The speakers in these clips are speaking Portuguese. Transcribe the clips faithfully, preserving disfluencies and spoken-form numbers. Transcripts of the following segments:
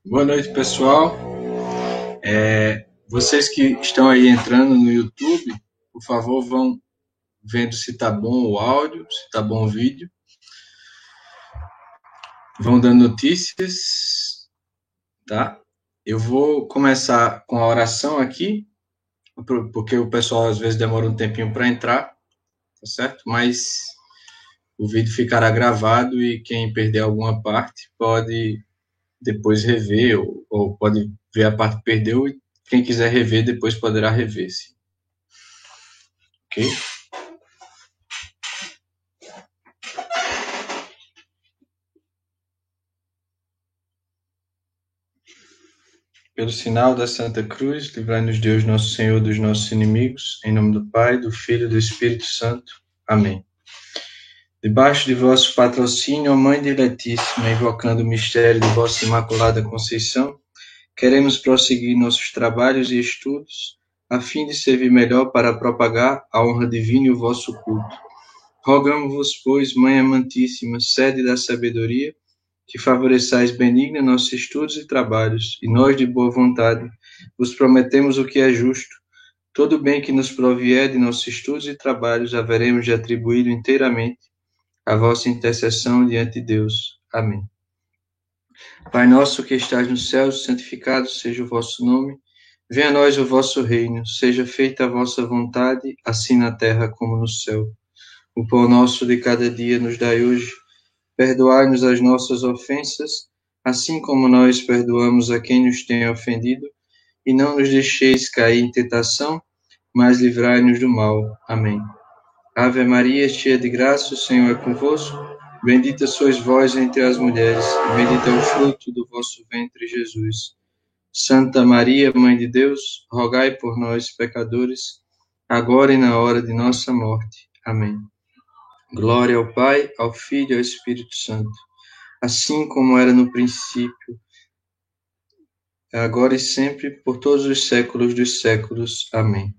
Boa noite, pessoal. É, vocês que estão aí entrando no YouTube, por favor, vão vendo se está bom o áudio, se está bom o vídeo. Vão dando notícias, tá? Eu vou começar com a oração aqui, porque o pessoal às vezes demora um tempinho para entrar, tá certo? Mas o vídeo ficará gravado e quem perder alguma parte pode depois rever, ou, ou pode ver a parte que perdeu, e quem quiser rever depois poderá rever, sim. Ok? Pelo sinal da Santa Cruz, livrai-nos Deus, nosso Senhor, dos nossos inimigos, em nome do Pai, do Filho e do Espírito Santo. Amém. Debaixo de vosso patrocínio, ó Mãe diletíssima, invocando o mistério de vossa Imaculada Conceição, queremos prosseguir nossos trabalhos e estudos, a fim de servir melhor para propagar a honra divina e o vosso culto. Rogamos-vos, pois, Mãe amantíssima, sede da sabedoria, que favoreçais benigna nossos estudos e trabalhos, e nós, de boa vontade, vos prometemos o que é justo. Todo bem que nos provier de nossos estudos e trabalhos, haveremos de atribuí-lo inteiramente à vossa intercessão diante de Deus. Amém. Pai nosso que estás nos céus, santificado seja o vosso nome. Venha a nós o vosso reino. Seja feita a vossa vontade, assim na terra como no céu. O pão nosso de cada dia nos dai hoje. Perdoai-nos as nossas ofensas, assim como nós perdoamos a quem nos tem ofendido, e não nos deixeis cair em tentação, mas livrai-nos do mal. Amém. Ave Maria, cheia de graça, o Senhor é convosco. Bendita sois vós entre as mulheres, e bendito é o fruto do vosso ventre, Jesus. Santa Maria, Mãe de Deus, rogai por nós, pecadores, agora e na hora de nossa morte. Amém. Glória ao Pai, ao Filho e ao Espírito Santo, assim como era no princípio, agora e sempre, por todos os séculos dos séculos. Amém.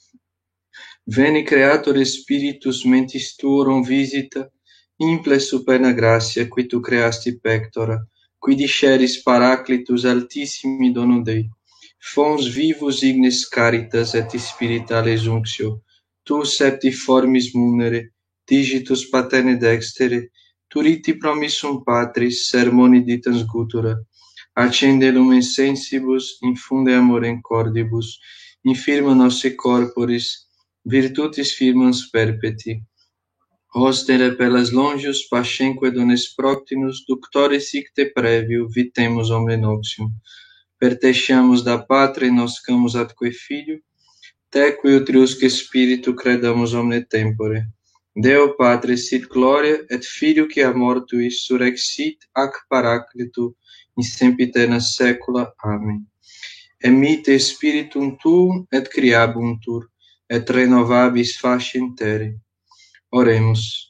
Veni Creator Spiritus mentis tuorum visita, imple superna gratia, qui tu creasti pectora, qui disceris Paraclitus altissimi donum Dei, fons vivus ignis caritas et spirituales unctio, tu septiformis munere, digitus paterne dextere, turiti promissum Patris, sermoni ditans gutura, accende lumen sensibus, infunde amorem cordibus, infirma nossi corporis, virtutis firmans perpeti. Hostere pelas longius, pascenque dones proctinus, ductores icte previo, vitemus omne noxium. Pertesciamus da pátria, nos camus atque filho, teque utriusque spiritu credamus omne tempore. Deo Patris sit gloria, et Filio qui a mortuis surrexit ac Paraclitu, in sempiterna saecula. Amém. Emite Spiritum Tuum et criabuntur, et renovabis fascientere. Oremos.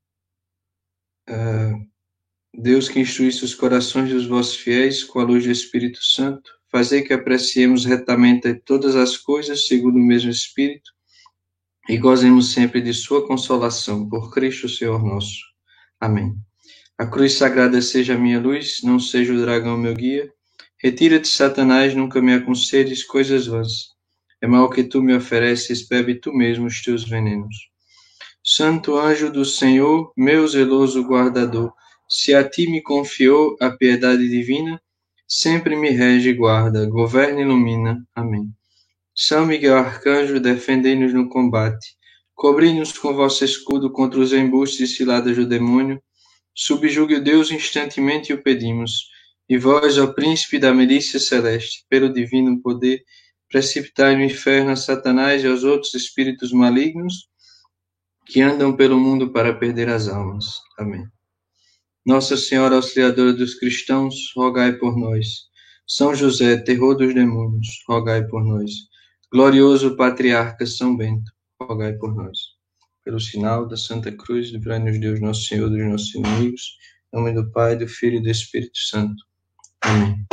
Uh, Deus que instruísse os corações dos vossos fiéis com a luz do Espírito Santo, fazei que apreciemos retamente todas as coisas segundo o mesmo Espírito e gozemos sempre de sua consolação, por Cristo Senhor nosso. Amém. A cruz sagrada seja a minha luz, não seja o dragão meu guia. Retira-te, Satanás, nunca me aconselhes coisas vãs. É mal que tu me ofereces, bebe tu mesmo os teus venenos. Santo anjo do Senhor, meu zeloso guardador, se a ti me confiou a piedade divina, sempre me rege e guarda, governa e ilumina. Amém. São Miguel Arcanjo, defendei-nos no combate, cobri-nos com vosso escudo contra os embustes e ciladas do demônio, subjugue o Deus instantemente o pedimos, e vós, ó príncipe da milícia celeste, pelo divino poder, precipitai no inferno a Satanás e aos outros espíritos malignos que andam pelo mundo para perder as almas. Amém. Nossa Senhora Auxiliadora dos cristãos, rogai por nós. São José, terror dos demônios, rogai por nós. Glorioso Patriarca São Bento, rogai por nós. Pelo sinal da Santa Cruz, livrai-nos Deus, nosso Senhor, dos nossos inimigos. Em nome do Pai, do Filho e do Espírito Santo. Amém.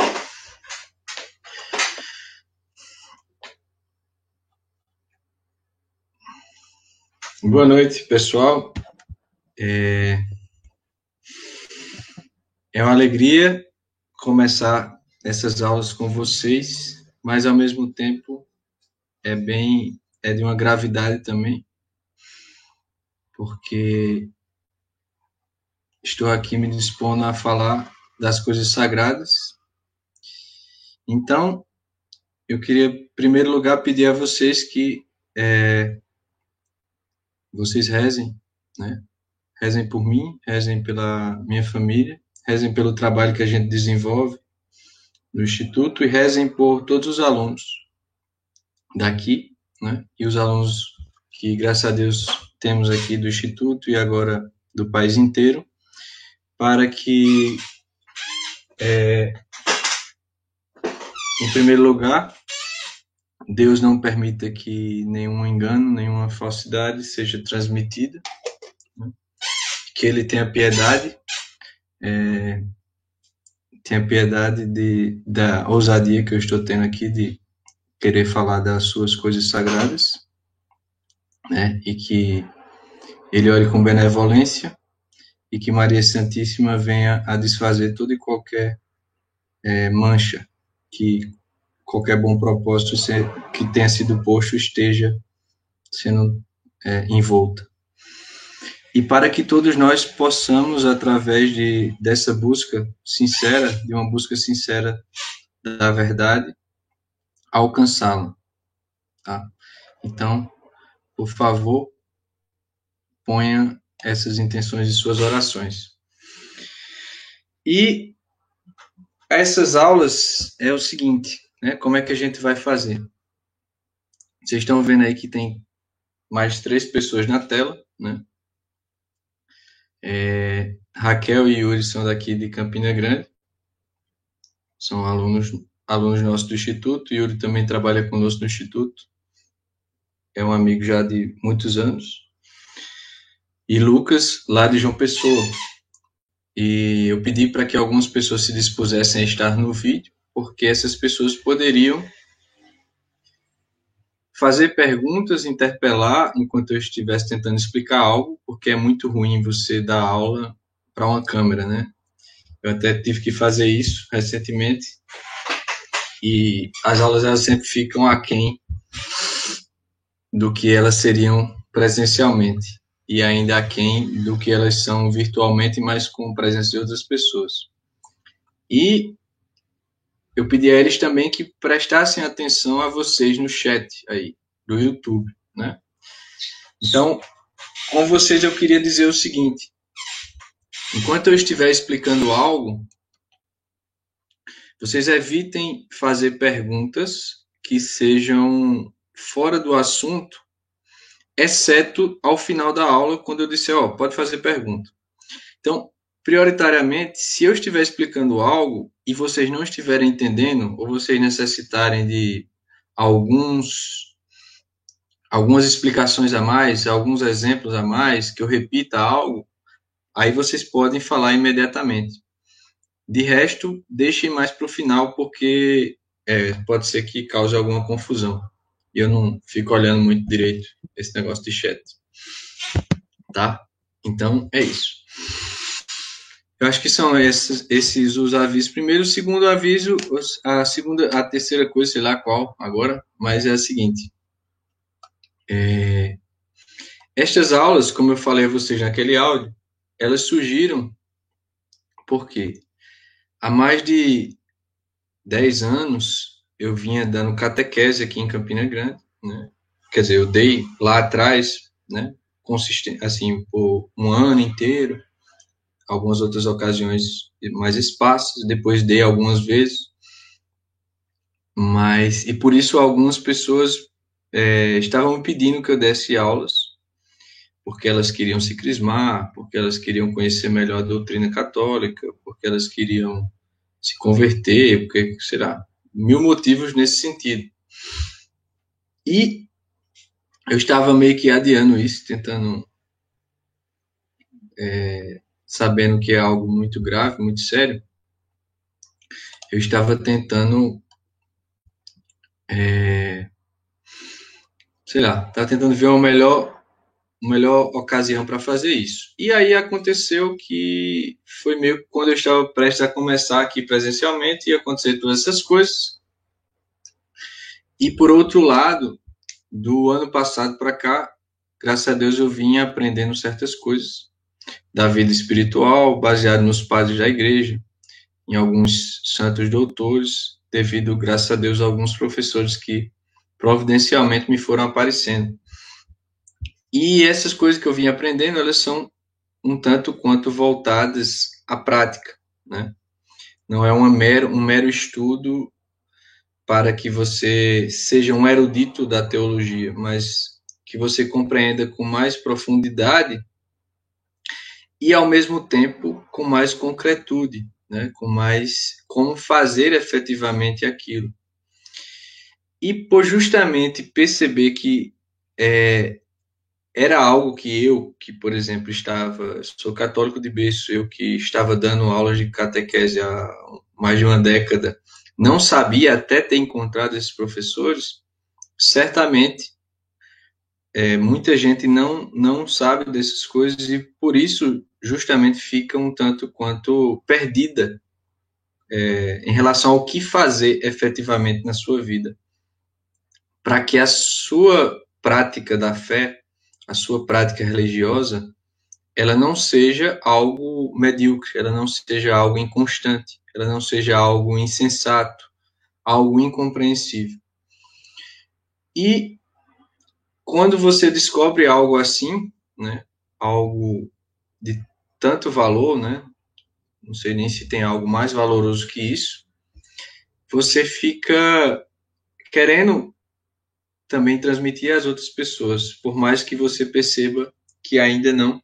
Boa noite, pessoal. É, é uma alegria começar essas aulas com vocês, mas ao mesmo tempo é bem, é de uma gravidade também, porque estou aqui me dispondo a falar das coisas sagradas. Então, eu queria, em primeiro lugar, pedir a vocês que é, vocês rezem, né? Rezem por mim, rezem pela minha família, rezem pelo trabalho que a gente desenvolve no Instituto e rezem por todos os alunos daqui, né? E os alunos que, graças a Deus, temos aqui do Instituto e agora do país inteiro, para que, é, em primeiro lugar, Deus não permita que nenhum engano, nenhuma falsidade seja transmitida, né? Que Ele tenha piedade, é, tenha piedade de, da ousadia que eu estou tendo aqui de querer falar das suas coisas sagradas, né? E que Ele olhe com benevolência e que Maria Santíssima venha a desfazer toda e qualquer é, mancha que qualquer bom propósito que tenha sido posto esteja sendo é, envolta. E para que todos nós possamos, através de, dessa busca sincera, de uma busca sincera da verdade, alcançá-la. Tá? Então, por favor, ponha essas intenções em suas orações. E essas aulas é o seguinte, né? Como é que a gente vai fazer? Vocês estão vendo aí que tem mais três pessoas na tela, né? É, Raquel e Yuri são daqui de Campina Grande, são alunos, alunos nossos do Instituto. Yuri também trabalha conosco no Instituto, é um amigo já de muitos anos. E Lucas, lá de João Pessoa. E eu pedi para que algumas pessoas se dispusessem a estar no vídeo, porque essas pessoas poderiam fazer perguntas, interpelar enquanto eu estivesse tentando explicar algo, porque é muito ruim você dar aula para uma câmera, né? Eu até tive que fazer isso recentemente e as aulas elas sempre ficam aquém do que elas seriam presencialmente e ainda aquém do que elas são virtualmente, mas com presença de outras pessoas. E eu pedi a eles também que prestassem atenção a vocês no chat aí do YouTube, né? Então, com vocês eu queria dizer o seguinte: enquanto eu estiver explicando algo, vocês evitem fazer perguntas que sejam fora do assunto, exceto ao final da aula, quando eu disser, ó, pode fazer pergunta. Então, prioritariamente, se eu estiver explicando algo e vocês não estiverem entendendo, ou vocês necessitarem de alguns, algumas explicações a mais, alguns exemplos a mais, que eu repita algo, aí vocês podem falar imediatamente. De resto, deixem mais para o final, porque é, pode ser que cause alguma confusão. E eu não fico olhando muito direito esse negócio de chat. Tá? Então, é isso. Eu acho que são esses, esses os avisos. Primeiro, o segundo aviso, a segunda, a terceira coisa, sei lá qual agora, mas é a seguinte. É, estas aulas, como eu falei a vocês naquele áudio, elas surgiram porque há mais de dez anos eu vinha dando catequese aqui em Campina Grande, né? Quer dizer, eu dei lá atrás, né? Consistente, assim, por um ano inteiro, algumas outras ocasiões mais espaços, depois dei algumas vezes, mas, e por isso algumas pessoas é, estavam me pedindo que eu desse aulas, porque elas queriam se crismar, porque elas queriam conhecer melhor a doutrina católica, porque elas queriam se converter, porque, será, mil motivos nesse sentido. E eu estava meio que adiando isso, tentando, é, sabendo que é algo muito grave, muito sério, eu estava tentando, é, sei lá, estava tentando ver uma melhor melhor ocasião para fazer isso. E aí aconteceu que foi meio quando eu estava prestes a começar aqui presencialmente, ia acontecer todas essas coisas. E por outro lado, do ano passado para cá, graças a Deus eu vinha aprendendo certas coisas da vida espiritual, baseado nos padres da igreja, em alguns santos doutores, devido, graças a Deus, a alguns professores que providencialmente me foram aparecendo. E essas coisas que eu vim aprendendo, elas são um tanto quanto voltadas à prática, né? Não é uma mero, um mero estudo para que você seja um erudito da teologia, mas que você compreenda com mais profundidade e, ao mesmo tempo, com mais concretude, né? Com mais como fazer efetivamente aquilo. E por justamente perceber que é, era algo que eu, que por exemplo estava, sou católico de berço, eu que estava dando aulas de catequese há mais de uma década, não sabia até ter encontrado esses professores, certamente é, muita gente não, não sabe dessas coisas e por isso justamente fica um tanto quanto perdida é, em relação ao que fazer efetivamente na sua vida, para que a sua prática da fé, a sua prática religiosa, ela não seja algo medíocre, ela não seja algo inconstante, ela não seja algo insensato, algo incompreensível. E quando você descobre algo assim, né, algo de tanto valor, né, não sei nem se tem algo mais valoroso que isso, você fica querendo também transmitir às outras pessoas, por mais que você perceba que ainda não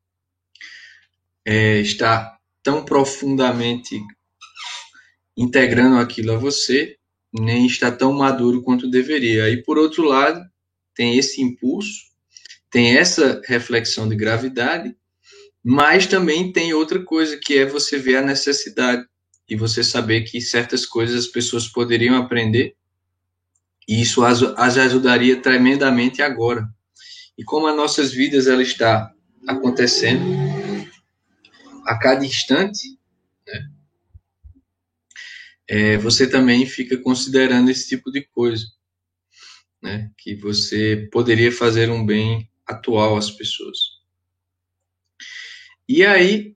é, está tão profundamente integrando aquilo a você, nem está tão maduro quanto deveria. E, por outro lado, tem esse impulso, tem essa reflexão de gravidade, mas também tem outra coisa, que é você ver a necessidade e você saber que certas coisas as pessoas poderiam aprender e isso as, as ajudaria tremendamente agora. E como as nossas vidas ela está acontecendo a cada instante, né, é, você também fica considerando esse tipo de coisa, né, que você poderia fazer um bem atual às pessoas. E aí,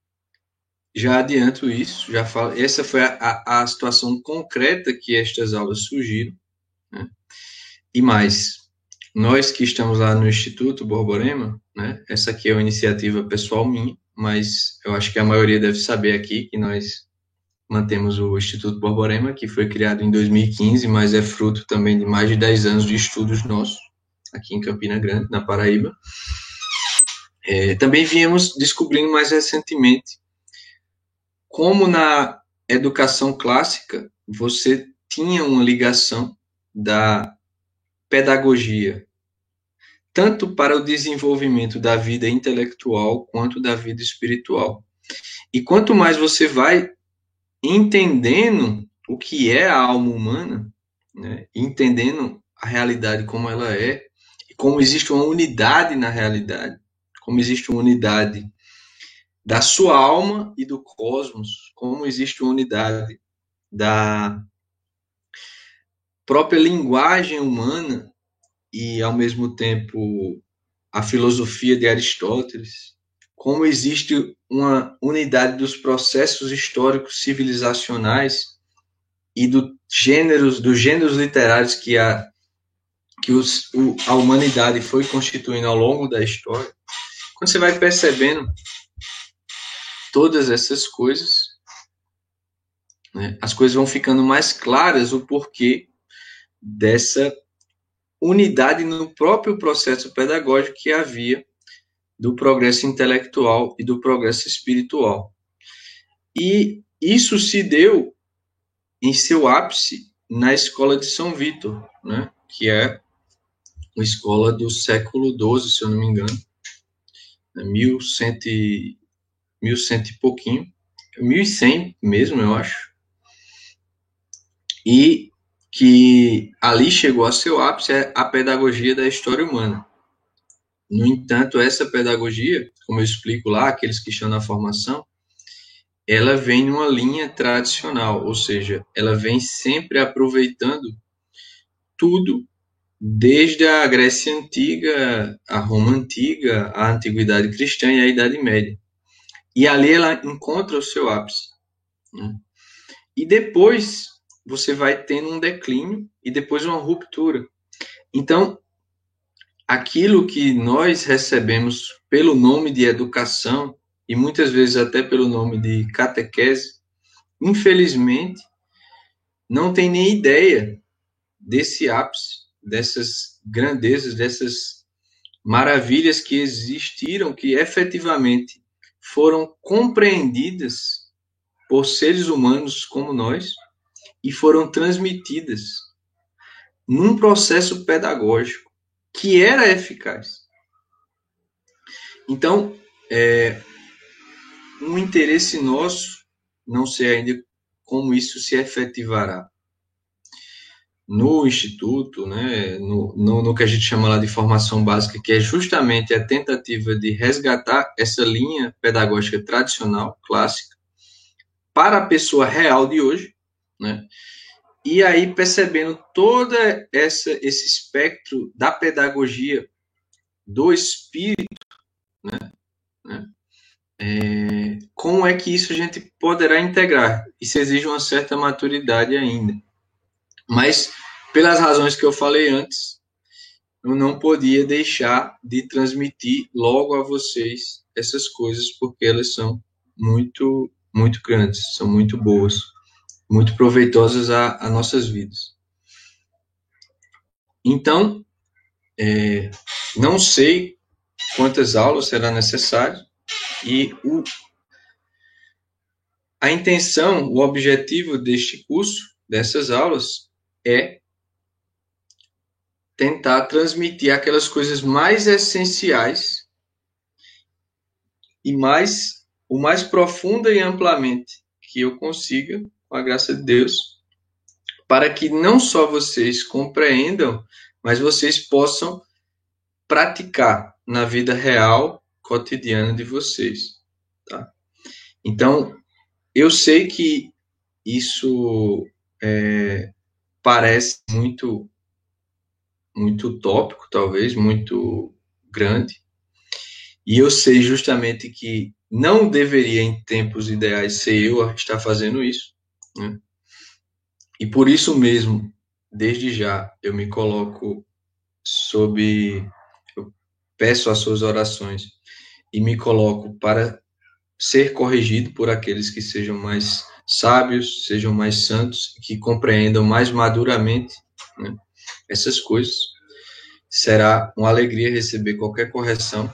já adianto isso, já falo, essa foi a, a, a situação concreta que estas aulas surgiram, né? E mais, nós que estamos lá no Instituto Borborema, né, essa aqui é uma iniciativa pessoal minha, mas eu acho que a maioria deve saber aqui que nós mantemos o Instituto Borborema, que foi criado em dois mil e quinze, mas é fruto também de mais de dez anos de estudos nossos, aqui em Campina Grande, na Paraíba. É, também viemos descobrindo mais recentemente como na educação clássica você tinha uma ligação da pedagogia, tanto para o desenvolvimento da vida intelectual quanto da vida espiritual. E quanto mais você vai entendendo o que é a alma humana, né, entendendo a realidade como ela é, e como existe uma unidade na realidade, como existe uma unidade da sua alma e do cosmos, como existe uma unidade da própria linguagem humana e, ao mesmo tempo, a filosofia de Aristóteles, como existe uma unidade dos processos históricos civilizacionais e do gêneros, dos gêneros literários que, a, que os, o, a humanidade foi constituindo ao longo da história. Quando você vai percebendo todas essas coisas, né, as coisas vão ficando mais claras o porquê dessa unidade no próprio processo pedagógico que havia do progresso intelectual e do progresso espiritual. E isso se deu em seu ápice na escola de São Vítor, né, que é uma escola do século doze, se eu não me engano, mil e cem, mil e cem e pouquinho, mil e cem mesmo, eu acho, e que ali chegou a seu ápice a pedagogia da história humana. No entanto, essa pedagogia, como eu explico lá, aqueles que estão na formação, ela vem numa linha tradicional, ou seja, ela vem sempre aproveitando tudo, desde a Grécia Antiga, a Roma Antiga, a Antiguidade Cristã e a Idade Média. E ali ela encontra o seu ápice, né? E depois você vai tendo um declínio e depois uma ruptura. Então, aquilo que nós recebemos pelo nome de educação, e muitas vezes até pelo nome de catequese, infelizmente, não tem nem ideia desse ápice, dessas grandezas, dessas maravilhas que existiram, que efetivamente foram compreendidas por seres humanos como nós e foram transmitidas num processo pedagógico que era eficaz. Então, é um interesse nosso, não sei ainda como isso se efetivará no Instituto, né, no, no, no que a gente chama lá de formação básica, que é justamente a tentativa de resgatar essa linha pedagógica tradicional, clássica, para a pessoa real de hoje, né? E aí percebendo todo essa, esse espectro da pedagogia do espírito, né? né? É, como é que isso a gente poderá integrar? Isso exige uma certa maturidade ainda. Mas, pelas razões que eu falei antes, eu não podia deixar de transmitir logo a vocês essas coisas, porque elas são muito, muito grandes, são muito boas, muito proveitosas a, a nossas vidas. Então, é, não sei quantas aulas será necessário, e o, a intenção, o objetivo deste curso, dessas aulas, é tentar transmitir aquelas coisas mais essenciais e mais, o mais profunda e amplamente que eu consiga, com a graça de Deus, para que não só vocês compreendam, mas vocês possam praticar na vida real, cotidiana de vocês, tá? Então, eu sei que isso é, parece muito, muito utópico, talvez, muito grande, e eu sei justamente que não deveria, em tempos ideais, ser eu a estar fazendo isso, né? E por isso mesmo, desde já, eu me coloco sob... Eu peço as suas orações e me coloco para ser corrigido por aqueles que sejam mais sábios, sejam mais santos, que compreendam mais maduramente, né, essas coisas. Será uma alegria receber qualquer correção.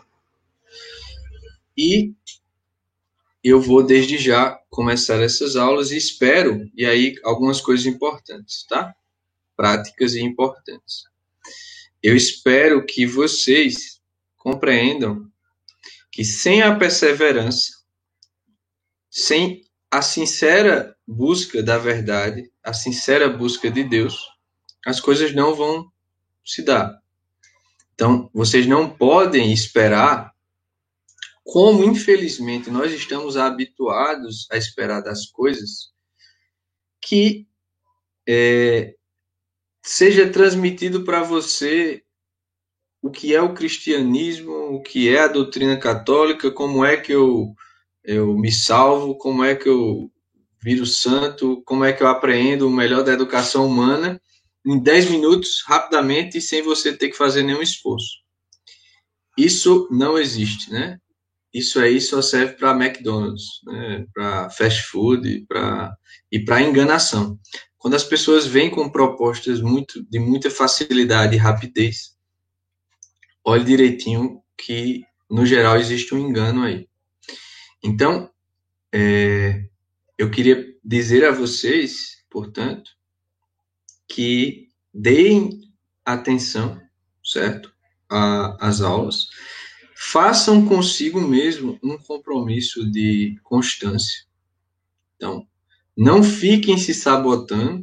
E eu vou, desde já, começar essas aulas e espero, e aí algumas coisas importantes, tá? Práticas e importantes. Eu espero que vocês compreendam que sem a perseverança, sem a sincera busca da verdade, a sincera busca de Deus, as coisas não vão se dar. Então, vocês não podem esperar, como infelizmente nós estamos habituados a esperar das coisas, que é, seja transmitido para você o que é o cristianismo, o que é a doutrina católica, como é que eu, eu me salvo, como é que eu viro santo, como é que eu apreendo o melhor da educação humana em dez minutos, rapidamente, sem você ter que fazer nenhum esforço. Isso não existe, né? Isso aí só serve para McDonald's, né? Para fast food pra, e para enganação. Quando as pessoas vêm com propostas muito, de muita facilidade e rapidez, olhe direitinho que, no geral, existe um engano aí. Então, é, eu queria dizer a vocês, portanto, que deem atenção, certo, às aulas, façam consigo mesmo um compromisso de constância. Então, não fiquem se sabotando,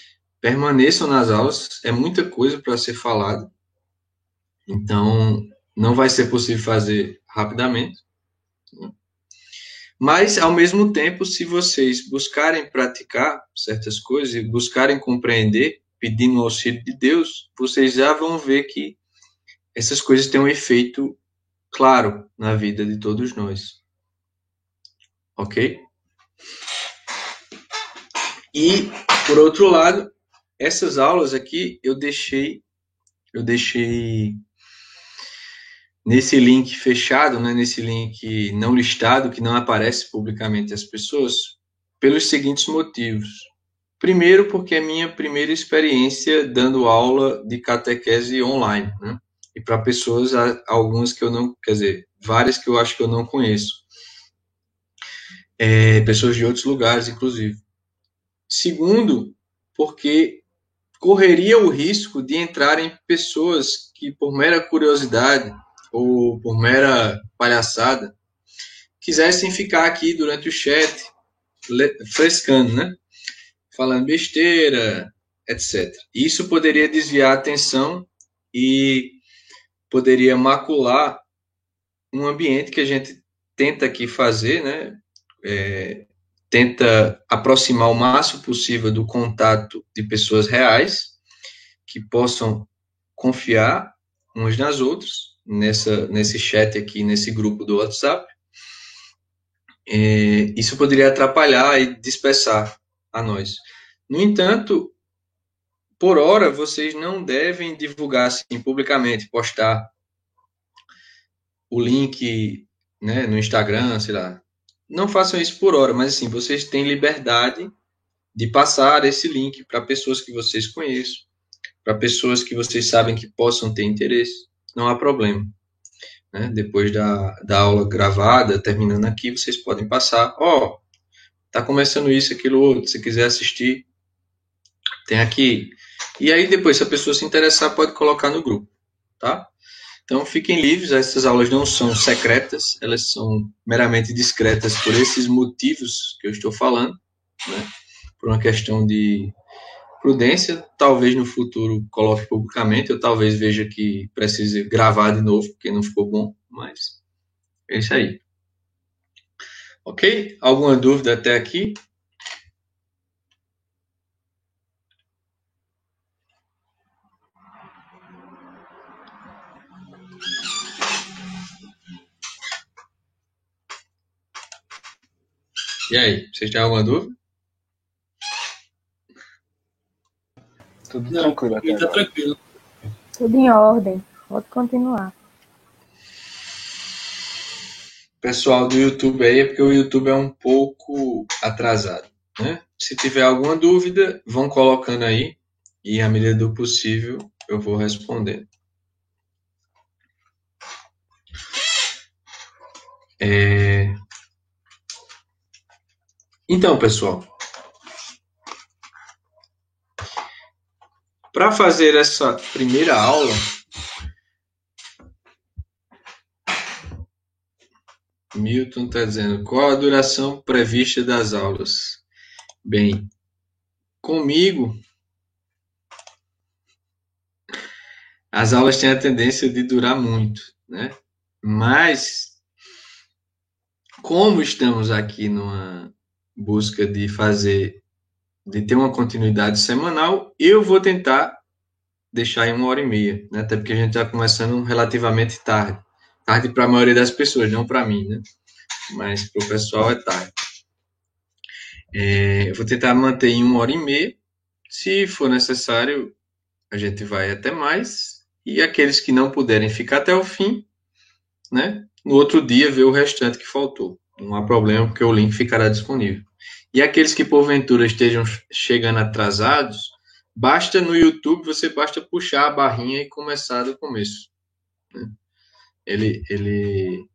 permaneçam nas aulas, é muita coisa para ser falada. Então, não vai ser possível fazer rapidamente. Mas, ao mesmo tempo, se vocês buscarem praticar certas coisas e buscarem compreender, pedindo o auxílio de Deus, vocês já vão ver que essas coisas têm um efeito claro na vida de todos nós. Ok? E, por outro lado, essas aulas aqui eu deixei, eu deixei nesse link fechado, né, nesse link não listado, que não aparece publicamente às pessoas, pelos seguintes motivos. Primeiro, porque é minha primeira experiência dando aula de catequese online, né? E para pessoas, algumas que eu não, quer dizer, várias que eu acho que eu não conheço. É, pessoas de outros lugares, inclusive. Segundo, porque correria o risco de entrarem pessoas que, por mera curiosidade ou por mera palhaçada, quisessem ficar aqui durante o chat, frescando, né? Falando besteira, etcétera. Isso poderia desviar a atenção e poderia macular um ambiente que a gente tenta aqui fazer, né? É, tenta aproximar o máximo possível do contato de pessoas reais que possam confiar umas nas outras, nessa, nesse chat aqui, nesse grupo do WhatsApp. É, isso poderia atrapalhar e dispersar a nós. No entanto, por hora, vocês não devem divulgar assim publicamente, postar o link, né, no Instagram, sei lá. Não façam isso por hora, mas assim, vocês têm liberdade de passar esse link para pessoas que vocês conheçam, para pessoas que vocês sabem que possam ter interesse. Não há problema. Né? Depois da, da aula gravada, terminando aqui, vocês podem passar. Ó, oh, tá começando isso, aquilo, outro. Se quiser assistir, tem aqui. E aí depois, se a pessoa se interessar, pode colocar no grupo, tá? Então, fiquem livres, essas aulas não são secretas, elas são meramente discretas por esses motivos que eu estou falando, né? Por uma questão de prudência, talvez no futuro coloque publicamente, ou talvez veja que precise gravar de novo, porque não ficou bom, mas é isso aí. Ok? Alguma dúvida até aqui? E aí, vocês têm alguma dúvida? Tudo Não, tranquilo até tá agora. Tranquilo. Tudo em ordem. Pode continuar. Pessoal do YouTube aí, é porque o YouTube é um pouco atrasado, né? Se tiver alguma dúvida, vão colocando aí e, à medida do possível, eu vou respondendo. É... Então, pessoal, para fazer essa primeira aula, Milton está dizendo, qual a duração prevista das aulas? Bem, comigo, as aulas têm a tendência de durar muito, né? Mas, como estamos aqui numa busca de fazer, de ter uma continuidade semanal, eu vou tentar deixar em uma hora e meia, né? Até porque a gente está começando relativamente tarde. Tarde para a maioria das pessoas, não para mim, né? Mas para o pessoal é tarde. É, eu vou tentar manter em uma hora e meia. Se for necessário, a gente vai até mais. E aqueles que não puderem ficar até o fim, né? No outro dia, ver o restante que faltou. Não há problema, porque o link ficará disponível. E aqueles que porventura estejam chegando atrasados, basta no YouTube, você basta puxar a barrinha e começar do começo. Né? Ele, ele,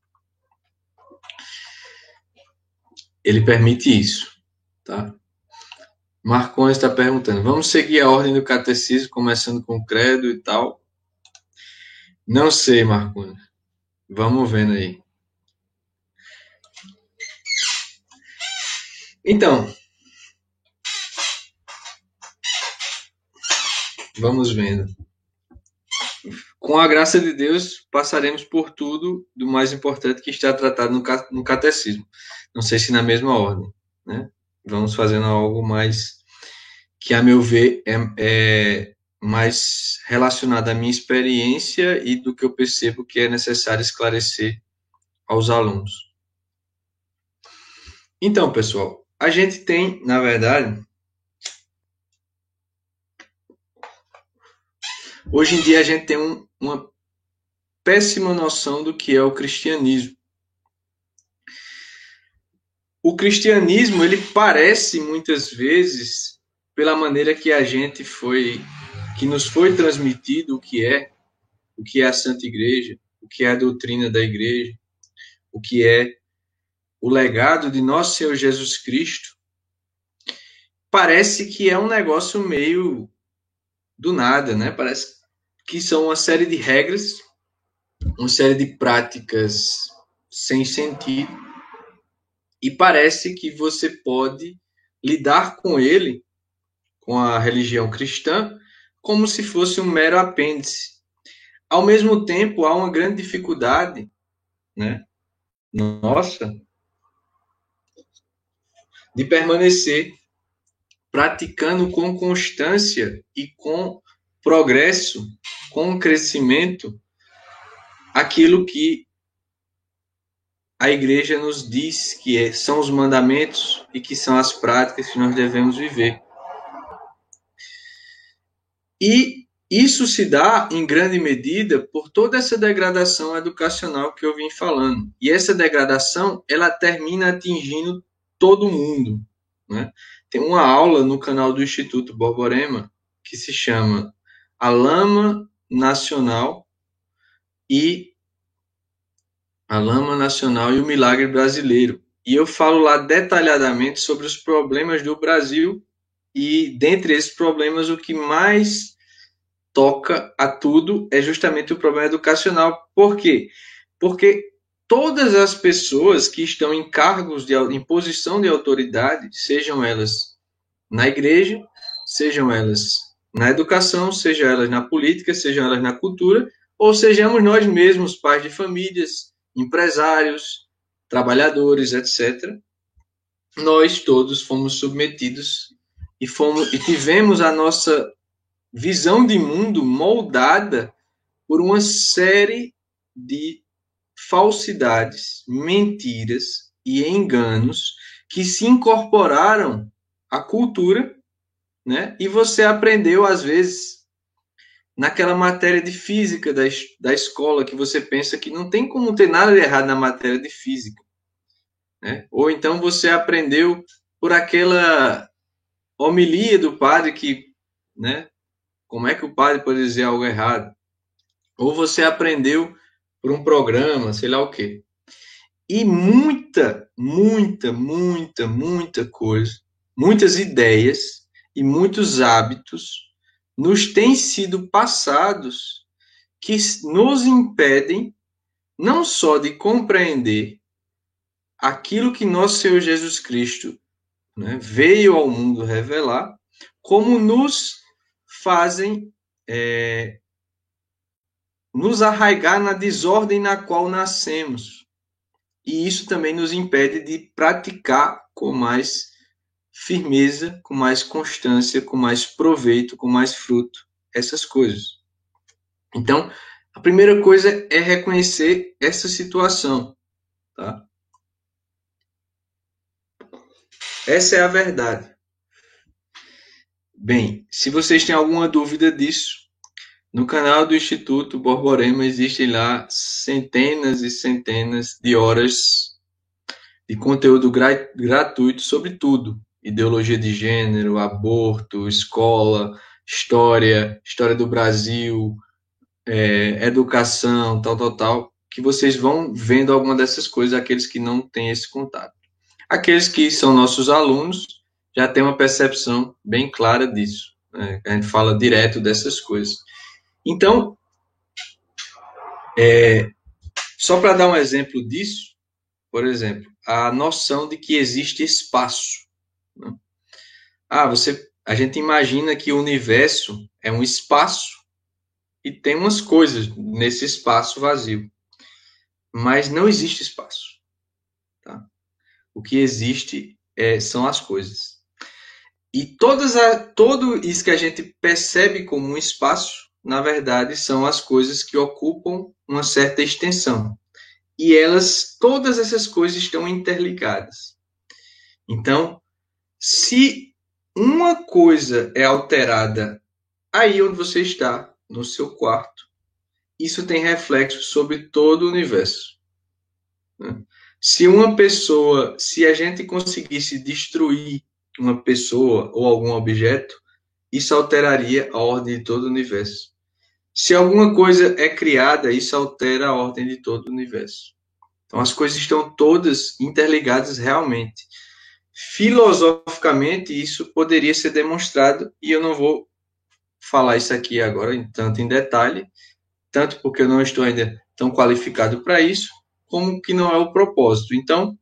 ele permite isso, tá? Marcões está perguntando, vamos seguir a ordem do catecismo, começando com o credo e tal? Não sei, Marcões. Vamos vendo aí. Então, vamos vendo. com a graça de Deus, passaremos por tudo do mais importante que está tratado no catecismo. Não sei se na mesma ordem, né? Vamos fazendo algo mais que, a meu ver, é, é mais relacionado à minha experiência e do que eu percebo que é necessário esclarecer aos alunos. Então, pessoal, a gente tem, na verdade, hoje em dia a gente tem um, uma péssima noção do que é o cristianismo. O cristianismo, ele parece muitas vezes, pela maneira que a gente foi, que nos foi transmitido o que é, o que é a Santa Igreja, o que é a doutrina da Igreja, o que é o legado de nosso Senhor Jesus Cristo, parece que é um negócio meio do nada, né? Parece que são uma série de regras, uma série de práticas sem sentido, e parece que você pode lidar com ele, com a religião cristã, como se fosse um mero apêndice. Ao mesmo tempo, há uma grande dificuldade, né, nossa, de permanecer praticando com constância e com progresso, com crescimento, aquilo que a igreja nos diz que é, são os mandamentos e que são as práticas que nós devemos viver. E isso se dá, em grande medida, por toda essa degradação educacional que eu vim falando. E essa degradação, ela termina atingindo todo mundo, né? Tem uma aula no canal do Instituto Borborema que se chama A Lama Nacional e a Lama Nacional e o Milagre Brasileiro. E eu falo lá detalhadamente sobre os problemas do Brasil e, dentre esses problemas, o que mais toca a tudo é justamente o problema educacional. Por quê? Porque todas as pessoas que estão em cargos de em posição de autoridade, sejam elas na igreja, sejam elas na educação, sejam elas na política, sejam elas na cultura, ou sejamos nós mesmos pais de famílias, empresários, trabalhadores, etcétera, nós todos fomos submetidos e, fomos, e tivemos a nossa visão de mundo moldada por uma série de falsidades, mentiras e enganos que se incorporaram à cultura, né? E você aprendeu, às vezes, naquela matéria de física da, da escola, que você pensa que não tem como ter nada de errado na matéria de física, né? Ou então você aprendeu por aquela homilia do padre que, né? Como é que o padre pode dizer algo errado? Ou você aprendeu por um programa, sei lá o quê. E muita, muita, muita, muita coisa, muitas ideias e muitos hábitos nos têm sido passados que nos impedem não só de compreender aquilo que nosso Senhor Jesus Cristo, né, veio ao mundo revelar, como nos fazem é, nos arraigar na desordem na qual nascemos. E isso também nos impede de praticar com mais firmeza, com mais constância, com mais proveito, com mais fruto, essas coisas. Então, a primeira coisa é reconhecer essa situação, tá? Essa é a verdade. Bem, se vocês têm alguma dúvida disso, no canal do Instituto Borborema existem lá centenas e centenas de horas de conteúdo gra- gratuito sobre tudo. Ideologia de gênero, aborto, escola, história, história do Brasil, é, educação, tal, tal, tal, que vocês vão vendo alguma dessas coisas, aqueles que não têm esse contato. Aqueles que são nossos alunos já têm uma percepção bem clara disso, né? A gente fala direto dessas coisas. Então, é, só para dar um exemplo disso, por exemplo, a noção de que existe espaço, né? Ah, você, a gente imagina que o universo é um espaço, e tem umas coisas nesse espaço vazio. Mas não existe espaço. Tá? O que existe é, são as coisas. E todas a, todo isso que a gente percebe como um espaço, na verdade, são as coisas que ocupam uma certa extensão. E elas, todas essas coisas estão interligadas. Então, se uma coisa é alterada aí onde você está, no seu quarto, isso tem reflexo sobre todo o universo. Se uma pessoa, se a gente conseguisse destruir uma pessoa ou algum objeto, isso alteraria a ordem de todo o universo. Se alguma coisa é criada, isso altera a ordem de todo o universo. Então as coisas estão todas interligadas realmente. Filosoficamente, isso poderia ser demonstrado, e eu não vou falar isso aqui agora em tanto em detalhe, tanto porque eu não estou ainda tão qualificado para isso, como que não é o propósito. Então,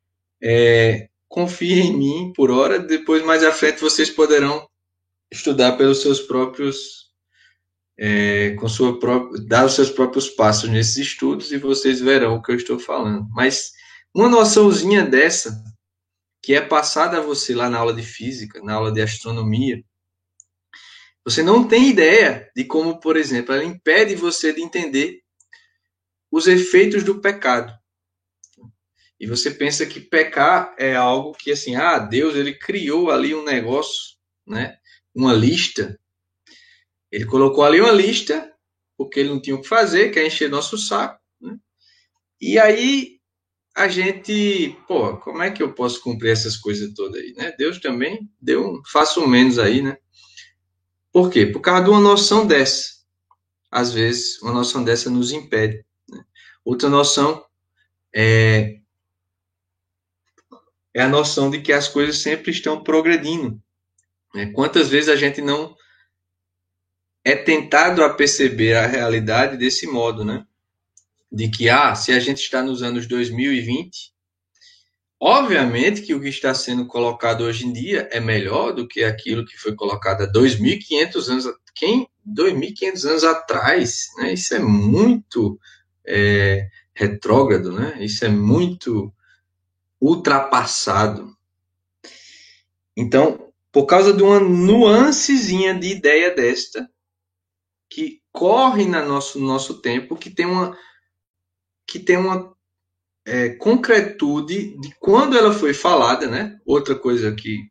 é, confie em mim por hora, depois mais à frente vocês poderão estudar pelos seus próprios, é, com sua própria, dar os seus próprios passos nesses estudos e vocês verão o que eu estou falando. Mas uma noçãozinha dessa, que é passada a você lá na aula de física, na aula de astronomia, você não tem ideia de como, por exemplo, ela impede você de entender os efeitos do pecado. E você pensa que pecar é algo que, assim, ah, Deus, ele criou ali um negócio, né? Uma lista. Ele colocou ali uma lista, porque ele não tinha o que fazer, quer encher nosso saco, né? E aí, a gente, pô, como é que eu posso cumprir essas coisas todas aí, né? Deus também deu um faço menos aí, né? Por quê? Por causa de uma noção dessa. Às vezes, uma noção dessa nos impede, né? Outra noção é, é a noção de que as coisas sempre estão progredindo. Né? Quantas vezes a gente não é tentado a perceber a realidade desse modo, né? De que, ah, se a gente está nos anos dois mil e vinte, obviamente que o que está sendo colocado hoje em dia é melhor do que aquilo que foi colocado há dois mil e quinhentos anos, quem? dois mil e quinhentos anos atrás, né? Isso é muito é, retrógrado, né? Isso é muito ultrapassado. Então, por causa de uma nuancezinha de ideia desta, que corre no nosso, nosso tempo, que tem uma, que tem uma é, concretude de quando ela foi falada, né? Outra coisa que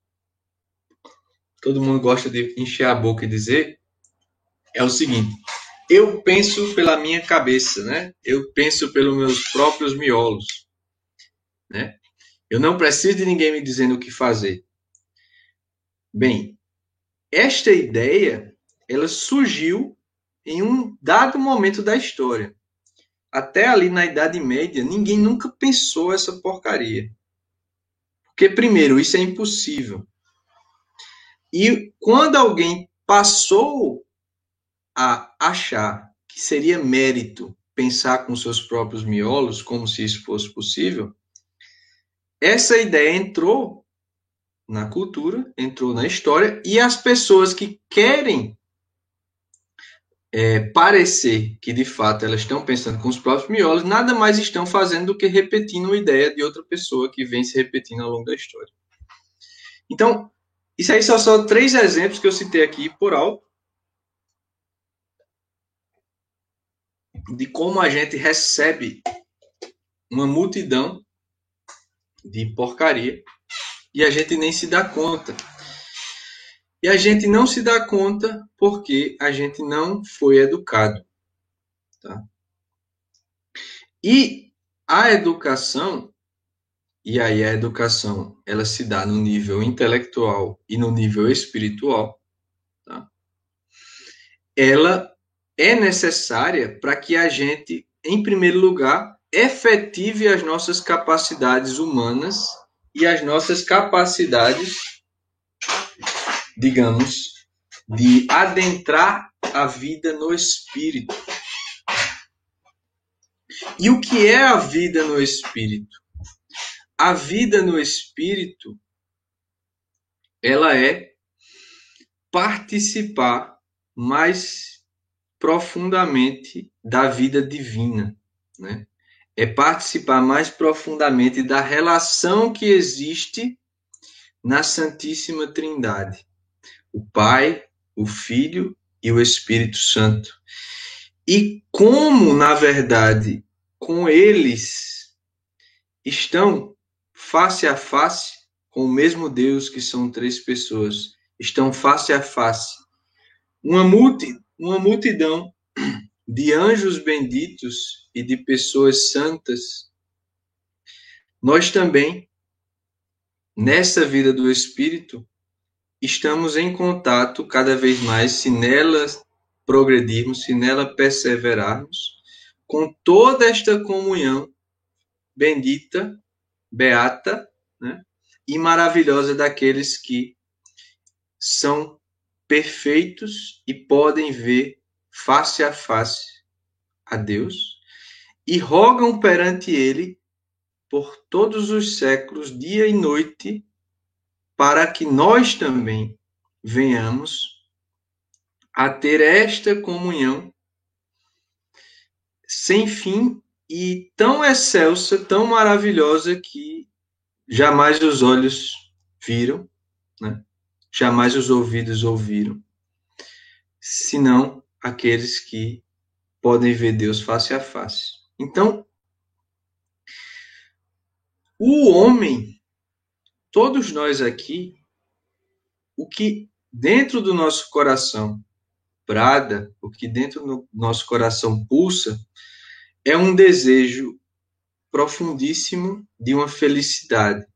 todo mundo gosta de encher a boca e dizer é o seguinte: eu penso pela minha cabeça, né? Eu penso pelos meus próprios miolos, né? Eu não preciso de ninguém me dizendo o que fazer. Bem, esta ideia, ela surgiu em um dado momento da história. Até ali na Idade Média, ninguém nunca pensou essa porcaria. Porque, primeiro, isso é impossível. E quando alguém passou a achar que seria mérito pensar com seus próprios miolos, como se isso fosse possível, essa ideia entrou na cultura, entrou na história, e as pessoas que querem é, parecer que, de fato, elas estão pensando com os próprios miolos, nada mais estão fazendo do que repetindo uma ideia de outra pessoa que vem se repetindo ao longo da história. Então, isso aí são só três exemplos que eu citei aqui por alto, de como a gente recebe uma multidão de porcaria e a gente nem se dá conta. E a gente não se dá conta porque a gente não foi educado. Tá? E a educação, e aí a educação, ela se dá no nível intelectual e no nível espiritual, tá? Ela é necessária para que a gente, em primeiro lugar, efetive as nossas capacidades humanas e as nossas capacidades, digamos, de adentrar a vida no espírito. E o que é a vida no espírito? A vida no espírito, ela é participar mais profundamente da vida divina, né? É participar mais profundamente da relação que existe na Santíssima Trindade. O Pai, o Filho e o Espírito Santo. E como, na verdade, com eles estão face a face com o mesmo Deus, que são três pessoas, estão face a face. Uma, multi, uma multidão de anjos benditos e de pessoas santas. Nós também, nessa vida do Espírito, estamos em contato cada vez mais, se nela progredirmos, se nela perseverarmos, com toda esta comunhão bendita, beata, né, e maravilhosa daqueles que são perfeitos e podem ver face a face a Deus e rogam perante Ele por todos os séculos, dia e noite, para que nós também venhamos a ter esta comunhão sem fim e tão excelsa, tão maravilhosa que jamais os olhos viram, né? Jamais os ouvidos ouviram, senão aqueles que podem ver Deus face a face. Então, o homem, todos nós aqui, o que dentro do nosso coração brada, o que dentro do nosso coração pulsa, é um desejo profundíssimo de uma felicidade.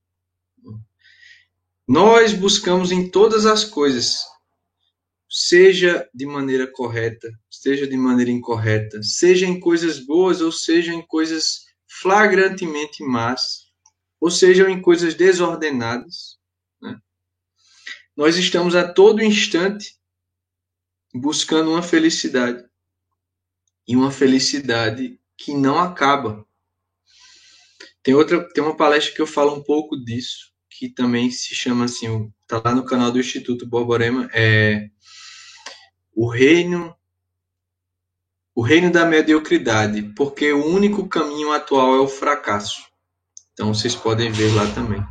Nós buscamos em todas as coisas, seja de maneira correta, seja de maneira incorreta, seja em coisas boas ou seja em coisas flagrantemente más, ou seja em coisas desordenadas, né? Nós estamos a todo instante buscando uma felicidade, e uma felicidade que não acaba. Tem outra, tem uma palestra que eu falo um pouco disso, que também se chama assim, está lá no canal do Instituto Borborema, é o reino, o reino da mediocridade, porque o único caminho atual é o fracasso. Então vocês podem ver lá também.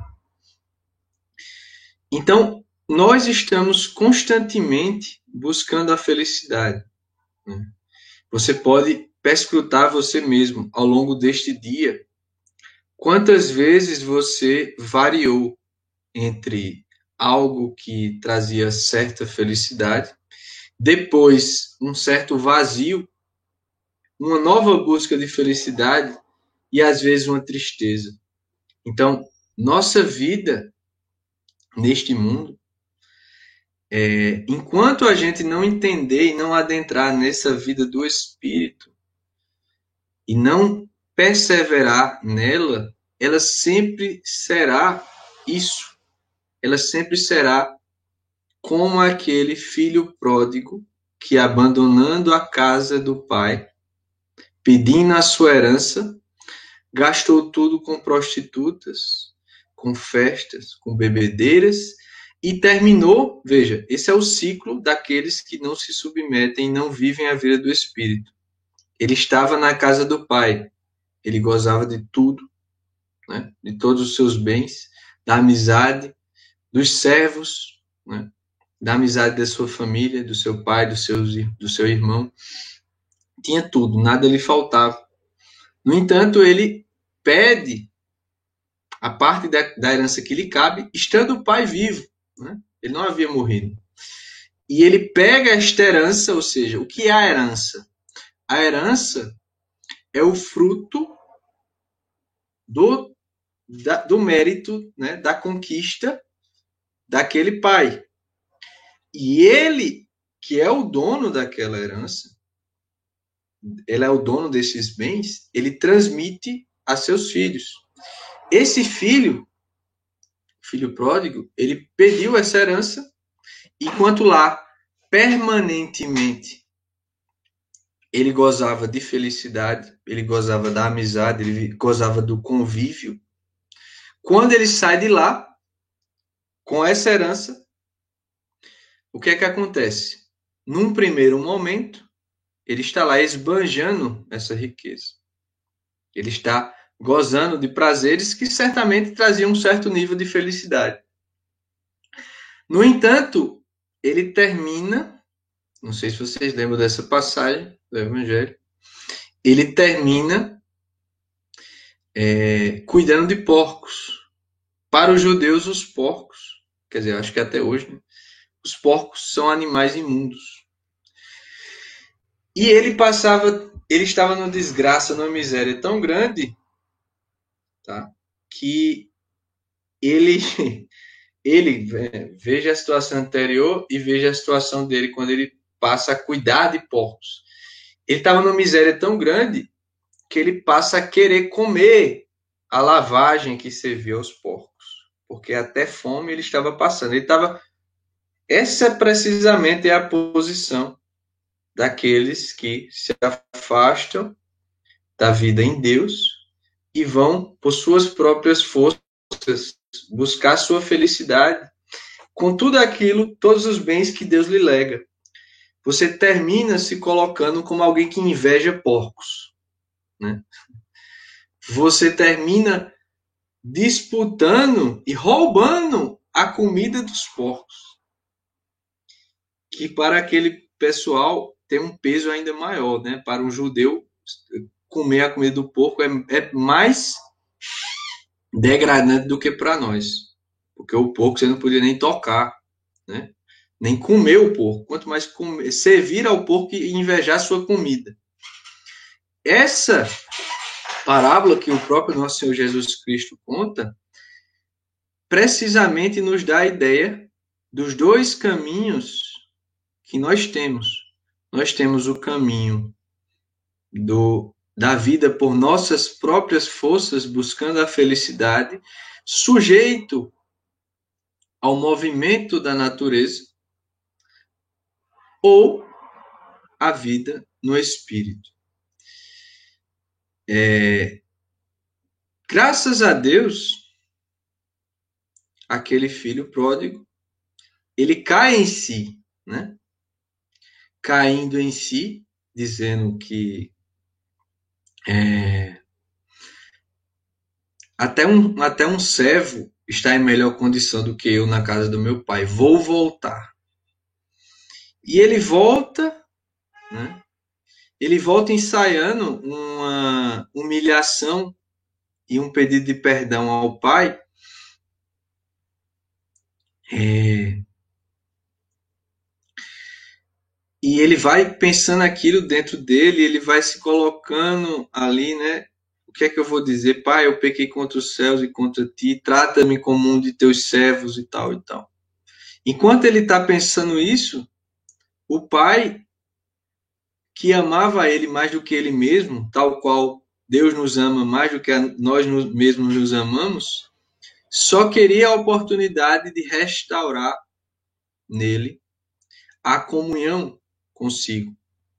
Então nós estamos constantemente buscando a felicidade, né? Você pode perscrutar você mesmo ao longo deste dia. Quantas vezes você variou entre algo que trazia certa felicidade, depois um certo vazio, uma nova busca de felicidade e às vezes uma tristeza. Então, nossa vida neste mundo, é, enquanto a gente não entender e não adentrar nessa vida do Espírito e não perseverar nela, ela sempre será isso. Ela sempre será como aquele filho pródigo que, abandonando a casa do pai, pedindo a sua herança, gastou tudo com prostitutas, com festas, com bebedeiras e terminou, veja, esse é o ciclo daqueles que não se submetem e não vivem a vida do Espírito. Ele estava na casa do pai, ele gozava de tudo, né? De todos os seus bens, da amizade, dos servos, né? Da amizade da sua família, do seu pai, do seu, do seu irmão. Tinha tudo, nada lhe faltava. No entanto, ele pede a parte da, da herança que lhe cabe, estando o pai vivo, né? Ele não havia morrido. E ele pega esta herança, ou seja, o que é a herança? A herança é o fruto do, da, do mérito, né, da conquista daquele pai. E ele, que é o dono daquela herança, ele é o dono desses bens, ele transmite a seus filhos. Esse filho, filho pródigo, ele pediu essa herança, enquanto lá, permanentemente, ele gozava de felicidade, ele gozava da amizade, ele gozava do convívio. Quando ele sai de lá, com essa herança, o que é que acontece? Num primeiro momento, ele está lá esbanjando essa riqueza. Ele está gozando de prazeres que certamente traziam um certo nível de felicidade. No entanto, ele termina, não sei se vocês lembram dessa passagem do Evangelho, ele termina é, cuidando de porcos. Para os judeus, os porcos, quer dizer, acho que até hoje, né? Os porcos são animais imundos. E ele passava, ele estava numa desgraça, numa miséria tão grande, tá? Que ele, ele veja a situação anterior e veja a situação dele quando ele passa a cuidar de porcos. Ele estava numa miséria tão grande que ele passa a querer comer a lavagem que servia aos porcos, porque até fome ele estava passando. Ele estava, essa precisamente é a posição daqueles que se afastam da vida em Deus e vão, por suas próprias forças, buscar sua felicidade com tudo aquilo, todos os bens que Deus lhe lega. Você termina se colocando como alguém que inveja porcos, né? Você termina disputando e roubando a comida dos porcos, que para aquele pessoal tem um peso ainda maior, né? Para um judeu, comer a comida do porco é, é mais degradante do que para nós, porque o porco você não podia nem tocar, né? Nem comer o porco, quanto mais comer, servir ao porco e invejar sua comida. Essa parábola que o próprio nosso Senhor Jesus Cristo conta, precisamente nos dá a ideia dos dois caminhos que nós temos. Nós temos o caminho do, da vida por nossas próprias forças, buscando a felicidade, sujeito ao movimento da natureza, ou a vida no Espírito. É, graças a Deus, aquele filho pródigo, ele cai em si, né? Caindo em si, dizendo que é, até, um, até um servo está em melhor condição do que eu na casa do meu pai. Vou voltar. E ele volta, né? Ele volta ensaiando uma humilhação e um pedido de perdão ao pai. É, e ele vai pensando aquilo dentro dele, ele vai se colocando ali, né? O que é que eu vou dizer? Pai, eu pequei contra os céus e contra ti, trata-me como um de teus servos e tal e tal. Enquanto ele está pensando isso, o pai, que amava ele mais do que ele mesmo, tal qual Deus nos ama mais do que nós mesmos nos amamos, só queria a oportunidade de restaurar nele a comunhão consigo.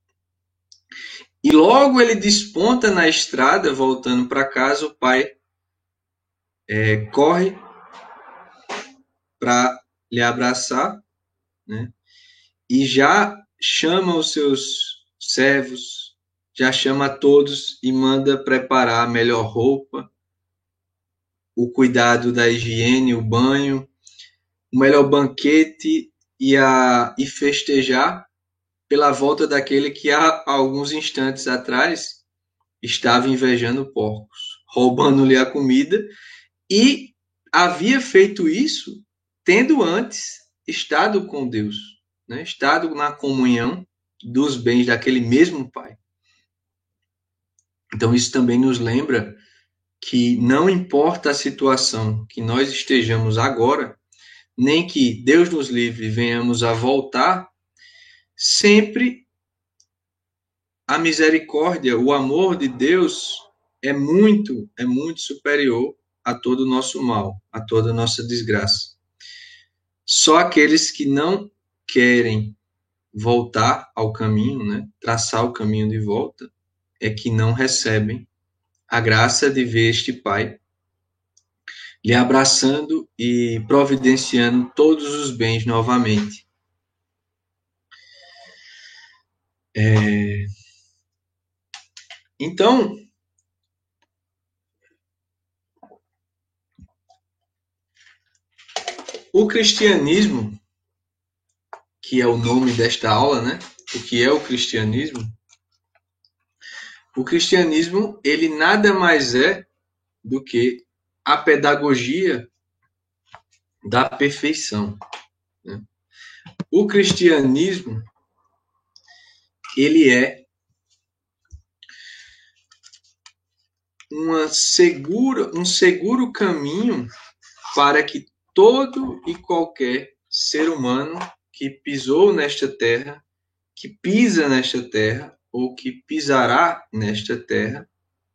E logo ele desponta na estrada, voltando para casa, o pai é, corre para lhe abraçar, né? E já chama os seus servos, já chama a todos e manda preparar a melhor roupa, o cuidado da higiene, o banho, o melhor banquete e, a, e festejar pela volta daquele que há alguns instantes atrás estava invejando porcos, roubando-lhe a comida, e havia feito isso tendo antes estado com Deus, né? Estado na comunhão dos bens daquele mesmo Pai. Então isso também nos lembra que não importa a situação que nós estejamos agora, nem que Deus nos livre e venhamos a voltar, sempre a misericórdia, o amor de Deus é muito, é muito superior a todo o nosso mal, a toda a nossa desgraça. Só aqueles que não querem voltar ao caminho, né, traçar o caminho de volta, é que não recebem a graça de ver este Pai lhe abraçando e providenciando todos os bens novamente. É... Então, o cristianismo, que é o nome desta aula, né? O que é o cristianismo? O cristianismo, ele nada mais é do que a pedagogia da perfeição, né? O cristianismo, ele é uma segura, um seguro caminho para que todo e qualquer ser humano que pisou nesta terra, que pisa nesta terra, ou que pisará nesta terra,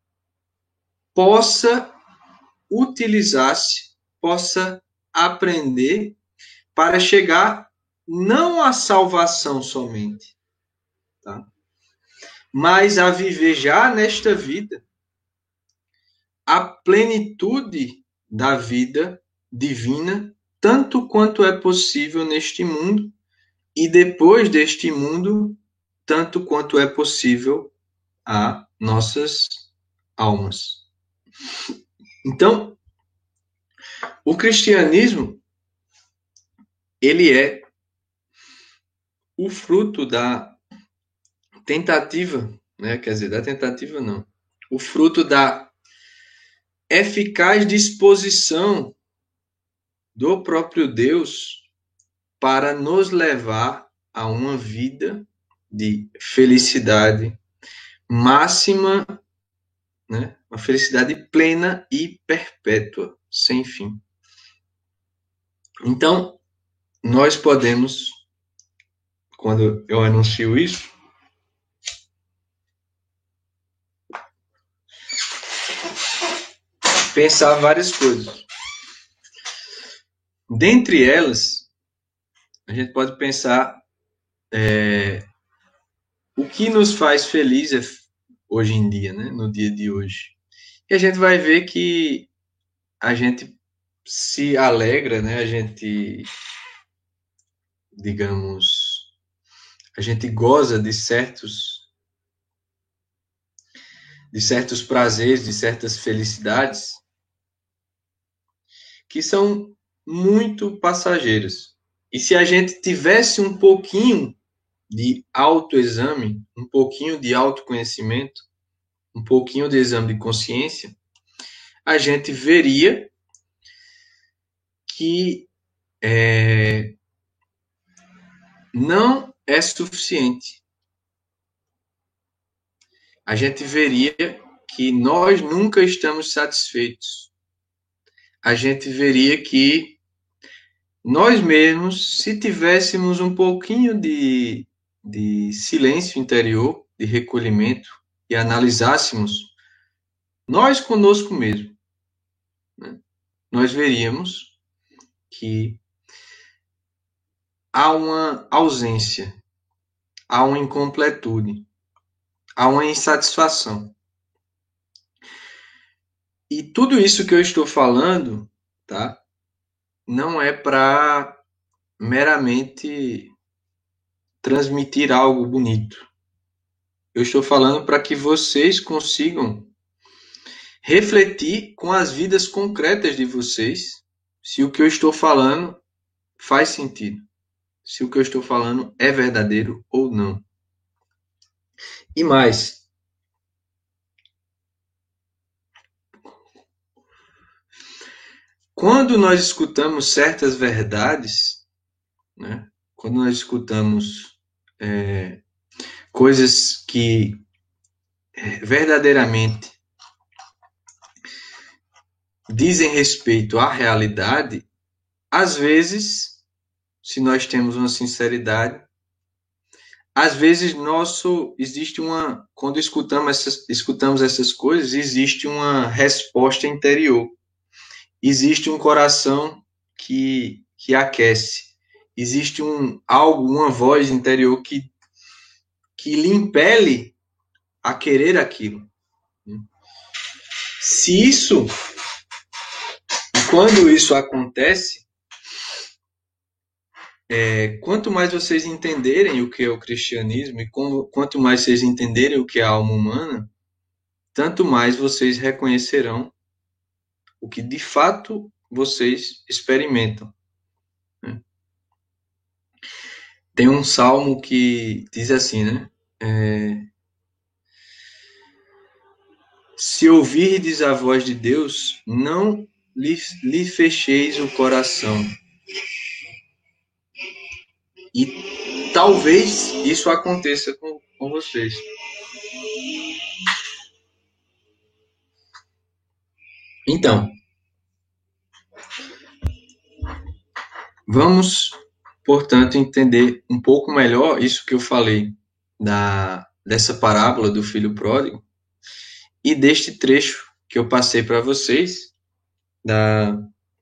possa utilizar-se, possa aprender para chegar não à salvação somente, tá? Mas a viver já nesta vida a plenitude da vida divina, tanto quanto é possível neste mundo, e depois deste mundo, tanto quanto é possível a nossas almas. Então, o cristianismo, ele é o fruto da tentativa, né? Quer dizer, da tentativa não. O fruto da eficaz disposição do próprio Deus para nos levar a uma vida de felicidade máxima, né? Uma felicidade plena e perpétua, sem fim. Então, nós podemos, quando eu anuncio isso, pensar várias coisas. Dentre elas, a gente pode pensar é, o que nos faz felizes hoje em dia, né? No dia de hoje. E a gente vai ver que a gente se alegra, né? A gente, digamos, a gente goza de certos, de certos prazeres, de certas felicidades que são muito passageiras. E se a gente tivesse um pouquinho de autoexame, um pouquinho de autoconhecimento, um pouquinho de exame de consciência, a gente veria que é, não é suficiente. A gente veria que nós nunca estamos satisfeitos. A gente veria que nós mesmos, se tivéssemos um pouquinho de, de silêncio interior, de recolhimento, e analisássemos nós conosco mesmo, né, nós veríamos que há uma ausência, há uma incompletude, há uma insatisfação. E tudo isso que eu estou falando, tá, não é para meramente transmitir algo bonito. Eu estou falando para que vocês consigam refletir com as vidas concretas de vocês se o que eu estou falando faz sentido, se o que eu estou falando é verdadeiro ou não. E mais, quando nós escutamos certas verdades, né, quando nós escutamos é, coisas que é, verdadeiramente dizem respeito à realidade, às vezes, se nós temos uma sinceridade, às vezes nosso existe uma, quando escutamos essas, escutamos essas coisas, existe uma resposta interior. Existe um coração que, que aquece. Existe um algo, uma voz interior que, que lhe impele a querer aquilo. Se isso, e quando isso acontece, é, quanto mais vocês entenderem o que é o cristianismo e como, quanto mais vocês entenderem o que é a alma humana, tanto mais vocês reconhecerão o que de fato vocês experimentam. Né? Tem um salmo que diz assim, né? É, se ouvirdes a voz de Deus, não lhe, lhe fecheis o coração. E talvez isso aconteça com, com vocês. Então, vamos, portanto, entender um pouco melhor isso que eu falei da, dessa parábola do filho pródigo e deste trecho que eu passei para vocês, da,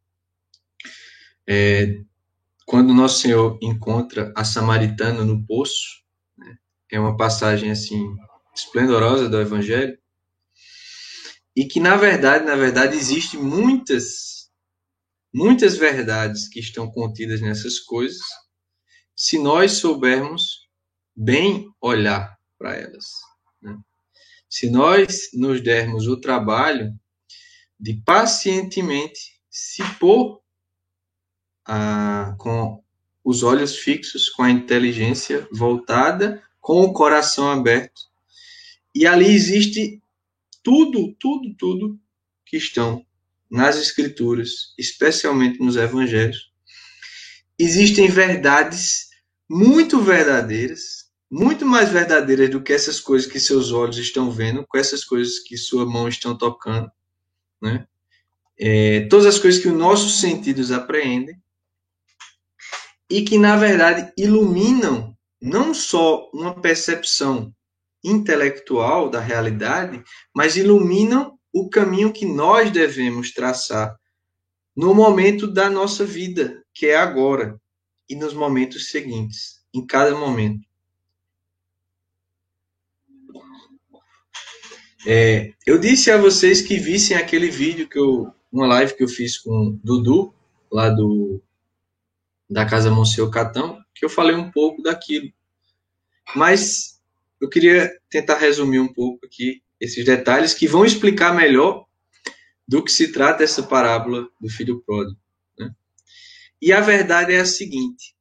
é, quando Nosso Senhor encontra a samaritana no poço, né? É uma passagem assim esplendorosa do Evangelho, e que na verdade, na verdade, existem muitas, muitas verdades que estão contidas nessas coisas, se nós soubermos bem olhar para elas. Né? Se nós nos dermos o trabalho de pacientemente se pôr a, com os olhos fixos, com a inteligência voltada, com o coração aberto. E ali existe tudo, tudo, tudo que estão nas Escrituras, especialmente nos Evangelhos. Existem verdades muito verdadeiras, muito mais verdadeiras do que essas coisas que seus olhos estão vendo, com essas coisas que sua mão estão tocando, né? É, todas as coisas que os nossos sentidos apreendem e que, na verdade, iluminam não só uma percepção intelectual da realidade, mas iluminam o caminho que nós devemos traçar no momento da nossa vida, que é agora, e nos momentos seguintes, em cada momento. É, eu disse a vocês que vissem aquele vídeo, que eu, uma live que eu fiz com o Dudu, lá do, da Casa Monsenhor Catão, que eu falei um pouco daquilo. Mas eu queria tentar resumir um pouco aqui esses detalhes que vão explicar melhor do que se trata essa parábola do filho pródigo. Né? E a verdade é a seguinte: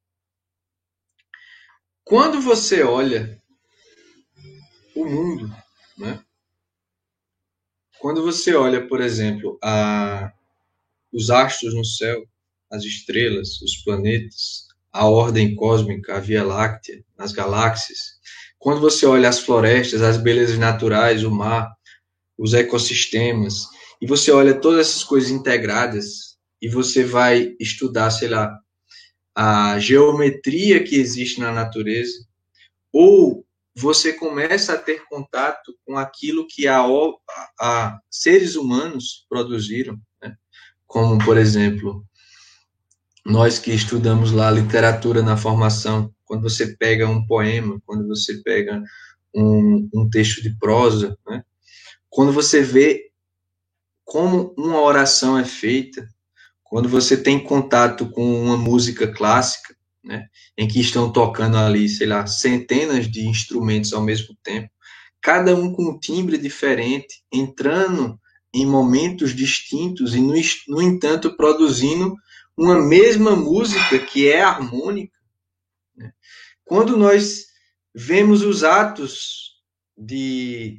quando você olha o mundo, né? Quando você olha, por exemplo, a, os astros no céu, as estrelas, os planetas, a ordem cósmica, a Via Láctea, as galáxias, quando você olha as florestas, as belezas naturais, o mar, os ecossistemas, e você olha todas essas coisas integradas, e você vai estudar, sei lá, a geometria que existe na natureza, ou você começa a ter contato com aquilo que a, a seres humanos produziram, né? Como, por exemplo, nós que estudamos lá literatura na formação, quando você pega um poema, quando você pega um, um texto de prosa, né? Quando você vê como uma oração é feita, quando você tem contato com uma música clássica, né, em que estão tocando ali, sei lá, centenas de instrumentos ao mesmo tempo, cada um com um timbre diferente, entrando em momentos distintos e, no, no entanto, produzindo uma mesma música que é harmônica. Né? Quando nós vemos os atos de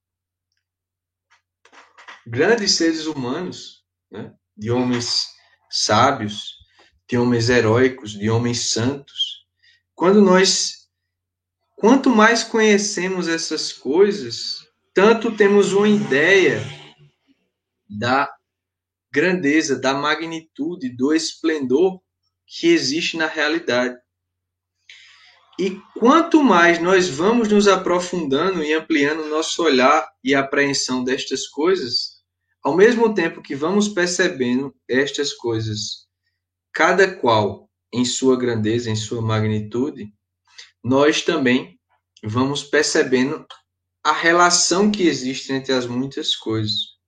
grandes seres humanos, né, de homens sábios, de homens heróicos, de homens santos, quando nós, quanto mais conhecemos essas coisas, tanto temos uma ideia da grandeza, da magnitude, do esplendor que existe na realidade. E quanto mais nós vamos nos aprofundando e ampliando nosso olhar e apreensão destas coisas, ao mesmo tempo que vamos percebendo estas coisas, cada qual em sua grandeza, em sua magnitude, nós também vamos percebendo a relação que existe entre as muitas coisas.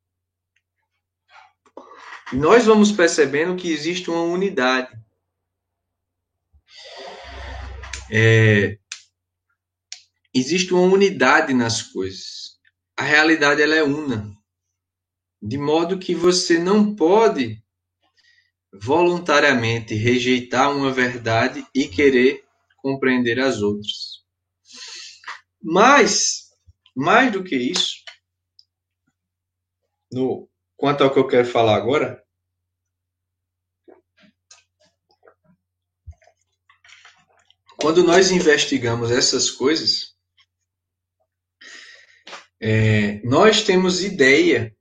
Nós vamos percebendo que existe uma unidade. É, existe uma unidade nas coisas. A realidade ela é una. De modo que você não pode voluntariamente rejeitar uma verdade e querer compreender as outras. Mas, mais do que isso, no, quanto ao que eu quero falar agora, quando nós investigamos essas coisas, é, nós temos ideia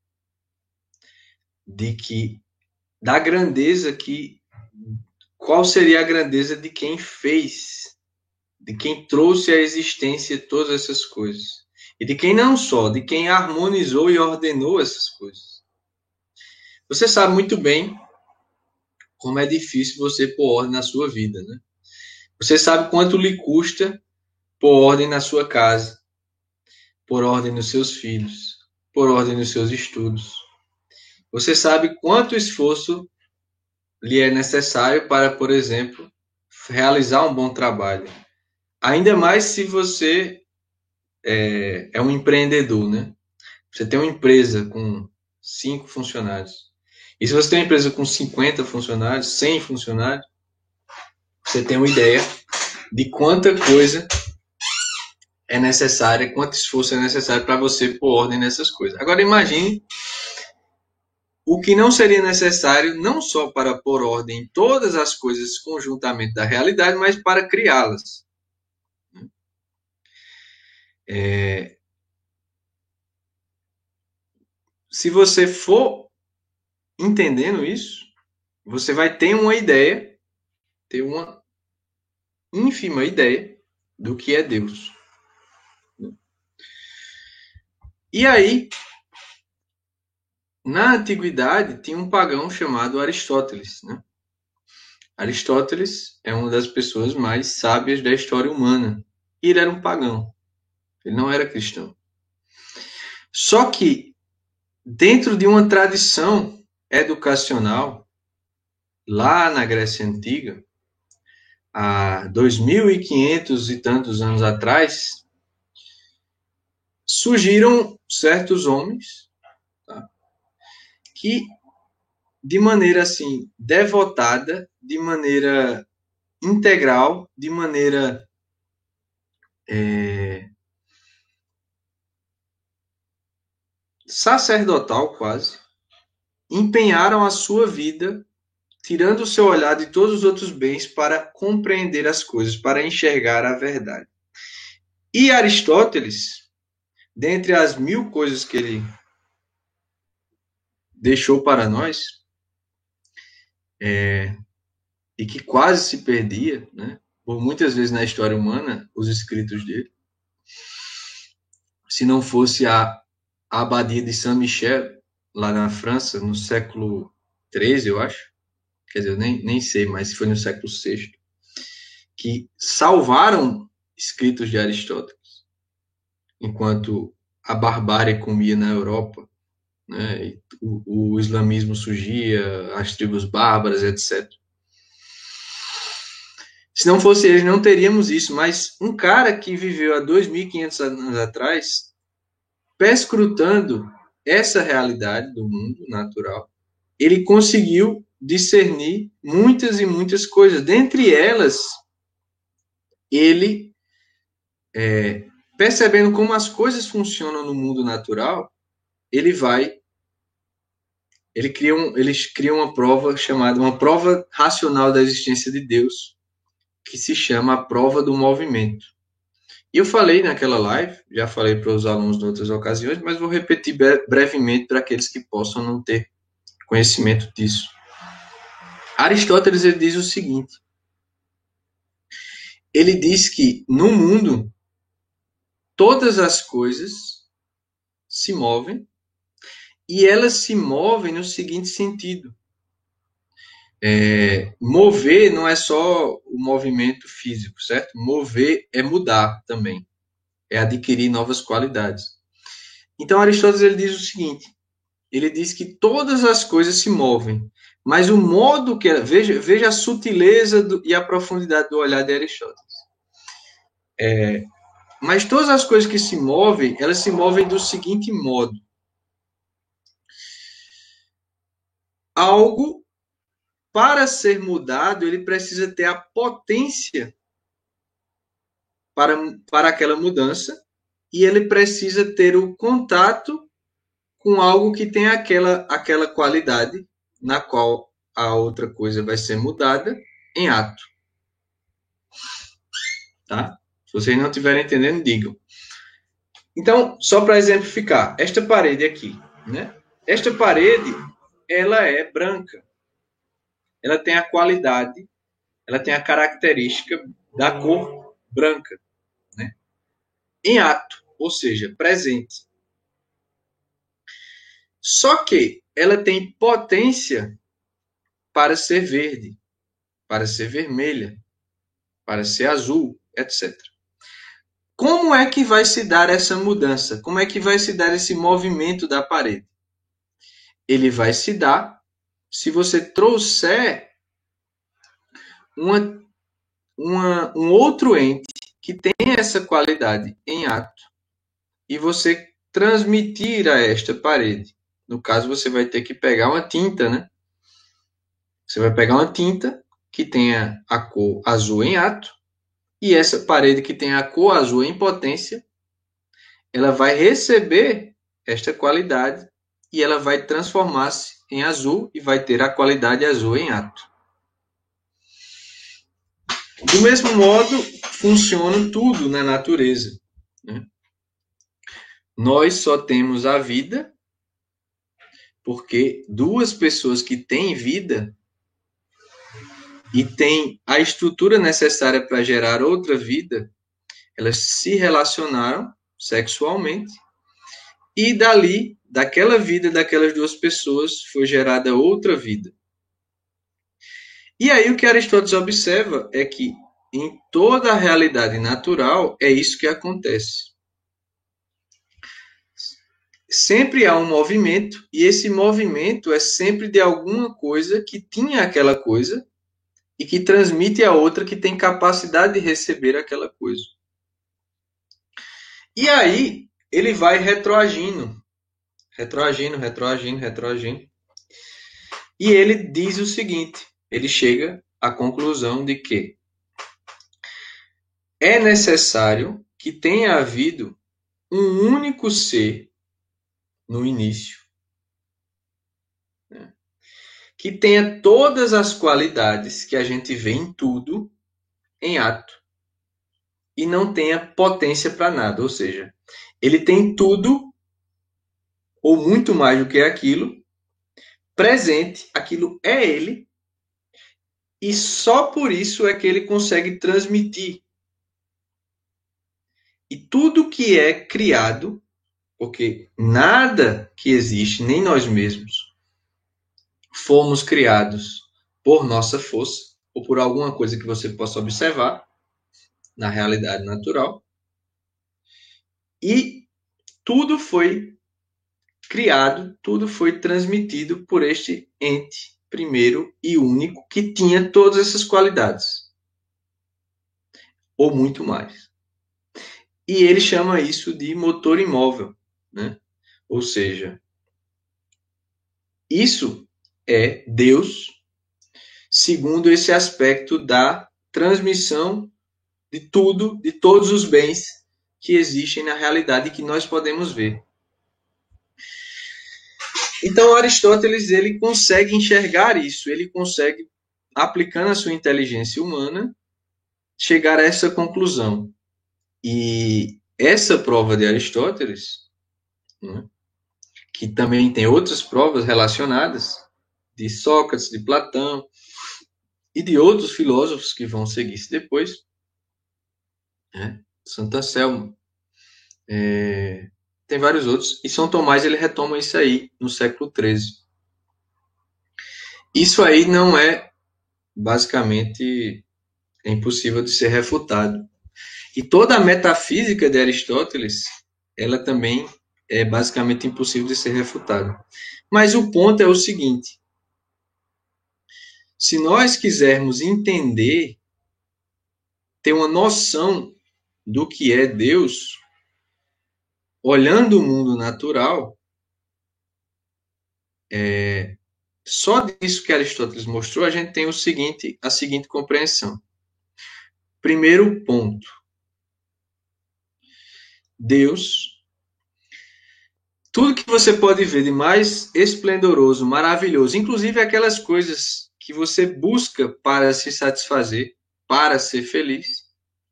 de que da grandeza que qual seria a grandeza de quem fez, de quem trouxe à existência todas essas coisas. E de quem não só, de quem harmonizou e ordenou essas coisas. Você sabe muito bem como é difícil você pôr ordem na sua vida, né? Você sabe quanto lhe custa pôr ordem na sua casa, pôr ordem nos seus filhos, pôr ordem nos seus estudos. Você sabe quanto esforço lhe é necessário para, por exemplo, realizar um bom trabalho. Ainda mais se você é, é um empreendedor, né? Você tem uma empresa com cinco funcionários. E se você tem uma empresa com cinquenta funcionários, cem funcionários, você tem uma ideia de quanta coisa é necessária, quanto esforço é necessário para você pôr ordem nessas coisas. Agora imagine o que não seria necessário não só para pôr ordem em todas as coisas conjuntamente da realidade, mas para criá-las. É... Se você for entendendo isso, você vai ter uma ideia, ter uma ínfima ideia do que é Deus. E aí, na antiguidade, tinha um pagão chamado Aristóteles, né? Aristóteles é uma das pessoas mais sábias da história humana. E ele era um pagão. Ele não era cristão. Só que, dentro de uma tradição educacional, lá na Grécia Antiga, há dois mil e quinhentos e tantos anos atrás, surgiram certos homens, tá, que, de maneira assim, devotada, de maneira integral, de maneira é, sacerdotal quase, empenharam a sua vida, tirando o seu olhar de todos os outros bens para compreender as coisas, para enxergar a verdade. E Aristóteles, dentre as mil coisas que ele deixou para nós, é, e que quase se perdia, né, por muitas vezes na história humana, os escritos dele, se não fosse a, a abadia de Saint-Michel, lá na França, no século treze, eu acho, quer dizer, eu nem, nem sei, mas foi no século sexto, que salvaram escritos de Aristóteles, enquanto a barbárie comia na Europa, né, e o, o islamismo surgia, as tribos bárbaras, etcétera. Se não fosse eles, não teríamos isso, mas um cara que viveu há dois mil e quinhentos anos atrás, perscrutando essa realidade do mundo natural, ele conseguiu discernir muitas e muitas coisas. Dentre elas, ele, é, percebendo como as coisas funcionam no mundo natural, ele vai, ele cria, um, eles criam uma prova chamada, uma prova racional da existência de Deus, que se chama a prova do movimento. E eu falei naquela live, já falei para os alunos em outras ocasiões, mas vou repetir brevemente para aqueles que possam não ter conhecimento disso. Aristóteles ele diz o seguinte, ele diz que no mundo todas as coisas se movem e elas se movem no seguinte sentido. É, mover não é só o movimento físico, certo? Mover é mudar também, é adquirir novas qualidades. Então Aristóteles ele diz o seguinte, ele diz que todas as coisas se movem, mas o modo que... Veja, veja a sutileza do, e a profundidade do olhar de Aristóteles. É, mas todas as coisas que se movem, elas se movem do seguinte modo. Algo, para ser mudado, ele precisa ter a potência para, para aquela mudança e ele precisa ter o contato com algo que tem aquela, aquela qualidade na qual a outra coisa vai ser mudada em ato. Tá? Se vocês não estiverem entendendo, digam. Então, só para exemplificar, esta parede aqui, né? Esta parede, ela é branca. Ela tem a qualidade, ela tem a característica da cor branca, né? Em ato, ou seja, presente. Só que ela tem potência para ser verde, para ser vermelha, para ser azul, etcétera. Como é que vai se dar essa mudança? Como é que vai se dar esse movimento da parede? Ele vai se dar se você trouxer uma, uma, um outro ente que tem essa qualidade em ato e você transmitir a esta parede. No caso, você vai ter que pegar uma tinta, né? Você vai pegar uma tinta que tenha a cor azul em ato e essa parede que tem a cor azul em potência, ela vai receber esta qualidade e ela vai transformar-se em azul e vai ter a qualidade azul em ato. Do mesmo modo, funciona tudo na natureza, né? Nós só temos a vida porque duas pessoas que têm vida e têm a estrutura necessária para gerar outra vida, elas se relacionaram sexualmente e dali, daquela vida daquelas duas pessoas, foi gerada outra vida. E aí o que Aristóteles observa é que em toda a realidade natural é isso que acontece. Sempre há um movimento e esse movimento é sempre de alguma coisa que tinha aquela coisa e que transmite a outra que tem capacidade de receber aquela coisa. E aí ele vai retroagindo, retroagindo, retroagindo, retroagindo. E ele diz o seguinte, ele chega à conclusão de que é necessário que tenha havido um único ser no início, né, que tenha todas as qualidades que a gente vê em tudo em ato e não tenha potência para nada, ou seja, ele tem tudo ou muito mais do que aquilo presente, aquilo é ele e só por isso é que ele consegue transmitir. E tudo que é criado, porque nada que existe, nem nós mesmos, fomos criados por nossa força ou por alguma coisa que você possa observar na realidade natural. E tudo foi criado, tudo foi transmitido por este ente primeiro e único que tinha todas essas qualidades, ou muito mais. E ele chama isso de motor imóvel, né? Ou seja, isso é Deus, segundo esse aspecto da transmissão de tudo, de todos os bens que existem na realidade e que nós podemos ver. Então, Aristóteles ele consegue enxergar isso, ele consegue, aplicando a sua inteligência humana, chegar a essa conclusão. E essa prova de Aristóteles, né, que também tem outras provas relacionadas, de Sócrates, de Platão e de outros filósofos que vão seguir-se depois, né, Santo Anselmo, é, tem vários outros, e São Tomás ele retoma isso aí no século treze. Isso aí não é, basicamente, é impossível de ser refutado. E toda a metafísica de Aristóteles, ela também é basicamente impossível de ser refutada. Mas o ponto é o seguinte: se nós quisermos entender, ter uma noção do que é Deus, olhando o mundo natural, é, só disso que Aristóteles mostrou, a gente tem o seguinte, a seguinte compreensão. Primeiro ponto. Deus, tudo que você pode ver de mais esplendoroso, maravilhoso, inclusive aquelas coisas que você busca para se satisfazer, para ser feliz,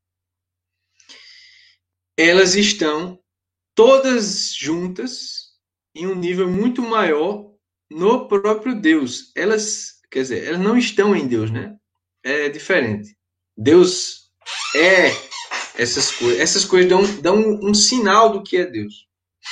elas estão todas juntas em um nível muito maior no próprio Deus. Elas, quer dizer, elas não estão em Deus, né? É diferente. Deus é essas coisas. Essas coisas dão, dão um, um sinal do que é Deus.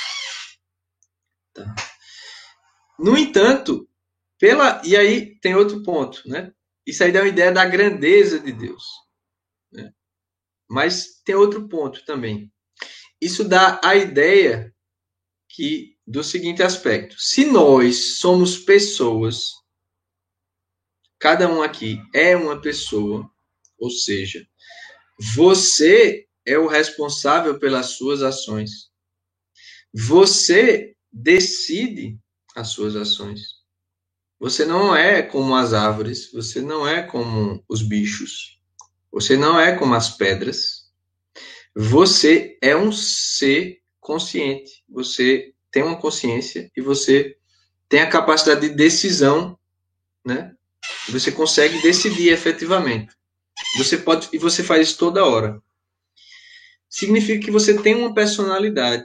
Tá. No entanto, pela e aí tem outro ponto, né? Isso aí dá uma ideia da grandeza de Deus, né? Mas tem outro ponto também. Isso dá a ideia que do seguinte aspecto: se nós somos pessoas, cada um aqui é uma pessoa, ou seja, você é o responsável pelas suas ações. Você decide as suas ações. Você não é como as árvores, você não é como os bichos, você não é como as pedras. Você é um ser consciente. Você tem uma consciência e você tem a capacidade de decisão, né? Você consegue decidir efetivamente. Você pode e você faz isso toda hora. Significa que você tem uma personalidade.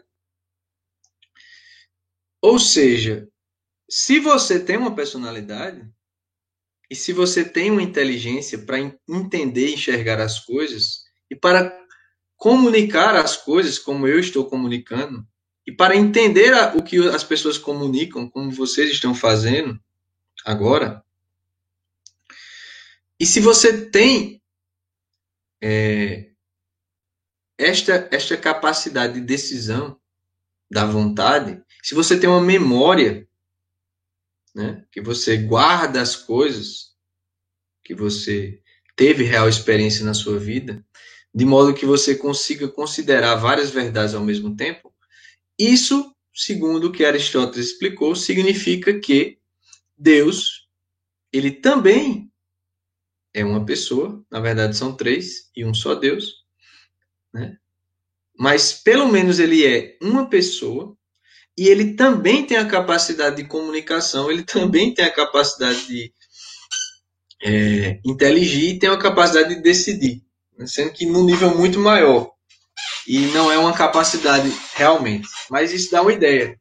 Ou seja, se você tem uma personalidade e se você tem uma inteligência para entender e enxergar as coisas e para comunicar as coisas como eu estou comunicando e para entender o que as pessoas comunicam, como vocês estão fazendo agora. E se você tem é, esta, esta capacidade de decisão da vontade, se você tem uma memória, né, que você guarda as coisas que você teve real experiência na sua vida, de modo que você consiga considerar várias verdades ao mesmo tempo, isso, segundo o que Aristóteles explicou, significa que Deus, ele também é uma pessoa, na verdade são três e um só Deus, né? Mas pelo menos ele é uma pessoa e ele também tem a capacidade de comunicação, ele também tem a capacidade de é, inteligir e tem a capacidade de decidir, né? Sendo que num nível muito maior. E não é uma capacidade realmente, mas isso dá uma ideia.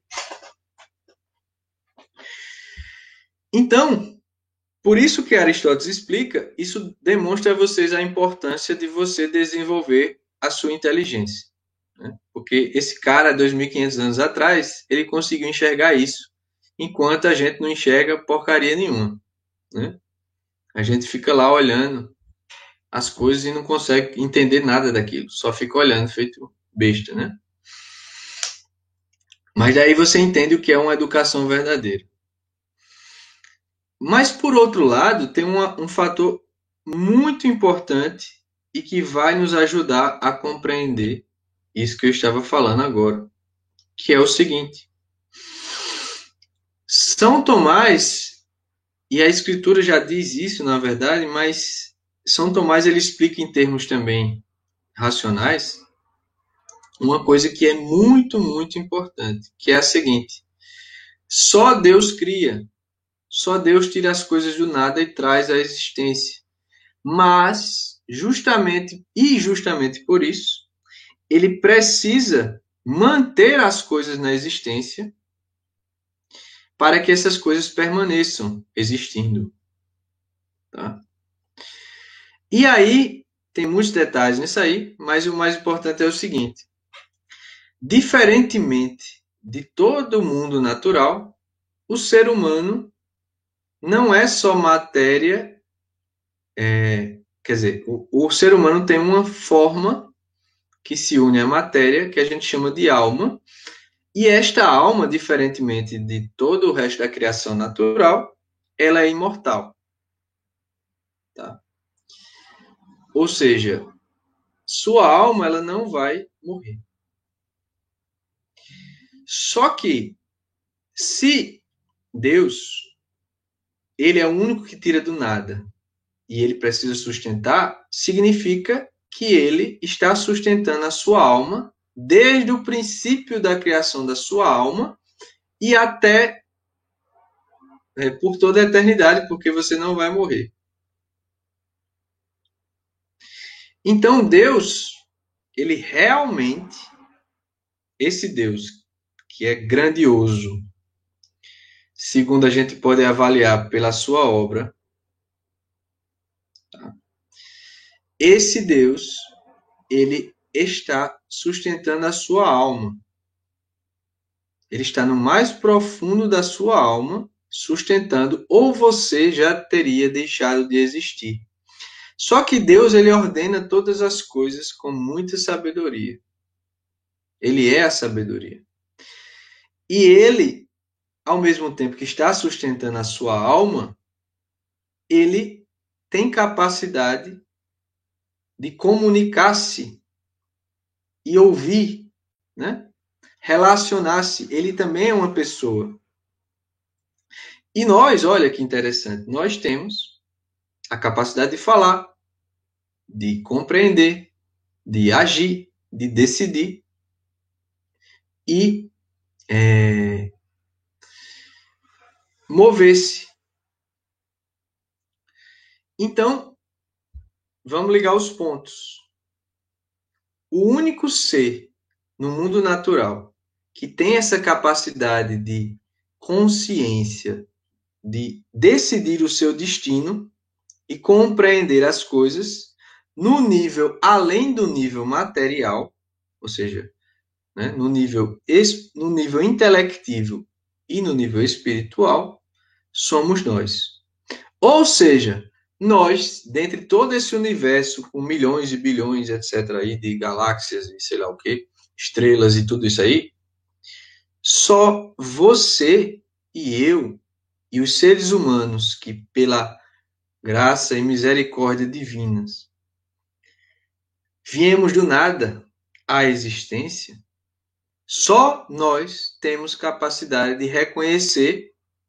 Então, por isso que Aristóteles explica, isso demonstra a vocês a importância de você desenvolver a sua inteligência, né? Porque esse cara, dois mil e quinhentos anos atrás, ele conseguiu enxergar isso, enquanto a gente não enxerga porcaria nenhuma, né? A gente fica lá olhando as coisas e não consegue entender nada daquilo, só fica olhando feito besta, né? Mas daí você entende o que é uma educação verdadeira. Mas, por outro lado, tem uma, um fator muito importante e que vai nos ajudar a compreender isso que eu estava falando agora, que é o seguinte: São Tomás, e a Escritura já diz isso, na verdade, mas São Tomás ele explica em termos também racionais uma coisa que é muito, muito importante, que é a seguinte: só Deus cria. Só Deus tira as coisas do nada e traz a existência. Mas, justamente e justamente por isso, ele precisa manter as coisas na existência para que essas coisas permaneçam existindo. Tá? E aí, tem muitos detalhes nisso aí, mas o mais importante é o seguinte: diferentemente de todo o mundo natural, o ser humano não é só matéria, é, quer dizer, o, o ser humano tem uma forma que se une à matéria, que a gente chama de alma, e esta alma, diferentemente de todo o resto da criação natural, ela é imortal. Tá? Ou seja, sua alma ela não vai morrer. Só que, se Deus, ele é o único que tira do nada e ele precisa sustentar, significa que ele está sustentando a sua alma desde o princípio da criação da sua alma e até é, por toda a eternidade, porque você não vai morrer. Então, Deus, ele realmente, esse Deus, que é grandioso, segundo a gente pode avaliar pela sua obra, tá? Esse Deus, ele está sustentando a sua alma. Ele está no mais profundo da sua alma, sustentando, ou você já teria deixado de existir. Só que Deus, ele ordena todas as coisas com muita sabedoria. Ele é a sabedoria. E ele, ao mesmo tempo que está sustentando a sua alma, ele tem capacidade de comunicar-se e ouvir, né? Relacionar-se. Ele também é uma pessoa. E nós, olha que interessante, nós temos a capacidade de falar, de compreender, de agir, de decidir e é, mover-se. Então, vamos ligar os pontos. O único ser no mundo natural que tem essa capacidade de consciência, de decidir o seu destino e compreender as coisas no nível além do nível material, ou seja, né, no nível no nível intelectivo e no nível espiritual, somos nós. Ou seja, nós, dentre todo esse universo com milhões e bilhões, etc, aí, de galáxias e sei lá o que, estrelas e tudo isso aí, só você e eu e os seres humanos que, pela graça e misericórdia divinas, viemos do nada à existência, só nós temos capacidade de reconhecer,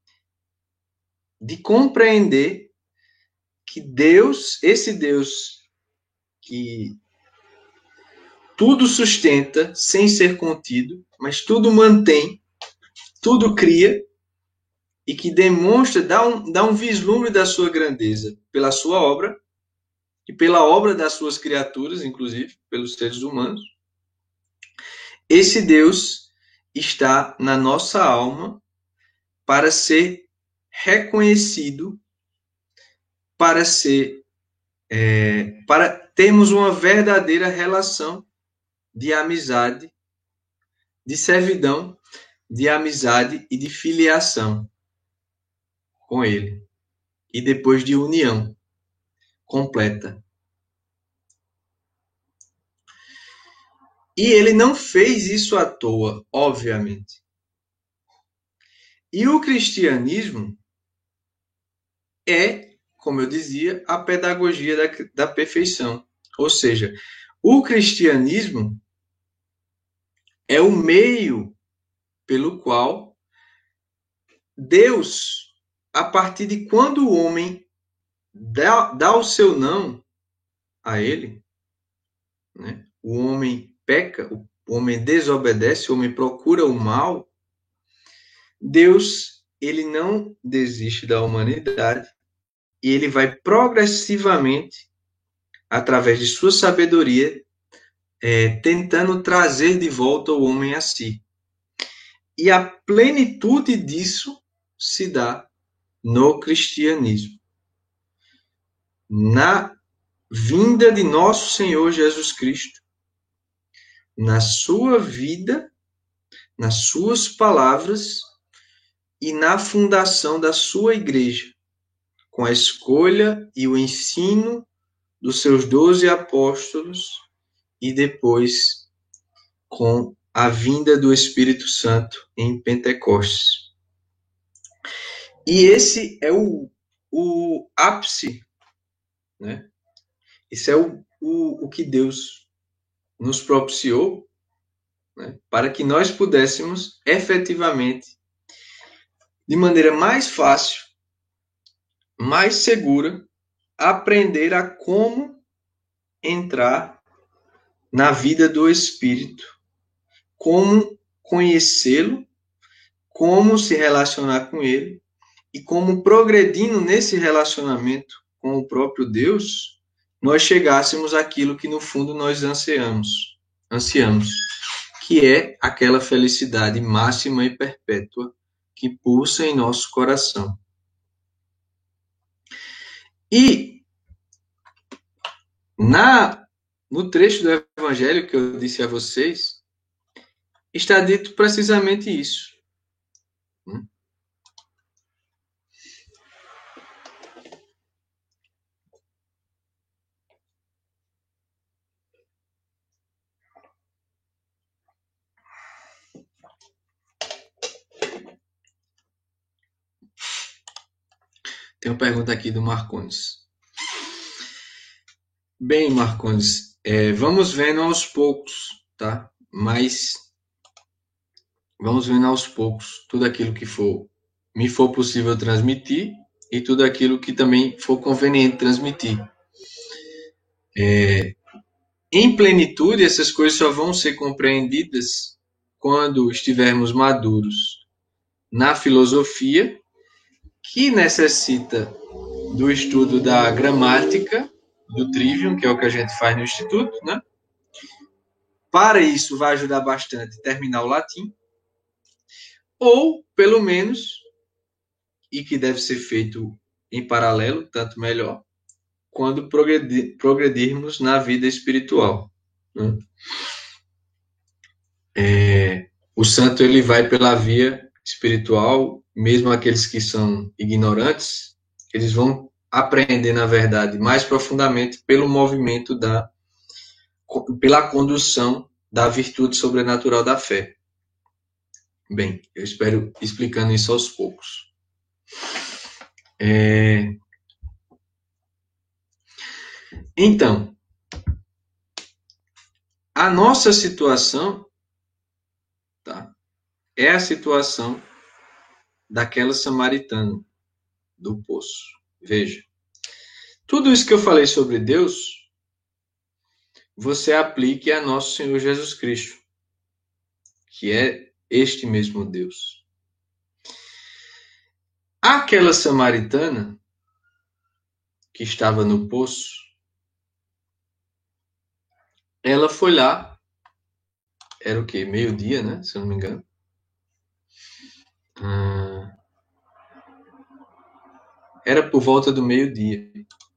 de compreender que Deus, esse Deus que tudo sustenta sem ser contido, mas tudo mantém, tudo cria, e que demonstra, dá um, dá um vislumbre da sua grandeza pela sua obra e pela obra das suas criaturas, inclusive, pelos seres humanos. Esse Deus está na nossa alma para ser reconhecido, para ser, é, para termos uma verdadeira relação de amizade, de servidão, de amizade e de filiação com Ele. E depois de união completa. E Ele não fez isso à toa, obviamente. E o cristianismo é, como eu dizia, a pedagogia da, da perfeição. Ou seja, o cristianismo é o meio pelo qual Deus, a partir de quando o homem dá, dá o seu não a ele, né? O homem peca, o homem desobedece, o homem procura o mal, Deus, ele não desiste da humanidade e ele vai progressivamente, através de sua sabedoria, é, tentando trazer de volta o homem a si. E a plenitude disso se dá no cristianismo. Na vinda de nosso Senhor Jesus Cristo, na sua vida, nas suas palavras e na fundação da sua igreja, com a escolha e o ensino dos seus doze apóstolos e depois com a vinda do Espírito Santo em Pentecostes. E esse é o, o ápice, né? Esse é o, o, o que Deus nos propiciou, né, para que nós pudéssemos efetivamente, de maneira mais fácil, mais segura, aprender a como entrar na vida do Espírito, como conhecê-lo, como se relacionar com ele e como progredindo nesse relacionamento com o próprio Deus, nós chegássemos àquilo que no fundo nós ansiamos, ansiamos, que é aquela felicidade máxima e perpétua que pulsa em nosso coração. E na no trecho do Evangelho que eu disse a vocês, está dito precisamente isso. Tem uma pergunta aqui do Marcondes. Bem, Marcondes, é, vamos vendo aos poucos, tá? Mas vamos vendo aos poucos tudo aquilo que for me for possível transmitir e tudo aquilo que também for conveniente transmitir. É, em plenitude, essas coisas só vão ser compreendidas quando estivermos maduros na filosofia, que necessita do estudo da gramática, do trivium, que é o que a gente faz no instituto, né? Para isso vai ajudar bastante terminar o latim, ou pelo menos, e que deve ser feito em paralelo, tanto melhor, quando progredir, progredirmos na vida espiritual, né? É, o santo ele vai pela via espiritual, mesmo aqueles que são ignorantes, eles vão aprender, na verdade, mais profundamente pelo movimento da, pela condução da virtude sobrenatural da fé. Bem, eu espero explicando isso aos poucos. É... Então, a nossa situação, tá, é a situação daquela samaritana do poço. Veja, tudo isso que eu falei sobre Deus, você aplique a nosso Senhor Jesus Cristo, que é este mesmo Deus. Aquela samaritana que estava no poço, ela foi lá, era o quê? Meio-dia, né? Se eu não me engano. Hum, era por volta do meio-dia.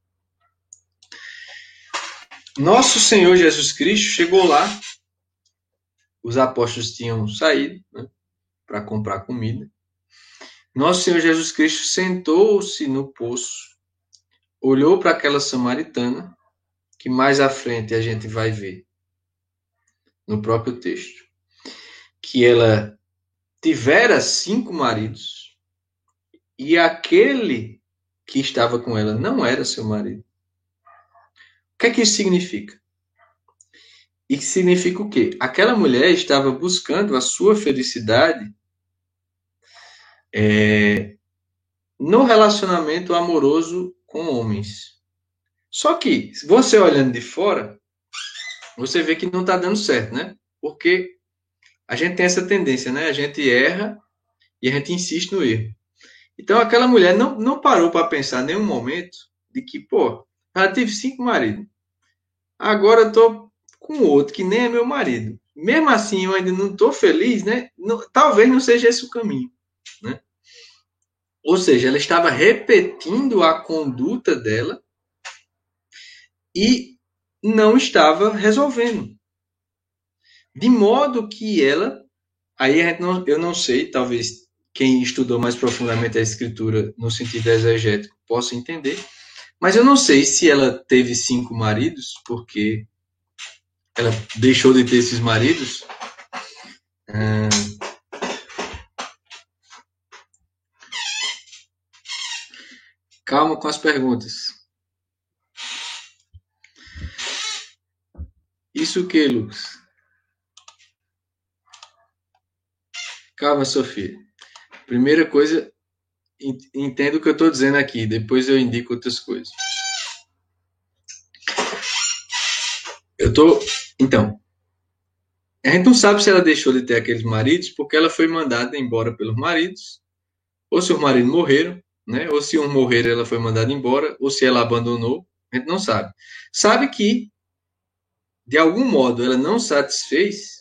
Nosso Senhor Jesus Cristo chegou lá, os apóstolos tinham saído, né, para comprar comida. Nosso Senhor Jesus Cristo sentou-se no poço, olhou para aquela samaritana, que mais à frente a gente vai ver no próprio texto, que ela tivera cinco maridos e aquele que estava com ela não era seu marido. O que é que isso significa? E significa o quê? Aquela mulher estava buscando a sua felicidade é, no relacionamento amoroso com homens. Só que, você olhando de fora, você vê que não está dando certo, né? Porque a gente tem essa tendência, né? A gente erra e a gente insiste no erro. Então, aquela mulher não, não parou para pensar em nenhum momento de que, pô, ela tive cinco maridos. Agora eu tô com outro que nem é meu marido. Mesmo assim, eu ainda não estou feliz, né? Não, talvez não seja esse o caminho, né? Ou seja, ela estava repetindo a conduta dela e não estava resolvendo. De modo que ela, aí a gente não, eu não sei, talvez quem estudou mais profundamente a escritura no sentido exegético possa entender, mas eu não sei se ela teve cinco maridos porque ela deixou de ter esses maridos. Hum, calma com as perguntas. Isso o que, Lucas? Calma, Sofia. Primeira coisa, entenda o que eu estou dizendo aqui, depois eu indico outras coisas. Eu tô. Então, a gente não sabe se ela deixou de ter aqueles maridos porque ela foi mandada embora pelos maridos, ou se os maridos morreram, né? Ou se um morreram, ela foi mandada embora, ou se ela abandonou. A gente não sabe. Sabe que, de algum modo, ela não satisfez.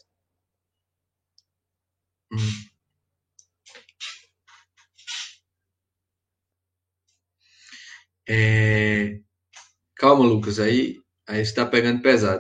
Hum. É... Calma, Lucas, aí, aí você está pegando pesado.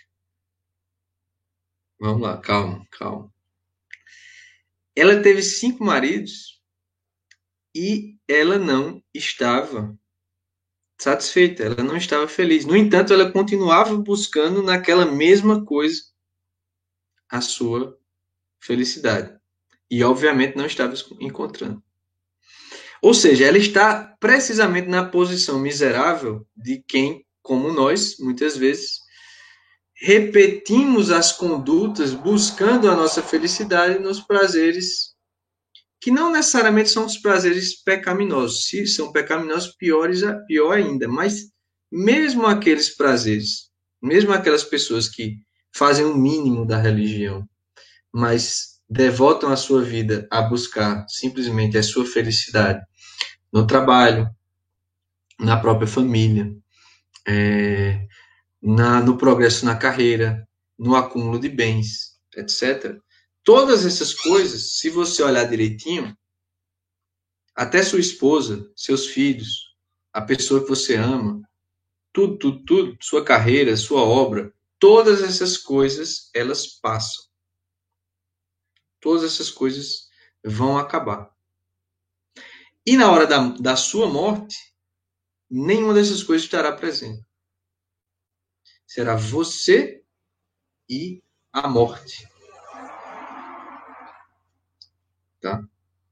Vamos lá, calma, calma. Ela teve cinco maridos e ela não estava satisfeita, ela não estava feliz. No entanto, ela continuava buscando naquela mesma coisa a sua felicidade. E, obviamente, não estava encontrando. Ou seja, ela está precisamente na posição miserável de quem, como nós, muitas vezes, repetimos as condutas buscando a nossa felicidade nos prazeres que não necessariamente são os prazeres pecaminosos. Se são pecaminosos, piores, pior ainda. Mas mesmo aqueles prazeres, mesmo aquelas pessoas que fazem o mínimo da religião, mas devotam a sua vida a buscar simplesmente a sua felicidade no trabalho, na própria família, é, na, no progresso na carreira, no acúmulo de bens, etcétera. Todas essas coisas, se você olhar direitinho, até sua esposa, seus filhos, a pessoa que você ama, tudo, tudo, tudo, sua carreira, sua obra, todas essas coisas, elas passam. Todas essas coisas vão acabar. E na hora da, da sua morte, nenhuma dessas coisas estará presente. Será você e a morte. Tá?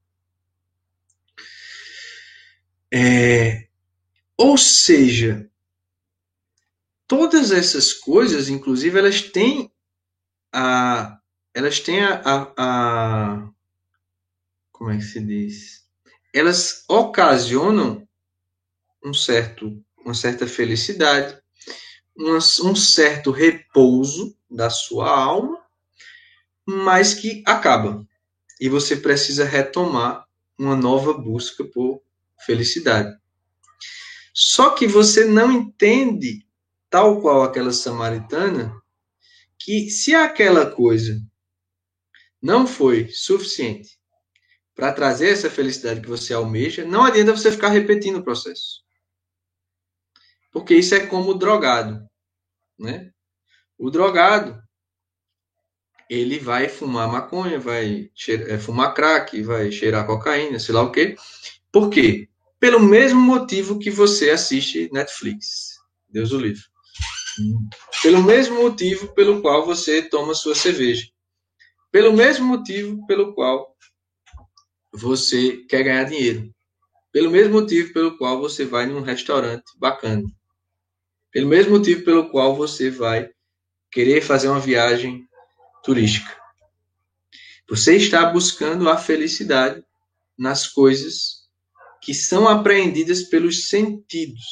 É, ou seja, todas essas coisas, inclusive, elas têm a, elas têm a, a, a como é que se diz? Elas ocasionam um certo, uma certa felicidade, uma, um certo repouso da sua alma, mas que acaba. E você precisa retomar uma nova busca por felicidade. Só que você não entende, tal qual aquela samaritana, que se aquela coisa não foi suficiente para trazer essa felicidade que você almeja, não adianta você ficar repetindo o processo. Porque isso é como o drogado, né? O drogado, ele vai fumar maconha, vai cheirar, é, fumar crack, vai cheirar cocaína, sei lá o quê. Por quê? Pelo mesmo motivo que você assiste Netflix. Deus o livre. Pelo mesmo motivo pelo qual você toma sua cerveja. Pelo mesmo motivo pelo qual você quer ganhar dinheiro. Pelo mesmo motivo pelo qual você vai num restaurante bacana. Pelo mesmo motivo pelo qual você vai querer fazer uma viagem turística. Você está buscando a felicidade nas coisas que são apreendidas pelos sentidos,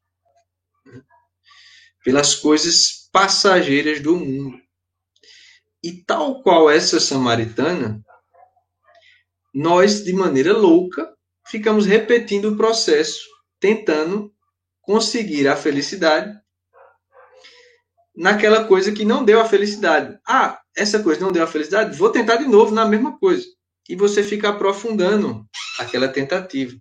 pelas coisas passageiras do mundo. E tal qual essa samaritana, nós, de maneira louca, ficamos repetindo o processo, tentando conseguir a felicidade naquela coisa que não deu a felicidade. Ah, essa coisa não deu a felicidade? Vou tentar de novo na mesma coisa. E você fica aprofundando aquela tentativa.